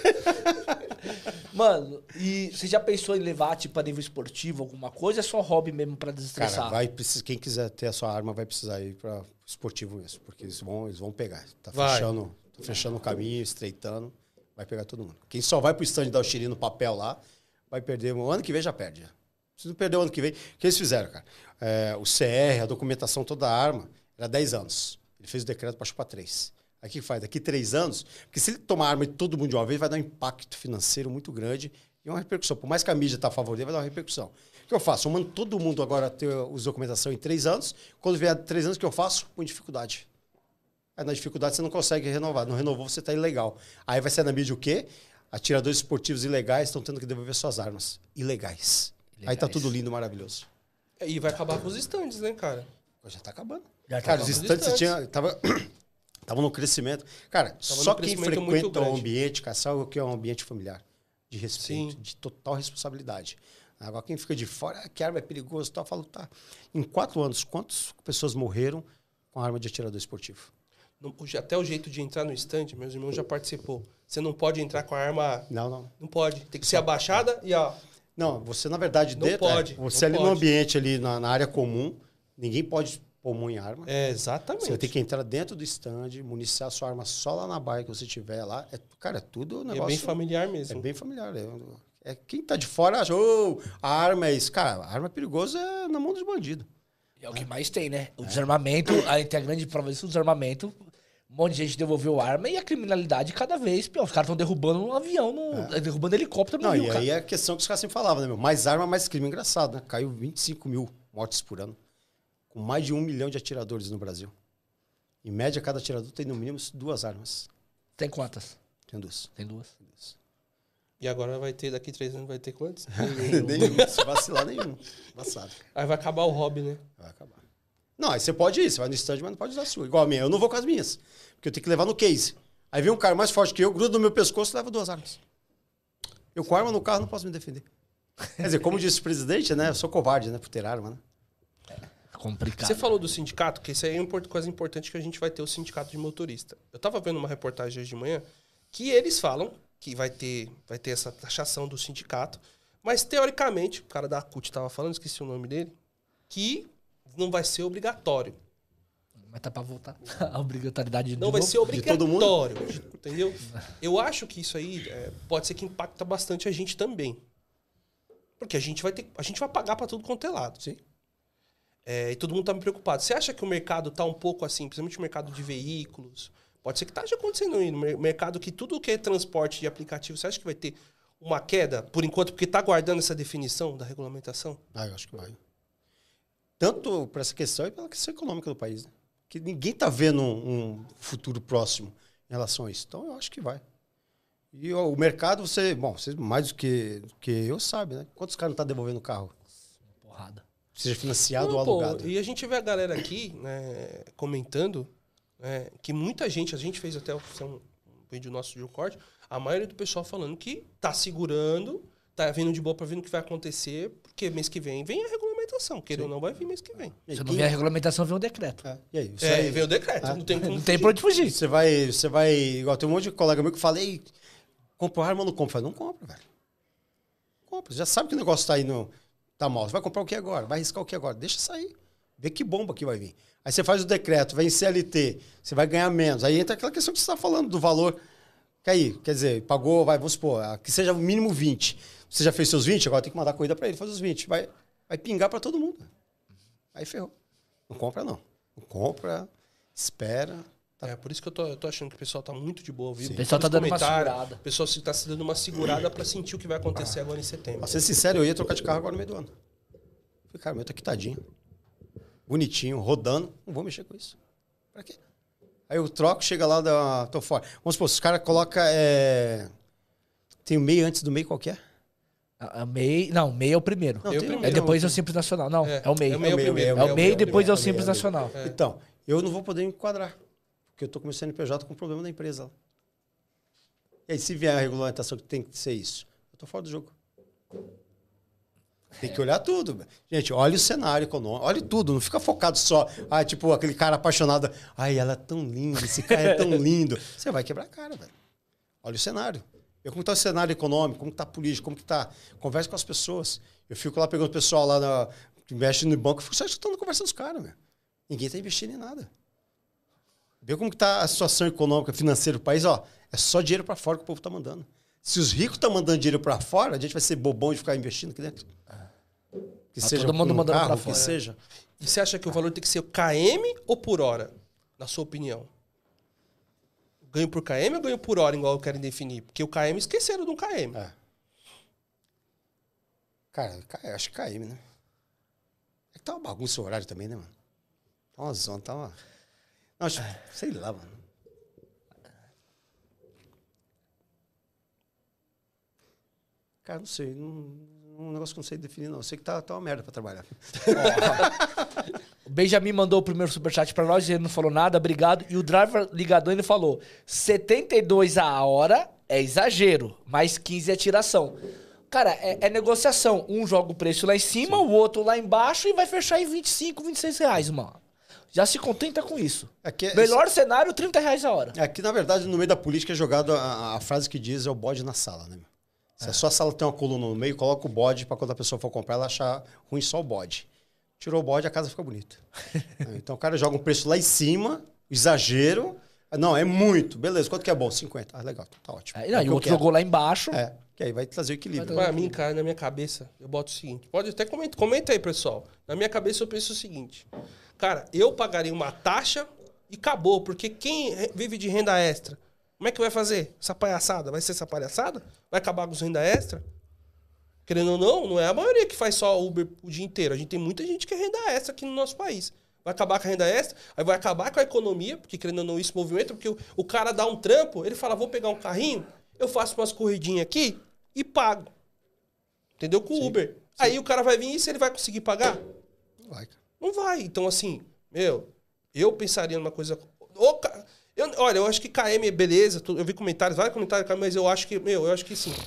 Mano, e você já pensou em levar, tipo, a nível esportivo, alguma coisa? É só hobby mesmo pra desestressar? Cara, quem quiser ter a sua arma vai precisar ir pra esportivo mesmo, porque eles vão pegar. Tá fechando o caminho, estreitando, vai pegar todo mundo. Quem só vai pro stand dar o tirinho no papel lá, vai perder. O ano que vem já perde. Já. Se não perder o ano que vem, o que eles fizeram, cara? O CR, a documentação toda a arma, era 10 anos. Ele fez o decreto para chupar 3. Aí o que faz? Daqui 3 anos, porque se ele tomar arma de todo mundo de uma vez, vai dar um impacto financeiro muito grande e uma repercussão. Por mais que a mídia está a favor dele, vai dar uma repercussão. O que eu faço? Eu mando todo mundo agora ter os documentação em 3 anos. Quando vier 3 anos, o que eu faço? Com dificuldade. Aí na dificuldade você não consegue renovar. Não renovou, você está ilegal. Aí vai ser na mídia o quê? Atiradores esportivos ilegais estão tendo que devolver suas armas. Ilegais. Aí tá tudo lindo, maravilhoso. E vai acabar com os estandes, né, cara? Já tá acabando. Cara, os estandes tava no crescimento. Cara, só quem frequenta o ambiente, cara, sabe o que é um ambiente familiar? De respeito, sim, de total responsabilidade. Agora, quem fica de fora, que arma é perigoso, tal, falo, tá. Em 4 anos, quantas pessoas morreram com arma de atirador esportivo? Até o jeito de entrar no stand, meus irmãos já participou. Você não pode entrar com a arma... Não. Não pode. Tem que ser abaixada e, ó... Não, você, na verdade... Não pode. Você ali no ambiente, ali na área comum, ninguém pode pôr mão em arma. É, exatamente. Você vai ter que entrar dentro do stand, municiar a sua arma só lá na baia que você tiver lá. Cara, é tudo negócio... É bem familiar mesmo. É bem familiar. Quem tá de fora acha, a arma é isso. Cara, a arma perigosa é na mão dos bandidos. É o que mais tem, né? O desarmamento, aí tem a grande prova disso, o desarmamento... Um monte de gente devolveu arma e a criminalidade cada vez pior. Os caras estão derrubando um avião, derrubando helicóptero no Rio, e aí a questão que os caras sempre falavam, né, meu? Mais arma, mais crime. Engraçado, né? Caiu 25 mil mortes por ano. Com mais de 1 milhão de atiradores no Brasil. Em média, cada atirador tem no mínimo 2 armas. Tem quantas? Tem 2. Tem 2. E agora vai ter, daqui 3 anos, vai ter quantos? Nenhum. Se vacilar, nenhum. Vassado. Aí vai acabar o hobby, né? Vai acabar. Não, aí você pode ir, você vai no stand, mas não pode usar a sua. Igual a minha, eu não vou com as minhas. Porque eu tenho que levar no case. Aí vem um cara mais forte que eu, gruda no meu pescoço e leva 2 armas. Eu com arma no carro não posso me defender. Quer dizer, como disse o presidente, né? Eu sou covarde, né? Por ter arma, né? Complicado. Você falou do sindicato, que isso aí é uma coisa importante que a gente vai ter o sindicato de motorista. Eu tava vendo uma reportagem hoje de manhã que eles falam que vai ter essa taxação do sindicato, mas teoricamente, o cara da CUT tava falando, esqueci o nome dele, que não vai ser obrigatório. Mas tá pra voltar. A obrigatoriedade de Não vai novo? ser obrigatório, todo mundo? entendeu? Eu acho que isso aí pode ser que impacta bastante a gente também. Porque a gente vai pagar pra tudo quanto é lado. Sim. E todo mundo tá preocupado. Você acha que o mercado tá um pouco assim, principalmente o mercado de veículos? Pode ser que esteja acontecendo aí no mercado que tudo que é transporte de aplicativo, você acha que vai ter uma queda, por enquanto, porque tá guardando essa definição da regulamentação? Ah, eu acho que vai. Tanto para essa questão e pela questão econômica do país, né? Que ninguém tá vendo um futuro próximo em relação a isso. Então, eu acho que vai. E o mercado, você mais do que eu sabe, né? Quantos caras não estão devolvendo o carro? Porrada. Seja financiado ou Pô, alugado. e a gente vê a galera aqui, né, comentando, né, que muita gente, a gente fez até um vídeo nosso de um corte, a maioria do pessoal falando que tá segurando, tá vindo de boa pra ver o que vai acontecer, porque mês que vem a regulamentação. Queira ou não, vai vir mês que vem. Se não vier a regulamentação, vem um decreto. E aí? Isso aí Veio o decreto, não tem como Não tem fugir. pra onde fugir. Você vai... Igual tem um monte de colega meu que fala, ei, compra arma ou não compra? Eu falo, não compra, velho. Compra. Você já sabe que o negócio tá indo... Tá mal. Você vai comprar o que agora? Vai arriscar o que agora? Deixa sair. Vê que bomba que vai vir. Aí você faz o decreto, vai em CLT, você vai ganhar menos. Aí entra aquela questão que você está falando do valor. Que aí, quer dizer, pagou, vamos supor, que seja o mínimo 20. Você já fez seus 20, agora tem que mandar a corrida para ele fazer os 20. Vai pingar para todo mundo. Aí ferrou. Não compra, não. Não compra, espera. Tá. Por isso que eu tô achando que o pessoal tá muito de boa, viu? O pessoal tá dando uma Comentário, segurada. O pessoal tá se dando uma segurada pra sentir o que vai acontecer agora em setembro. Pra ser sincero, eu ia trocar de carro agora no meio do ano. Falei, cara, o meu tá quitadinho. Bonitinho, rodando. Não vou mexer com isso. Pra quê? Aí eu troco, chega lá, tô fora. Vamos supor, se os caras colocam... Tem o MEI antes do MEI qualquer? MEI é o primeiro. Não, MEI é o tem primeiro. É depois é o Simples Nacional. Não, é o MEI. É o MEI é o primeiro. É o MEI e depois é o MEI, Simples Nacional. Então, eu não vou poder me enquadrar. Porque eu tô com o meu CNPJ com o problema da empresa lá. E aí, se vier a regulamentação que tem que ser isso, eu tô fora do jogo. Tem que olhar tudo. Gente, olha o cenário econômico, olha tudo. Não fica focado só, tipo, aquele cara apaixonado. Ai, ela é tão linda, esse cara é tão lindo. Você vai quebrar a cara, velho. Olha o cenário. Como está o cenário econômico, como está a política, como que está. Converse com as pessoas. Eu fico lá pegando o pessoal lá que investe no banco, eu fico só escutando a conversa dos caras, velho. Ninguém está investindo em nada. Vê como que está a situação econômica, financeira do país, ó. É só dinheiro para fora que o povo está mandando. Se os ricos estão mandando dinheiro para fora, a gente vai ser bobão de ficar investindo aqui dentro. Que Tá seja todo mundo com um mandando carro, pra que fora. seja. E você acha que o valor tem que ser KM ou por hora? Na sua opinião? Ganho por KM ou ganho por hora, igual querem definir? Porque o KM esqueceram de um KM. Cara, eu acho que KM, né? É que tá uma bagunça o horário também, né, mano? Tá uma zona, tá uma... Não, acho, sei lá, mano. Cara, não sei. Um negócio que eu não sei definir, não. Eu sei que tá uma merda pra trabalhar. O Benjamin mandou o primeiro superchat pra nós, ele não falou nada, obrigado. E o Driver Ligadão, ele falou, 72 a hora é exagero, mais 15 é tiração. Cara, é negociação. Um joga o preço lá em cima, o outro lá embaixo e vai fechar em 25, 26 reais, mano. Já se contenta com isso. Melhor cenário, 30 reais a hora. Aqui, na verdade, no meio da política é jogado a frase que diz é o bode na sala, né? Se a sua sala tem uma coluna no meio, coloca o bode para quando a pessoa for comprar, ela achar ruim só o bode. Tirou o bode, a casa fica bonita. Então o cara joga um preço lá em cima, exagero. Não, é muito. Beleza, quanto que é bom? 50. Ah, legal, tá ótimo. E o outro jogou lá embaixo. Que aí vai trazer o equilíbrio. Pra mim, cara, na minha cabeça, eu boto o seguinte. Pode até comenta aí, pessoal. Na minha cabeça eu penso o seguinte. Cara, eu pagaria uma taxa e acabou. Porque quem vive de renda extra, como é que vai fazer? Essa palhaçada? Vai ser essa palhaçada? Vai acabar com os renda extra? Querendo ou não, não é a maioria que faz só Uber o dia inteiro. A gente tem muita gente que é renda extra aqui no nosso país. Vai acabar com a renda extra, aí vai acabar com a economia, porque querendo ou não isso movimenta, porque o cara dá um trampo, ele fala, vou pegar um carrinho, eu faço umas corridinhas aqui e pago. Entendeu? Com o Uber. Sim. Aí o cara vai vir e se ele vai conseguir pagar? Não vai, cara. Não vai. Então assim, eu pensaria numa coisa... Olha, eu acho que KM é beleza, eu vi comentários, vários comentários, mas eu acho que sim.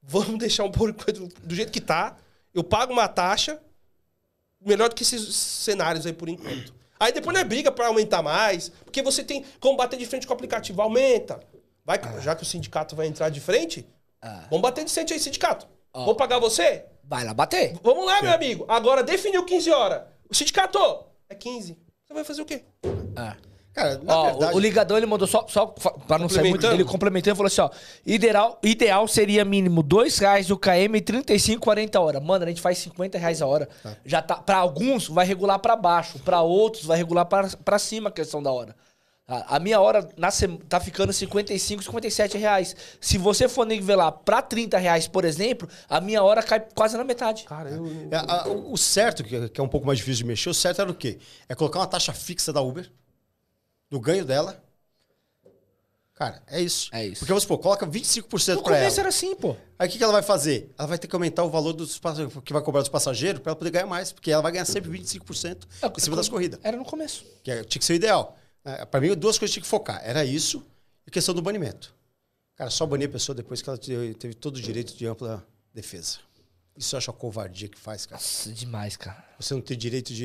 vamos deixar um pouco do jeito que tá. Eu pago uma taxa melhor do que esses cenários aí por enquanto. Aí depois não é briga pra aumentar mais, porque você tem como bater de frente com o aplicativo. Aumenta. Vai, já que o sindicato vai entrar de frente, vamos bater de frente aí, sindicato. Vou pagar você? Vai lá bater. Vamos lá, meu amigo. Agora definiu 15 horas. O sindicato é 15. Você vai fazer o quê? Cara, na verdade... O ligador, ele mandou só pra não sair muito, ele complementando, falou assim, ó, ideal seria mínimo R$2 o KM, 35, 40 horas. Mano, a gente faz R$50 a hora. Já tá, pra alguns vai regular pra baixo, pra outros vai regular pra cima a questão da hora. A minha hora tá ficando 55, 57 reais. Se você for nivelar pra R$30, por exemplo, a minha hora cai quase na metade. Cara, O certo, que é um pouco mais difícil de mexer, o certo era o quê? É colocar uma taxa fixa da Uber, do ganho dela. Cara, é isso. É isso. Porque, vamos supor, coloca 25% pra ela. No começo era assim, pô. Aí o que ela vai fazer? Ela vai ter que aumentar o valor que vai cobrar dos passageiros pra ela poder ganhar mais. Porque ela vai ganhar sempre 25% em cima das corridas. Era no começo. Tinha que ser o ideal. Pra mim, duas coisas tinha que focar. Era isso e a questão do banimento. Cara, só banir a pessoa depois que ela teve todo o direito de ampla defesa. Isso eu acho a covardia que faz, cara. Nossa, demais, cara. Você não ter direito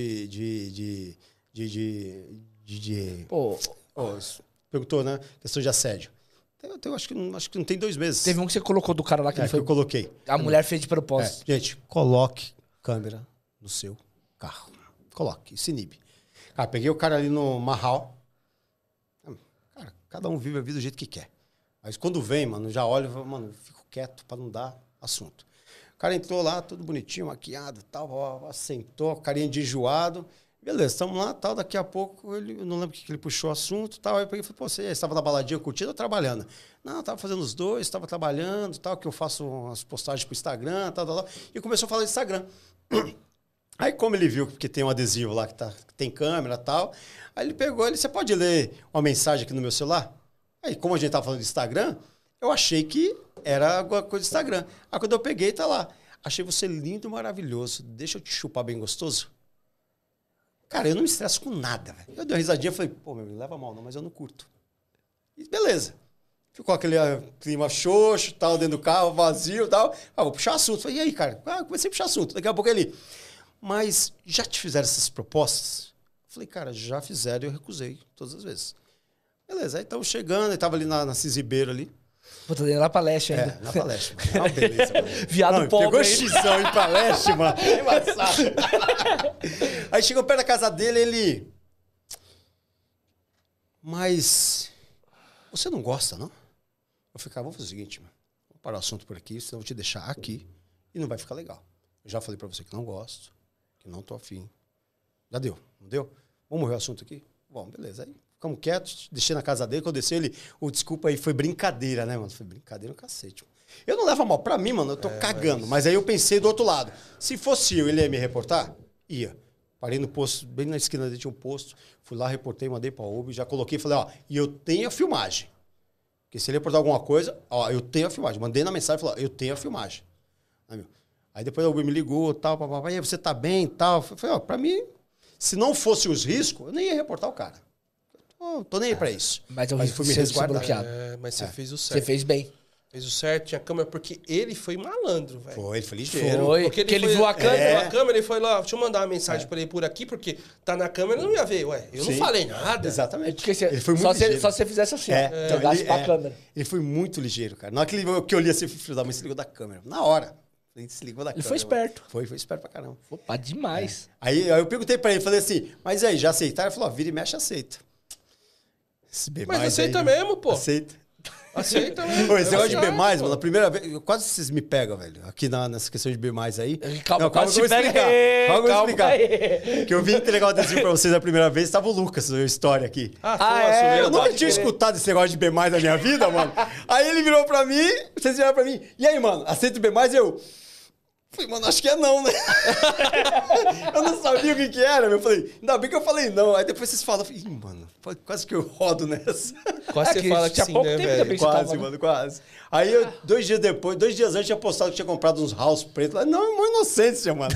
Pô, perguntou, né? Questão de assédio. Eu acho que não tem 2 meses. teve um que você colocou do cara lá que ele que foi... eu coloquei. A mulher fez de propósito. Gente, coloque câmera no seu carro. Coloque, se inibe. Cara, peguei o cara ali no Marral. Cara, cada um vive a vida do jeito que quer. Mas quando vem, mano, já olho e falo, mano, fico quieto pra não dar assunto. O cara entrou lá, tudo bonitinho, maquiado, tal, sentou, carinha de enjoado. Beleza, estamos lá, tal, daqui a pouco, eu não lembro o que ele puxou o assunto, tal, aí eu peguei e falei, pô, você estava na baladinha curtindo ou trabalhando? Não, eu estava fazendo os dois, estava trabalhando, tal, que eu faço umas postagens pro Instagram, tal, e começou a falar de Instagram. Aí como ele viu que tem um adesivo lá que tem câmera e tal, aí ele pegou, você pode ler uma mensagem aqui no meu celular? Aí como a gente estava falando de Instagram, eu achei que era alguma coisa do Instagram. Aí quando eu peguei, tá lá, achei você lindo e maravilhoso, deixa eu te chupar bem gostoso? Cara, eu não me estresso com nada, velho. Eu dei uma risadinha e falei, pô, meu, leva mal não, mas eu não curto. E beleza. Ficou aquele clima xoxo, tal, dentro do carro, vazio e tal. Vou puxar assunto. Falei, e aí, cara? Comecei a puxar assunto. Daqui a pouco ele... Mas já te fizeram essas propostas? Falei, cara, já fizeram e eu recusei todas as vezes. Beleza, aí estamos chegando, ele tava ali na Cis Ribeiro ali. Puta, lá pra leste ainda. Na Palestra. Mano. Ah, beleza, mano. Viado pobre. Pegou xizão em Palestra, mano. É embaçado. Aí chegou perto da casa dele, ele... Mas... Você não gosta, não? Eu falei, cara, vamos fazer o seguinte, mano. Vamos parar o assunto por aqui, senão eu vou te deixar aqui e não vai ficar legal. Eu já falei pra você que não gosto, que não tô afim. Já deu, não deu? Vamos morrer o assunto aqui? Bom, beleza. Aí ficamos quietos, deixei na casa dele. Quando eu desci, ele... desculpa aí, foi brincadeira, né, mano? Foi brincadeira no cacete. Mano. Eu não levo a mal. Pra mim, mano, eu tô cagando. Mas aí eu pensei do outro lado. Se fosse eu, ele ia me reportar? Ia. Parei no posto, bem na esquina dele tinha um posto. Fui lá, reportei, mandei pra Uber, já coloquei e falei, ó, e eu tenho a filmagem. Porque se ele reportar alguma coisa, ó, eu tenho a filmagem. Mandei na mensagem e falei, ó, eu tenho a filmagem. Aí depois a Uber me ligou, tal, papapá, e aí você tá bem, tal. Eu falei, ó, pra mim, se não fosse os riscos, eu nem ia reportar o cara. Tô nem aí pra isso. Mas o risco foi me resguardar. Mas você fez o certo. Você fez bem. Fez o certo, tinha câmera, porque ele foi malandro, velho. Foi, ele foi ligeiro. Porque ele viu a câmera. A câmera, ele foi lá, deixa eu mandar uma mensagem pra ele por aqui, porque tá na câmera, não ia ver, ué. Eu não falei nada. Exatamente. Porque ele foi muito ligeiro. Só se você fizesse assim, então, pegasse pra câmera. Ele foi muito ligeiro, cara. Na hora que eu li assim, filho da mãe, se ligou da câmera. Na hora. Ele se ligou da câmera. Ele foi esperto. Foi esperto pra caramba. Opa, demais. Aí eu perguntei pra ele, falei assim, mas aí, já aceitaram? Ele falou, vira e mexe, aceita. Mas aceita aí, mesmo, pô. Aceita. Aceita mesmo. Pô, esse negócio de B+, mano, a primeira vez... Quase vocês me pegam, velho. Aqui nessa questão de B+, aí. Calma que eu vou explicar. Calma que eu vou explicar. Que eu vim entregar o adesivo pra vocês a primeira vez, tava o Lucas, a história aqui. Eu nunca tinha escutado esse negócio de B+, na minha vida, mano. Aí ele virou pra mim, vocês viraram pra mim. E aí, mano, aceita o B+, eu... Falei, mano, acho que é não, né? Eu não sabia o que era, meu. Eu falei, ainda bem que eu falei não. Aí depois vocês falam, ih, mano, quase que eu rodo nessa. Quase você fala que tinha sim, pouco né, tempo velho? também que você Quase, tava, mano, quase. Aí, 2 dias depois, 2 dias antes, tinha postado que tinha comprado uns house pretos lá. Não, uma inocência, mano.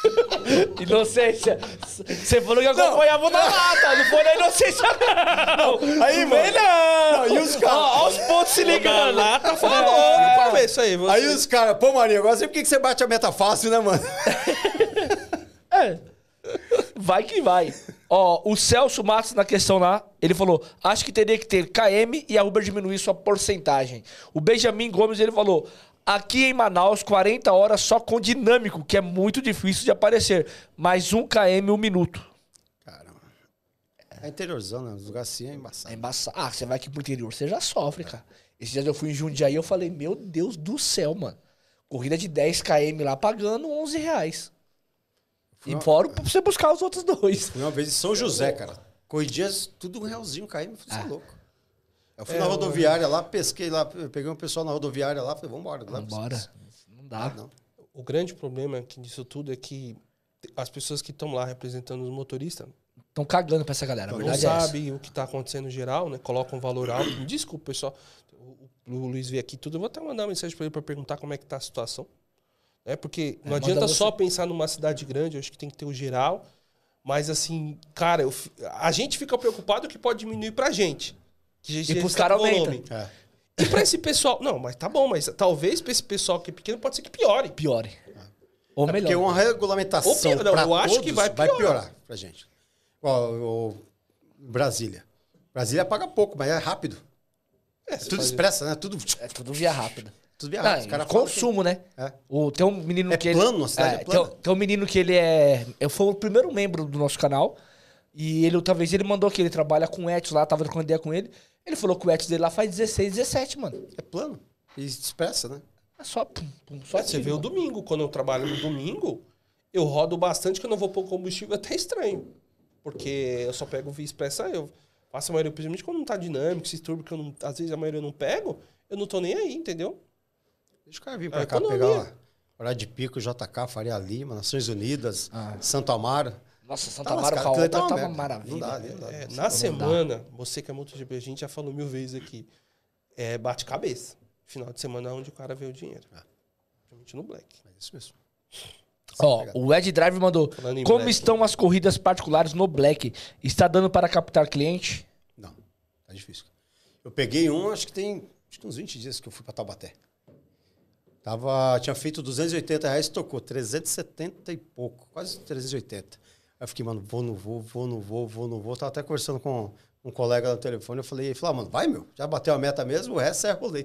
Inocência. Você falou que acompanhava na lata, não foi na inocência, não. Aí, Não mano. vem, não. Não, e os caras... Ó, os pontos se ligando. Lá tá falando pra ver isso aí. Você. Aí os caras, pô, Marinho, agora sei por que você bate a meta fácil, né, mano? É. Vai que vai. Ó, o Celso Matos na questão lá, ele falou, acho que teria que ter KM e a Uber diminuir sua porcentagem. O Benjamin Gomes, ele falou, aqui em Manaus, 40 horas só com dinâmico, que é muito difícil de aparecer. Mais 1 km, 1 minuto. Caramba. É interiorzão, né? Os lugares assim é embaçado. É embaçado. Ah, você vai aqui pro interior, você já sofre, cara. Esses dias eu fui em Jundiaí, eu falei, meu Deus do céu, mano. Corrida de 10 km lá, pagando R$11. E fora pra você buscar os outros 2. Fui uma vez em São José, cara. Corridinhas, tudo um realzinho, KM. Você é louco. Eu fui na rodoviária lá, pesquei lá, peguei um pessoal na rodoviária lá, falei, vambora. Vambora. Não dá. Não. O grande problema aqui disso tudo é que as pessoas que estão lá representando os motoristas Estão cagando pra essa galera, a não verdade é essa. sabem o que está acontecendo no geral, né? Colocam um valor alto. Me desculpa, pessoal. O Luiz veio aqui tudo. Eu vou até mandar uma mensagem para ele para perguntar como é que tá a situação. Porque não adianta só pensar numa cidade grande, eu acho que tem que ter o geral. Mas assim, cara, a gente fica preocupado que pode diminuir pra gente. Que E pros caras aumenta. E pra esse pessoal... Não, mas tá bom, mas talvez pra esse pessoal que é pequeno pode ser que piore. Piore. Ou melhor. Porque uma regulamentação pra eu acho todos que vai piorar pra gente. Igual Brasília. Brasília paga pouco, mas é rápido. Tudo expressa, né? Tudo É tudo via rápida. via rápido. Os caras Consumo, né? É. Tem um menino que plano, a cidade é plana. Tem um menino que ele foi o primeiro membro do nosso canal. E talvez ele mandou que ele trabalha com o Etios lá, tava com ideia com ele. Ele falou que o Etios dele lá faz 16, 17, mano. É plano. E expressa, né? É só só Você vê o domingo. Quando eu trabalho no domingo, eu rodo bastante que eu não vou pôr combustível, até estranho. Porque eu só pego via expressa, eu faço a maioria, principalmente quando não tá dinâmico, esses turbos que às vezes a maioria eu não pego, eu não tô nem aí, entendeu? Deixa o cara vir pra cá economia. pegar lá. Horário de Pico, JK, Faria Lima, Nações Unidas, Santo Amaro. Nossa, Santa Tá Amaro, lascado, Caoba aquilo aí tá uma tava merda. maravilha. Não dá, ali, não dá. Na semana, você que é MotoGP, a gente já falou 1000 vezes aqui, bate cabeça. Final de semana é onde o cara vê o dinheiro. Principalmente no Black. É isso mesmo. Ó, o Ed Drive mandou. Falando em Como Black. estão as corridas particulares no Black? Está dando para captar cliente? Não, tá difícil. Eu peguei acho que uns 20 dias que eu fui pra Taubaté. Tinha feito R$280, tocou 370 e pouco, quase 380. Aí eu fiquei, mano, vou, não vou. Tava até conversando com um colega no telefone, eu falei, mano, vai, meu, já bateu a meta mesmo, o resto é rolê.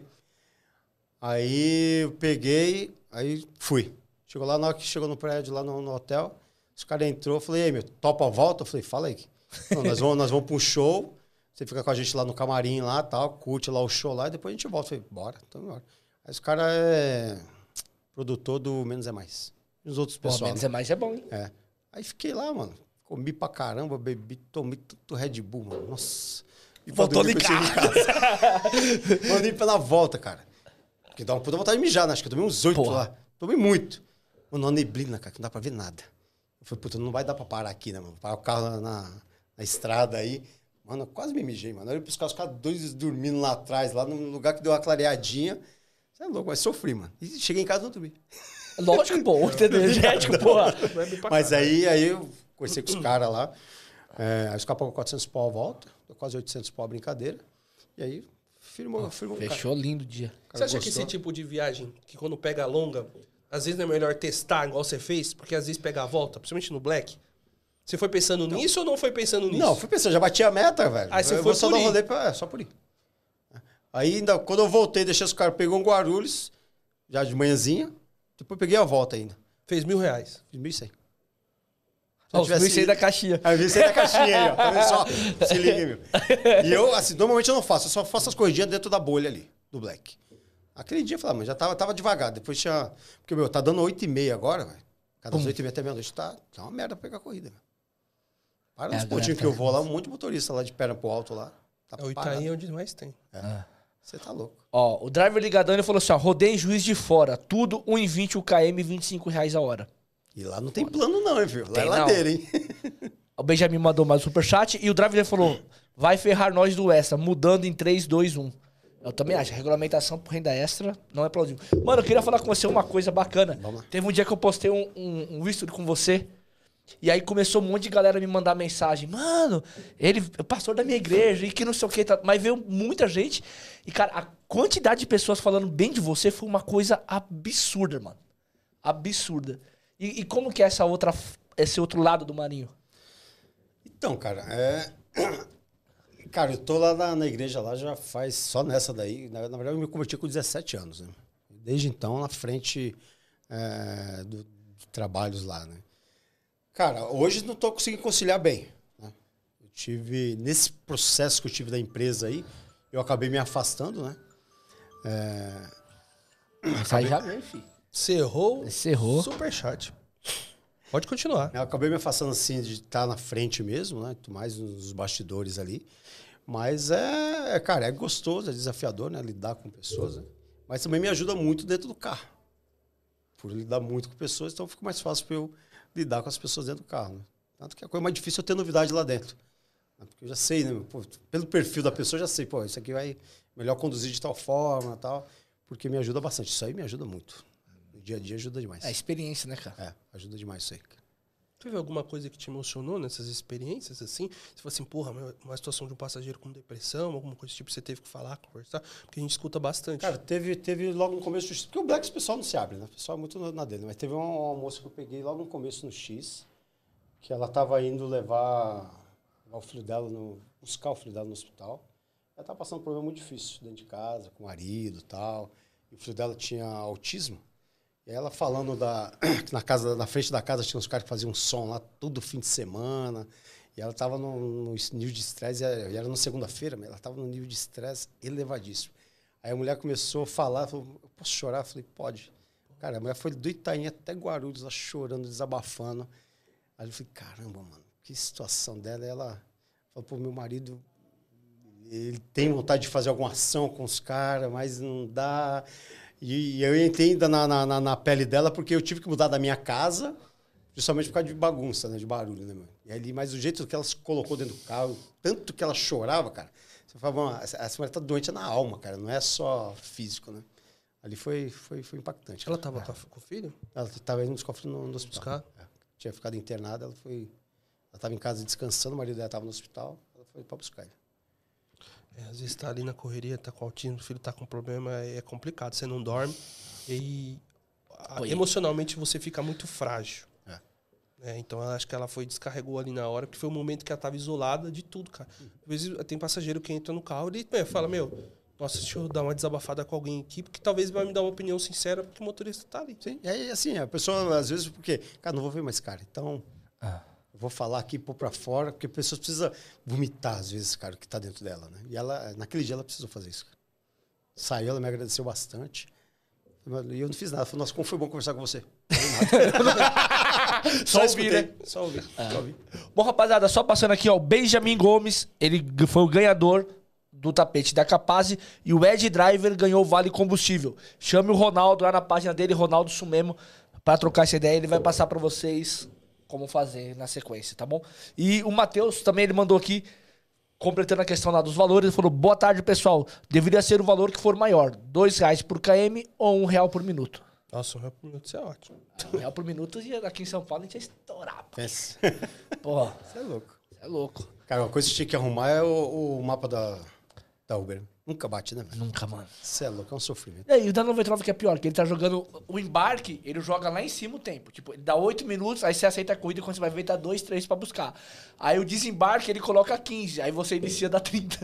Aí eu peguei, aí fui. Chegou lá, na hora que chegou no prédio, lá no hotel, os caras entrou, eu falei, ei, meu, topa a volta? Eu falei, fala aí. Não, nós vamos pra um show, você fica com a gente lá no camarim lá, tal, curte lá o show lá, e depois a gente volta. Eu falei, bora, então bora. Aí os caras é produtor do Menos é Mais. E os outros pessoal. Menos é mais é bom, hein? É. Aí fiquei lá, mano. Comi pra caramba, bebi, tomei tudo Red Bull, mano. Nossa. E Voltou pra dormir, ligado. que eu cheguei em casa. Mandei pela volta, cara. Porque dá uma puta vontade de mijar, né? Acho que eu tomei uns 8 lá. Tomei muito. Mano, uma neblina, cara, que não dá pra ver nada. Eu falei, puta, não vai dar pra parar aqui, né, mano? Parar o carro na estrada aí. Mano, eu quase me mijei, mano. Eu olhei pros caras dois dormindo lá atrás, lá no lugar que deu uma clareadinha. Você é louco, mas sofri, mano. E cheguei em casa e não dormi. Lógico, pô. Energético, porra. Mas aí eu conversei com os caras lá. Aí os caras pagam 400 pau a volta. Quase 800 pau a brincadeira. E aí, firmou o cara. Fechou lindo o dia. Você acha que esse tipo de viagem, que quando pega longa, às vezes não é melhor testar igual você fez? Porque às vezes pega a volta, principalmente no Black. Você foi pensando nisso ou não foi pensando nisso? Não, fui pensando, já bati a meta, velho. Aí você eu foi vou só por dar um ir. rolê só por ir. Aí ainda, quando eu voltei, deixei os caras, pegou um Guarulhos, já de manhãzinha. Depois peguei a volta ainda. Fez R$1.000. Fiz 1.100. Ó, os 1.100 da caixinha. Aí eu vi da caixinha aí, ó. Tá vendo só? Se liga aí, meu. E eu, assim, normalmente eu não faço. Eu só faço as corridinhas dentro da bolha ali, do Black. Aquele dia eu falei, mas já tava devagar. Depois tinha... Porque, meu, tá dando 8h30 agora, velho. Cada 8h30 até meia-noite tá uma merda pra pegar a corrida, velho. Para nos pontinhos que eu vou lá, um monte de motorista lá de perna pro alto lá. Tá O Itaí é onde mais tem. Você tá louco. Ó, o driver ligadão, ele falou assim, ó, rodei em Juiz de Fora, tudo 1,20 o km, R$25 a hora. E lá não tem plano não, hein, filho? Lá Tem é não. ladeira, hein? O Benjamin mandou mais um superchat e o driver ele falou, vai ferrar nós do extra, mudando em 3, 2, 1. Eu também acho, a regulamentação por renda extra não é plausível. Mano, eu queria falar com você uma coisa bacana. Vamos lá. Teve um dia que eu postei um history com você, e aí começou um monte de galera me mandar mensagem. Mano, ele é pastor da minha igreja, e que não sei o que. Tá. Mas veio muita gente. E, cara, a quantidade de pessoas falando bem de você foi uma coisa absurda, mano. Absurda. E como que é esse outro lado do Marinho? Então, cara, Cara, eu tô lá na igreja lá já faz... Só nessa daí. Na verdade, eu me converti com 17 anos, né? Desde então, na frente de trabalhos lá, né? Cara, hoje não tô conseguindo conciliar bem, né? Eu tive... Nesse processo que eu tive da empresa aí, eu acabei me afastando, né? Sai já mesmo, filho. Encerrou. Superchat. Pode continuar. Eu acabei me afastando, assim, de estar na frente mesmo, né? Mais nos bastidores ali. Mas cara, é gostoso, é desafiador, né? Lidar com pessoas, né? Mas também me ajuda muito dentro do carro. Por lidar muito com pessoas, então fica mais fácil para eu lidar com as pessoas dentro do carro, né? Tanto que a coisa mais difícil é ter novidade lá dentro. Porque eu já sei, né? Pô, pelo perfil da pessoa, eu já sei, pô, isso aqui vai melhor conduzir de tal forma, tal. Porque me ajuda bastante. Isso aí me ajuda muito. No dia a dia ajuda demais. É experiência, né, cara? Ajuda demais isso aí. Teve alguma coisa que te emocionou nessas experiências, assim? Você falou assim, porra, uma situação de um passageiro com depressão, alguma coisa tipo, você teve que falar, conversar? Porque a gente escuta bastante. Cara, teve logo no começo do X, porque o Black o pessoal não se abre, né? O pessoal é muito na dele. Mas teve uma moça que eu peguei logo no começo no X, que ela tava indo levar o filho dela, buscar o filho dela no hospital. Ela tava passando um problema muito difícil dentro de casa, com o marido e tal. E o filho dela tinha autismo. E ela falando na frente da casa tinha uns caras que faziam um som lá todo fim de semana. E ela estava no nível de estresse, e era na segunda-feira, mas ela estava no nível de estresse elevadíssimo. Aí a mulher começou a falar, falou, eu posso chorar? Eu falei, pode. Cara, a mulher foi do Itaim até Guarulhos, lá chorando, desabafando. Aí eu falei, caramba, mano, que situação dela. E ela falou, pô, meu marido, ele tem vontade de fazer alguma ação com os caras, mas não dá... E eu entrei ainda na pele dela porque eu tive que mudar da minha casa justamente por causa de bagunça, né? De barulho, né, mano? E ali, mas o jeito que ela se colocou dentro do carro, tanto que ela chorava, cara, você falava, essa mulher tá doente na alma, cara, não é só físico, né? Ali foi impactante. Ela tava com o filho? Ela tava indo buscar o filho no hospital. Buscar? Tinha ficado internada, ela tava em casa descansando, o marido dela tava no hospital, ela foi pra buscar ele. Às vezes tá ali na correria, tá com autismo, o filho tá com problema, é complicado. Você não dorme e emocionalmente você fica muito frágil. Então eu acho que ela descarregou ali na hora, porque foi o momento que ela tava isolada de tudo, cara. Às vezes tem passageiro que entra no carro e fala, nossa, deixa eu dar uma desabafada com alguém aqui, porque talvez vai me dar uma opinião sincera, porque o motorista tá ali. Sim, e aí assim, a pessoa às vezes, porque, cara, não vou ver mais cara, então... Eu vou falar aqui, pôr pra fora, porque a pessoa precisa vomitar, às vezes, cara, o que tá dentro dela, né? E ela, naquele dia, ela precisou fazer isso. Saiu, ela me agradeceu bastante. E eu não fiz nada. Falei, nossa, como foi bom conversar com você. Não fiz nada. Só ouvir, né? Só ouvir. Bom, rapaziada, só passando aqui, ó, o Benjamin Gomes, ele foi o ganhador do tapete da Capaz e o Ed Driver ganhou o Vale Combustível. Chame o Ronaldo lá na página dele, Ronaldo Sumemo, pra trocar essa ideia. Ele vai passar pra vocês como fazer na sequência, tá bom? E o Matheus também, ele mandou aqui, completando a questão lá dos valores, ele falou, boa tarde, pessoal. Deveria ser o valor que for maior, R$2 por km ou R$1 por minuto. Nossa, R$1 por minuto, isso é ótimo. R$1 por minuto, e aqui em São Paulo a gente ia estourar, pô. Pensa. Porra, Você é louco. é louco. Cara, uma coisa que tinha que arrumar é o mapa da Uber. Nunca bate, né, velho? Nunca, mano. Você é louco, é um sofrimento. E o da 99 que é pior, que ele tá jogando o embarque, ele joga lá em cima o tempo. Tipo, ele dá 8 minutos, aí você aceita a corrida, quando você vai ver, tá 2, 3 pra buscar. Aí o desembarque, ele coloca 15, aí você inicia da 30.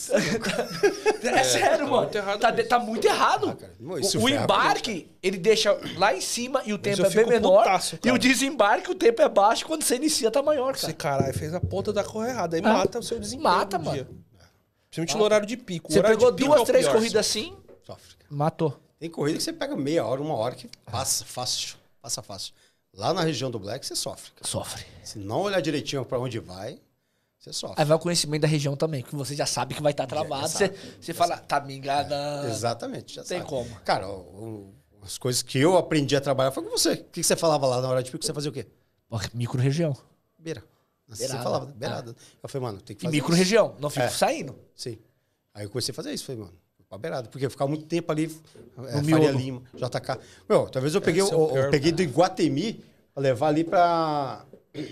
Sério, tá mano. muito errado Tá muito errado. Cara, isso O ferra embarque, ele deixa lá em cima e o tempo eu é bem fico menor. putaço, E cara. o desembarque, o tempo é baixo, quando você inicia, tá maior, cara. Esse caralho fez a ponta da cor errada. Aí mata o seu desempenho. Mata, no mano. dia. Principalmente no horário de pico. O Você horário pegou de pico 2, é o 3 pior, corridas assim, Sofre. matou. Tem corrida que você pega meia hora, 1 hora, que passa fácil. Passa fácil. Lá na região do Black, você sofre. Cara. Sofre. Se não olhar direitinho pra onde vai, Você sofre. Aí vai o conhecimento da região também, que você já sabe que vai estar travado. sabe, Você fala, tá me enganando. Exatamente, já Tem sabe. como. Cara, as coisas que eu aprendi a trabalhar foi com você. O que você falava lá na hora de pico? Você fazia o quê? Micro-região. Beira. Assim Beirada. você falava, beirada. Eu falei, mano, tem que E fazer micro-região, não fico saindo. Sim. Aí eu comecei a fazer isso. Falei, mano, pra beirada. Porque eu ficava muito tempo ali, Faria miolo. Lima, JK. Meu, talvez eu peguei, Esse é o pior, eu peguei do Iguatemi pra levar ali pra...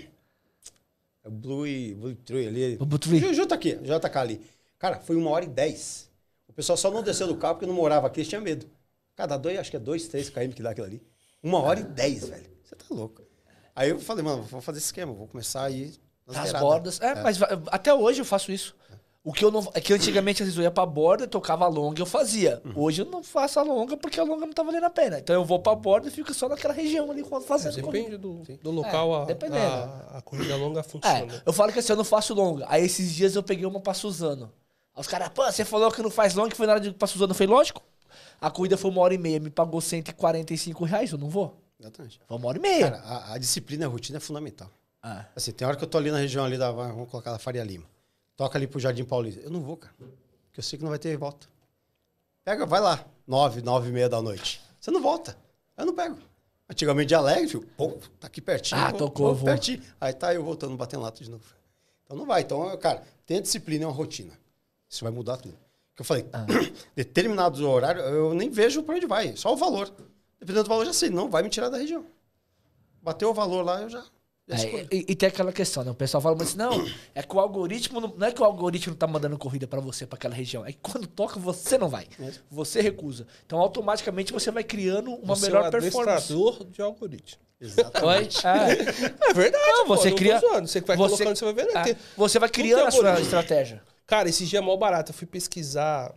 Blue Tree ali. Blue Tree. JK ali. Cara, foi 1h10. O pessoal só não desceu do carro porque não morava aqui, eles tinham medo. Cada acho que é 2, 3 km que dá aquilo ali. 1h10, velho. Você tá louco. Aí eu falei, mano, vou fazer esse esquema, vou começar a ir Nas bordas. Mas até hoje eu faço isso. O que eu não. É que antigamente, às vezes, eu ia pra borda, tocava a longa e eu fazia. Hoje eu não faço a longa porque a longa não tá valendo a pena. Então eu vou pra borda e fico só naquela região ali fazendo corrida. Depende do local, dependendo. a corrida longa funciona. Eu falo que assim, eu não faço longa. Aí esses dias eu peguei uma pra Suzano. Aí os caras, pô, você falou que não faz longa, que foi na hora de ir pra Suzano. Eu falei, lógico. A corrida foi 1h30, me pagou R$145, eu não vou. Exatamente. Foi 1h30. Cara, a disciplina e a rotina é fundamental. Ah. Assim, tem hora que eu tô ali na região ali vamos colocar a Faria Lima. Toca ali pro Jardim Paulista. Eu não vou, cara. Porque eu sei que não vai ter volta. Vai lá, 9h30 da noite. Você não volta. Eu não pego. Antigamente de Alegre, filho, pô, tá aqui pertinho. Tocou, vou. Pertinho. Aí tá eu voltando, batendo lata de novo. Então não vai. Então, cara, tem a disciplina e uma rotina. Isso vai mudar tudo. Que eu falei, determinados horários, eu nem vejo pra onde vai. Só o valor. Dependendo do valor, já sei. Não vai me tirar da região. Bateu o valor lá, eu já escolho. E tem aquela questão, né? O pessoal fala assim, não, é que o algoritmo, não é que o algoritmo tá mandando corrida pra você, pra aquela região. É que quando toca, você não vai. Você recusa. Então, automaticamente, você vai criando uma melhor performance. Você é um administrador de algoritmo. Exatamente. É verdade, Não, você não cria... tô zoando. Você que vai colocando, você vai ver. Né? Você vai criando a sua estratégia. Cara, esse dia é mó barato. Eu fui pesquisar...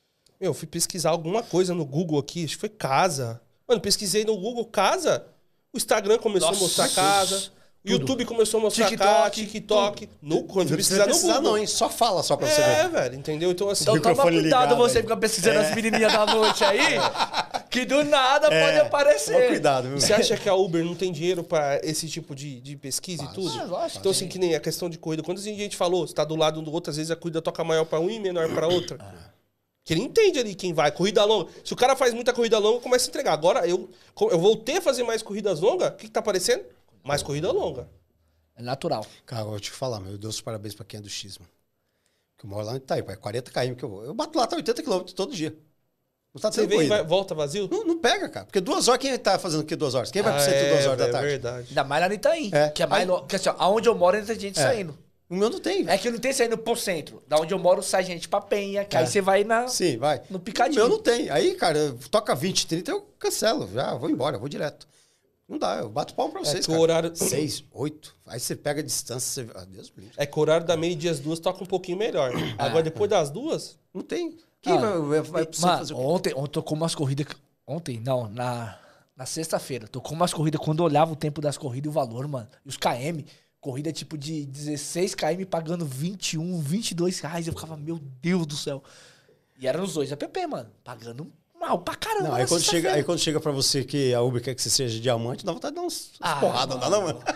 alguma coisa no Google aqui. Acho que foi casa. Mano, pesquisei no Google casa. O Instagram começou a mostrar casa. O YouTube começou a mostrar casa. TikTok. Quando pesquisar no Google. Não, hein? Só fala só pra você ver. Velho, entendeu? Então, assim... Então toma microfone cuidado ligado você aí. ficar pesquisando as menininhas da noite aí, que do nada pode aparecer. Toma cuidado, viu? Você acha que a Uber não tem dinheiro pra esse tipo de pesquisa e tudo? lógico. Então, assim, que nem a questão de corrida. Quantas vezes a gente falou, você tá do lado um do outro, às vezes a corrida toca maior pra um e menor pra outra. Que ele entende ali quem vai. Corrida longa. Se o cara faz muita corrida longa, começa a entregar. Agora, eu voltei a fazer mais corridas longas. O que tá aparecendo? Mais corrida longa. É natural. Cara, eu vou te falar, meu Deus, parabéns pra quem é do X, mano. Que eu moro lá em Itaíba, é 40 km que eu vou. Eu bato lá, tá 80 km todo dia. Não tá Você tendo vem e corrida. volta vazio? Não pega, cara. Porque 2 horas, quem tá fazendo o quê 2 horas? Quem vai pro centro 2 horas da tarde? É verdade. Ainda mais lá no Itaim, É. que é mais longe. Porque assim, ó, aonde eu moro ainda tem gente saindo. O meu não tem. É que não tem saindo pro centro. Da onde eu moro sai gente pra Penha, que aí você vai Sim, vai. no picadinho. O meu não tem. Aí, cara, toca 20, 30, eu cancelo. Já vou embora, eu vou direto. Não dá, eu bato palmo pra vocês, que o cara. horário- 6, 8. Aí você pega a distância, você... Ah, Deus me livre. É que o horário da meio-dia às 2 toca um pouquinho melhor. Agora, depois das 2... Não tem. Quem vai precisar Mano, fazer o quê? ontem tocou umas corridas... Ontem, não, na sexta-feira. Tocou umas corridas quando eu olhava o tempo das corridas e o valor, mano. E os KM, corrida tipo de 16 km pagando 21, 22 reais. Eu ficava, meu Deus do céu. E era nos 2 app, mano. Pagando mal pra caramba. Não, na aí quando chega pra você que a Uber quer que você seja diamante, dá vontade de dar uns porradas, não dá não, mano?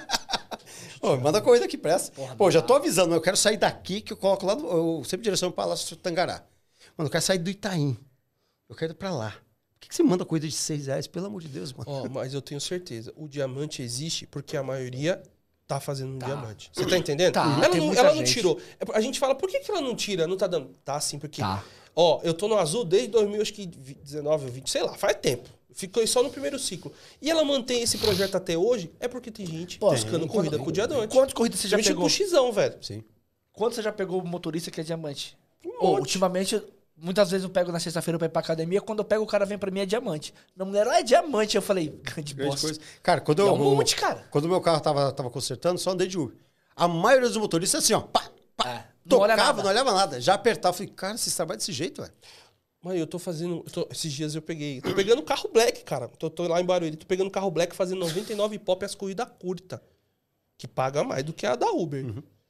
Ô, manda corrida que presta. Pô, já tô avisando, mas eu quero sair daqui, que eu coloco lá, eu sempre direciono pra Palácio Tangará. Mano, eu quero sair do Itaim. Eu quero ir pra lá. Por que você manda corrida de 6 reais? Pelo amor de Deus, mano. Ó, mas eu tenho certeza. O diamante existe porque a maioria tá fazendo um diamante. Você tá entendendo? Tá, ela tem não, muita ela não gente. tirou. A gente fala, por que ela não tira? Não tá dando. Tá sim, porque... Tá. Ó, eu tô no azul desde 2019 ou 20, sei lá, faz tempo. Ficou só no primeiro ciclo. E ela mantém esse projeto até hoje, é porque tem gente buscando corrida com diamante. Quantas corridas você já Gente pegou? com xizão, velho. Sim. Quanto você já pegou motorista que é diamante? Um Ô, monte. ultimamente, muitas vezes eu pego na sexta-feira pra ir pra academia, quando eu pego o cara vem pra mim é diamante. Minha mulher, é diamante. Eu falei, grande Grande bosta. coisa. Cara, quando É eu... um monte, cara. Quando o meu carro tava consertando, só andei de Uber. A maioria dos motoristas assim, ó, pá, pá, não olha tocava, nada. não olhava nada. Já apertava, falei, cara, vocês trabalham desse jeito, velho. Mano, eu tô fazendo... esses dias eu peguei... Tô pegando carro black, cara. Tô lá em Barueri. Tô pegando carro black fazendo 99 pop as corridas curtas. Que paga mais do que a da Uber.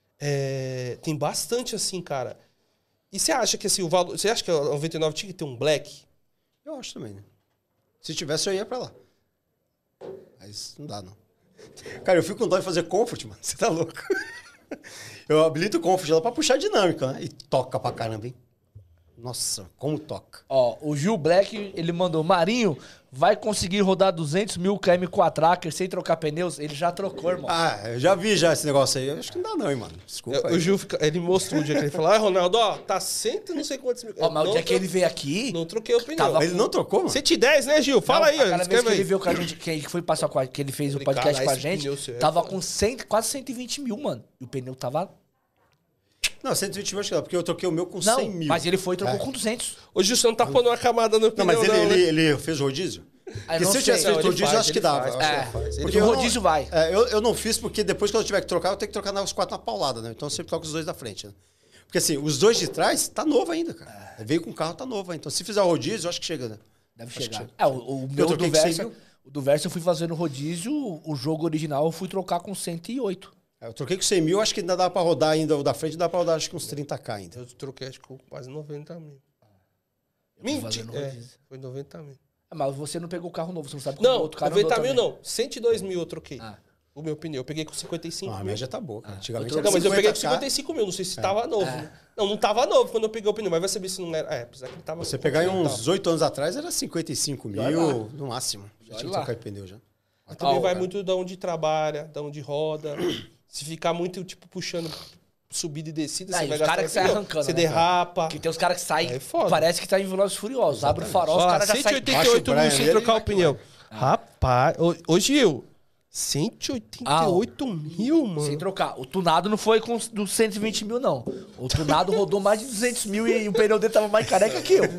Tem bastante assim, cara. E você acha que assim, o valor... Você acha que a 99 tinha que ter um black? Eu acho também, né? Se tivesse, eu ia pra lá. Mas não dá, não. Cara, eu fico com dó de fazer comfort, mano. Você tá louco? Eu habilito o Config lá pra puxar a dinâmica, né? E toca pra caramba, hein? Nossa, como toca. Ó, o Gil Black, ele mandou, Marinho, vai conseguir rodar 200 mil km com a Tracker sem trocar pneus? Ele já trocou, irmão. Eu já vi já esse negócio aí. Eu acho que não dá não, hein, mano. Desculpa aí. O Gil, ele mostrou o dia que ele falou, Ronaldo, ó, tá 100 e não sei quantos mil. Ó, mas o Não dia que ele veio aqui... Não troquei o pneu. Tava Ele não trocou, mano? 110, né, Gil? Fala aí, a ó. cada vez Escreve que ele aí. veio com a gente, que foi passar com a, que ele fez o Falei, podcast cara, com a esse gente, pneu seu é tava foda. com quase 120 mil, mano. E o pneu tava... Não, 120 mil acho que não, porque eu troquei o meu com Não, 100 mil. mas ele foi e trocou com 200. Ô, Gil, você não tá pondo uma camada no Não, pneu, mas né? ele fez o rodízio? Porque não se eu tivesse sei. feito Não, rodízio, ele eu acho que faz, dava. ele eu acho que faz. faz. Ele Porque o eu não- rodízio vai. Eu não fiz porque depois que eu tiver que trocar, eu tenho que trocar os 4 na paulada, né? Então eu sempre troco os 2 da frente, né? Porque assim, os 2 de trás tá novo ainda, cara. Veio com o carro, tá novo. Então se fizer o rodízio, eu acho que chega, né? Deve Acho que chegar. chega. O meu troquei do com 100 Versa... mil. O do Versa eu fui fazendo rodízio, o jogo original eu fui trocar com 108. Eu troquei com 100 mil, acho que ainda dá pra rodar ainda o da frente, dá pra rodar acho que uns 30k ainda. Eu troquei, acho que com quase 90 mil. Eu fui Mentira. fazendo rodízio. Foi 90 mil. Mas você não pegou o carro novo, você não sabe como o Não, outro cara 90 andou mil também. não. 102 mil eu troquei. Ah. O meu pneu. Eu peguei com 55 Ah, a mil. média tá boa, cara. Antigamente Não, mas eu peguei com 50K. 55 mil. Não sei se tava novo. né? Não tava novo quando eu peguei o pneu. Mas vai saber se não era. Apesar que ele tava... Você pegar em uns 8 anos atrás, era 55 olha mil no máximo. Já tinha que lá. trocar de pneu já. Mas também Ó, vai cara. muito de onde trabalha, de onde roda. Se ficar muito, tipo, puxando subida e descida, Ah, você e vai os gastar caras que saem pneu. arrancando, Você né, derrapa. Que tem os caras que saem, É foda. parece que tá em Velozes e Furiosos. Abre o farol, os Ó, caras já saem... 188 Baixa o mil sem Brian trocar o nele, pneu. Rapaz, ô Gil, 188 mil, mano. Sem trocar. O tunado não foi com dos 120 mil, não. O tunado rodou mais de 200 mil e o pneu dele tava mais careca que eu.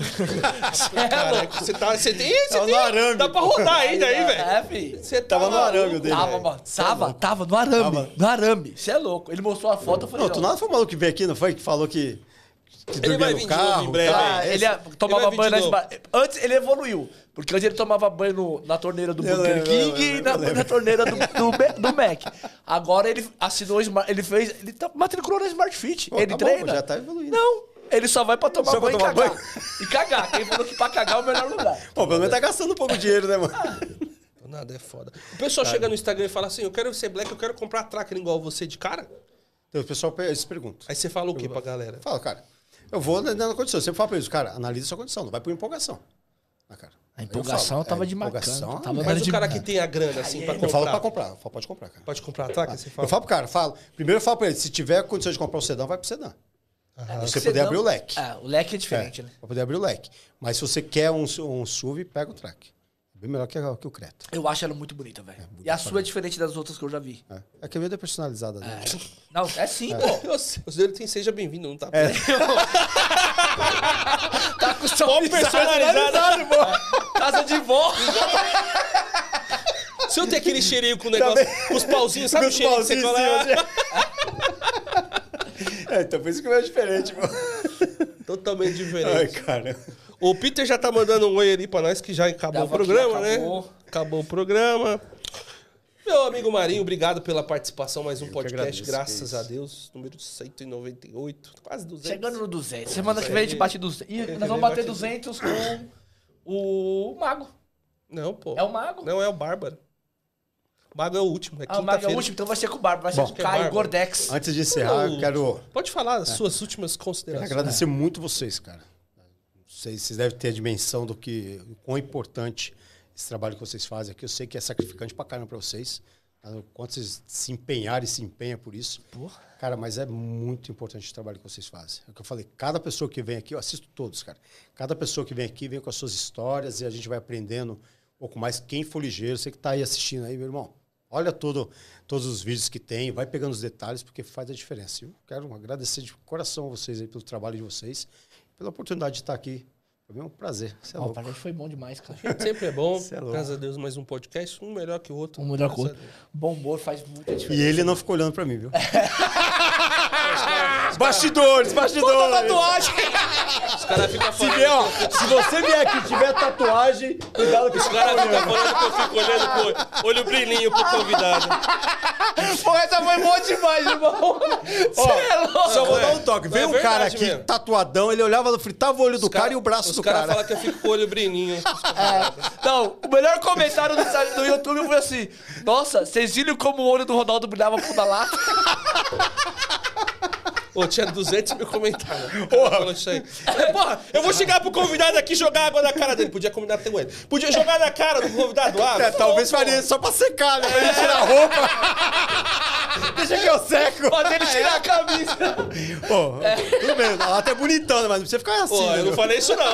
Caraca, você tem... Tava no arame. Dá pra rodar ainda aí, velho. É, filho. Você Tava no arame o dele. Tava, velho. mano. Cê é louco. Tava no arame. Tava. No arame. Você é louco. Ele mostrou a foto, eu falei, Não, tu nada foi o maluco que veio aqui, não foi? Que falou que dormia vai no vir de novo carro. em breve, tá? hein? ele Ele tomava vai vir banho de na novo. Antes ele evoluiu. Porque antes ele tomava banho na torneira do Eu Burger lembro, King eu e na torneira do Mac. Agora ele assinou ele tá matriculou na Smart Fit. Pô, ele tá bom, treina. já tá evoluindo. Não, ele só vai pra tomar Só pra banho tomar e cagar. banho? E cagar. Quem falou que pra cagar é o melhor lugar. Pô, pelo menos tá gastando um pouco de dinheiro, né, mano? Nada, é foda. O pessoal chega no Instagram e fala assim, eu quero ser black, eu quero comprar tracker igual você de cara. Então o pessoal se pergunta. Aí você fala o quê pra galera? Fala, cara, eu vou na condição. Eu sempre falo pra eles, cara, analisa a sua condição, não vai por empolgação. Ah, cara. A empolgação eu tava de empolgação, macana. Tava Mas dando o de... cara que tem a grana, assim, pra Eu comprar... falo pra comprar, eu falo, pode comprar, cara. Pode comprar tracker? Você fala. Eu falo pro cara, primeiro eu falo pra ele, se tiver condição de comprar um sedã, vai pro sedã. Pra você poder abrir o leque. O leque é diferente, né? Pra poder abrir o leque. Mas se você quer um SUV, pega o track. Bem melhor que o Creta. Eu acho ela muito bonita, velho. E a sua é diferente das outras que eu já vi. É que a minha é personalizada. Né? Não, é sim, pô. Os dele tem seja bem-vindo, não tá? Tá com Mó personalizado. Casa de vó. Se eu ter aquele cheirinho com o negócio, com os pauzinhos, sabe o Os cheirinho que você pauzinhos, cola? Então por isso que o meu é diferente, mano. Totalmente Ai, diferente. cara. O Peter já tá mandando um oi ali pra nós, que já acabou Já o vou aqui, programa, acabou. né? Acabou o programa. Meu amigo Marinho, obrigado pela participação. Mais um podcast, agradeço, graças que é a Deus. Número 198, quase 200. Chegando no 200. Semana que vem a gente bate 200. Ih, nós vamos bater 200 com o Mago. Não, pô. É o Mago? Não, é o Bárbaro. O Mago é o último, é Ah, o Mago é o quinta-feira. último, então vai ser com o Bárbaro. Vai ser com o que é Caio Bárbaro. Gordex. Antes de encerrar, eu quero Pode falar as suas últimas considerações. agradecer muito vocês, cara. Não sei, vocês devem ter a dimensão do quão importante esse trabalho que vocês fazem aqui. Eu sei que é sacrificante pra caramba pra vocês. Tá? O quanto vocês se empenharem e se empenham por isso. Cara, mas é muito importante o trabalho que vocês fazem. É o que eu falei, cada pessoa que vem aqui, eu assisto todos, cara. Cada pessoa que vem aqui vem com as suas histórias e a gente vai aprendendo um pouco mais. Quem for ligeiro, você que tá aí assistindo aí, meu irmão, olha todos os vídeos que tem, vai pegando os detalhes, porque faz a diferença. Eu quero agradecer de coração a vocês aí pelo trabalho de vocês, pela oportunidade de estar aqui. Foi um prazer. Você é Ó, louco. pra gente foi bom demais, cara. Sempre é bom. Cê é louco. Graças a Deus, mais um podcast. Um melhor que o outro. Um melhor que o Graças outro. a Deus. Bom humor faz muita E diferença. ele não ficou olhando pra mim, viu? Bastidores. Toda tatuagem. Os caras ficam Se, falando... vier, ó, se você vier aqui e tiver tatuagem, cuidado que Os caras ficam falando que eu fico olhando com olho brilhinho pro convidado. Pô, essa foi boa demais, irmão. Você é louco. Só vou dar um toque. Veio Não, é um cara verdade aqui, mesmo. tatuadão, ele olhava, fritava o olho do cara e o braço do Os caras cara. falam que eu fico com o olho brilhinho. Não, o melhor comentário do YouTube foi assim: nossa, vocês viram como o olho do Ronaldo brilhava pro da lata? Ô, tinha 200 mil comentários. Porra, isso aí. Porra, eu vou chegar pro convidado aqui e jogar água na cara dele. Podia combinar até com ele. Podia jogar na cara do convidado água. Talvez faria isso só pra secar, né? Pra ele tirar a roupa. Deixa que eu seco. Fazer ele tirar a camisa. Pô, tudo bem. A lata é bonitona, mas não precisa ficar assim. Pô, eu não viu? falei isso não.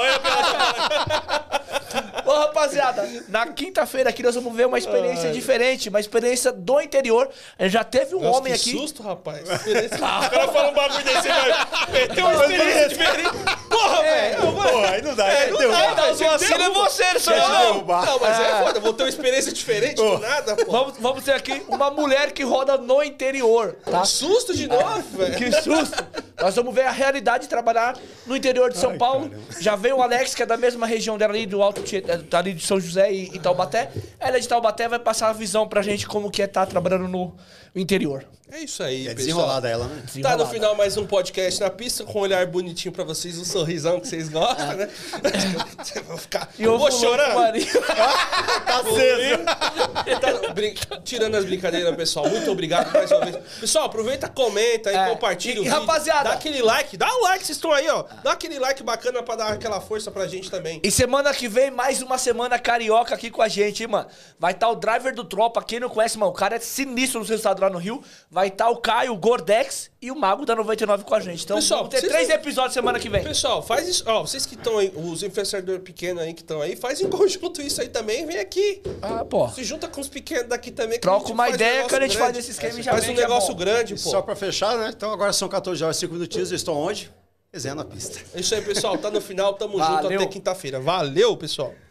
Ô, rapaziada, na quinta-feira aqui nós vamos ver uma experiência diferente, uma experiência do interior. Já teve um homem que aqui. susto, rapaz. O cara fala um bagulho desse, vai ter uma experiência diferente. Porra, velho. Porra, aí não dá. É, não deu. dá, Tá, o vacilo é você, não sou eu, não. Não, mas é foda. Vou ter uma experiência diferente do nada, pô. Vamos ter aqui uma mulher que roda no interior, tá? Susto de novo, velho. Que susto! Nós vamos ver a realidade de trabalhar no interior de São Paulo. caramba. Já veio o Alex, que é da mesma região dela ali, do Alto Tietê, ali de São José e Taubaté. Ela é de Taubaté, vai passar a visão pra gente como que é estar trabalhando no interior. É isso aí, É pessoal. desenrolada ela, né? Tá no final mais um podcast na pista, com um olhar bonitinho pra vocês, um sorrisão que vocês gostam, né? Vocês vão ficar... E eu vou chorar. Tá aceso. Tirando as brincadeiras, pessoal, muito obrigado mais uma vez. Pessoal, aproveita, comenta aí, compartilha o vídeo. rapaziada, dá aquele like, dá o like, vocês estão aí, ó. Dá aquele like bacana pra dar aquela força pra gente também. E semana que vem, mais uma semana carioca aqui com a gente, hein, mano? Vai estar o driver do Tropa, quem não conhece, mano, o cara é sinistro nos resultados lá no Rio. Vai estar o Caio, o Gordex e o Mago da 99 com a gente. Então, Pessoal, vamos ter vocês 3 não- episódios semana que vem. Pessoal, faz isso. Ó, vocês que estão aí, os influenciadores pequenos aí que estão aí, faz em conjunto isso aí também. Vem aqui. Ah, pô. Se junta com os pequenos daqui também. Que Troca uma faz um ideia negócio que a gente grande. faz esse esquema e já Faz vem um que é negócio bom. grande, pô. Só pra fechar, né? Então agora são 14 horas e 5 minutinhos. Eu estou onde? Resenha na pista. É isso aí, pessoal. Tá no final. Tamo junto Valeu. até quinta-feira. Valeu, pessoal.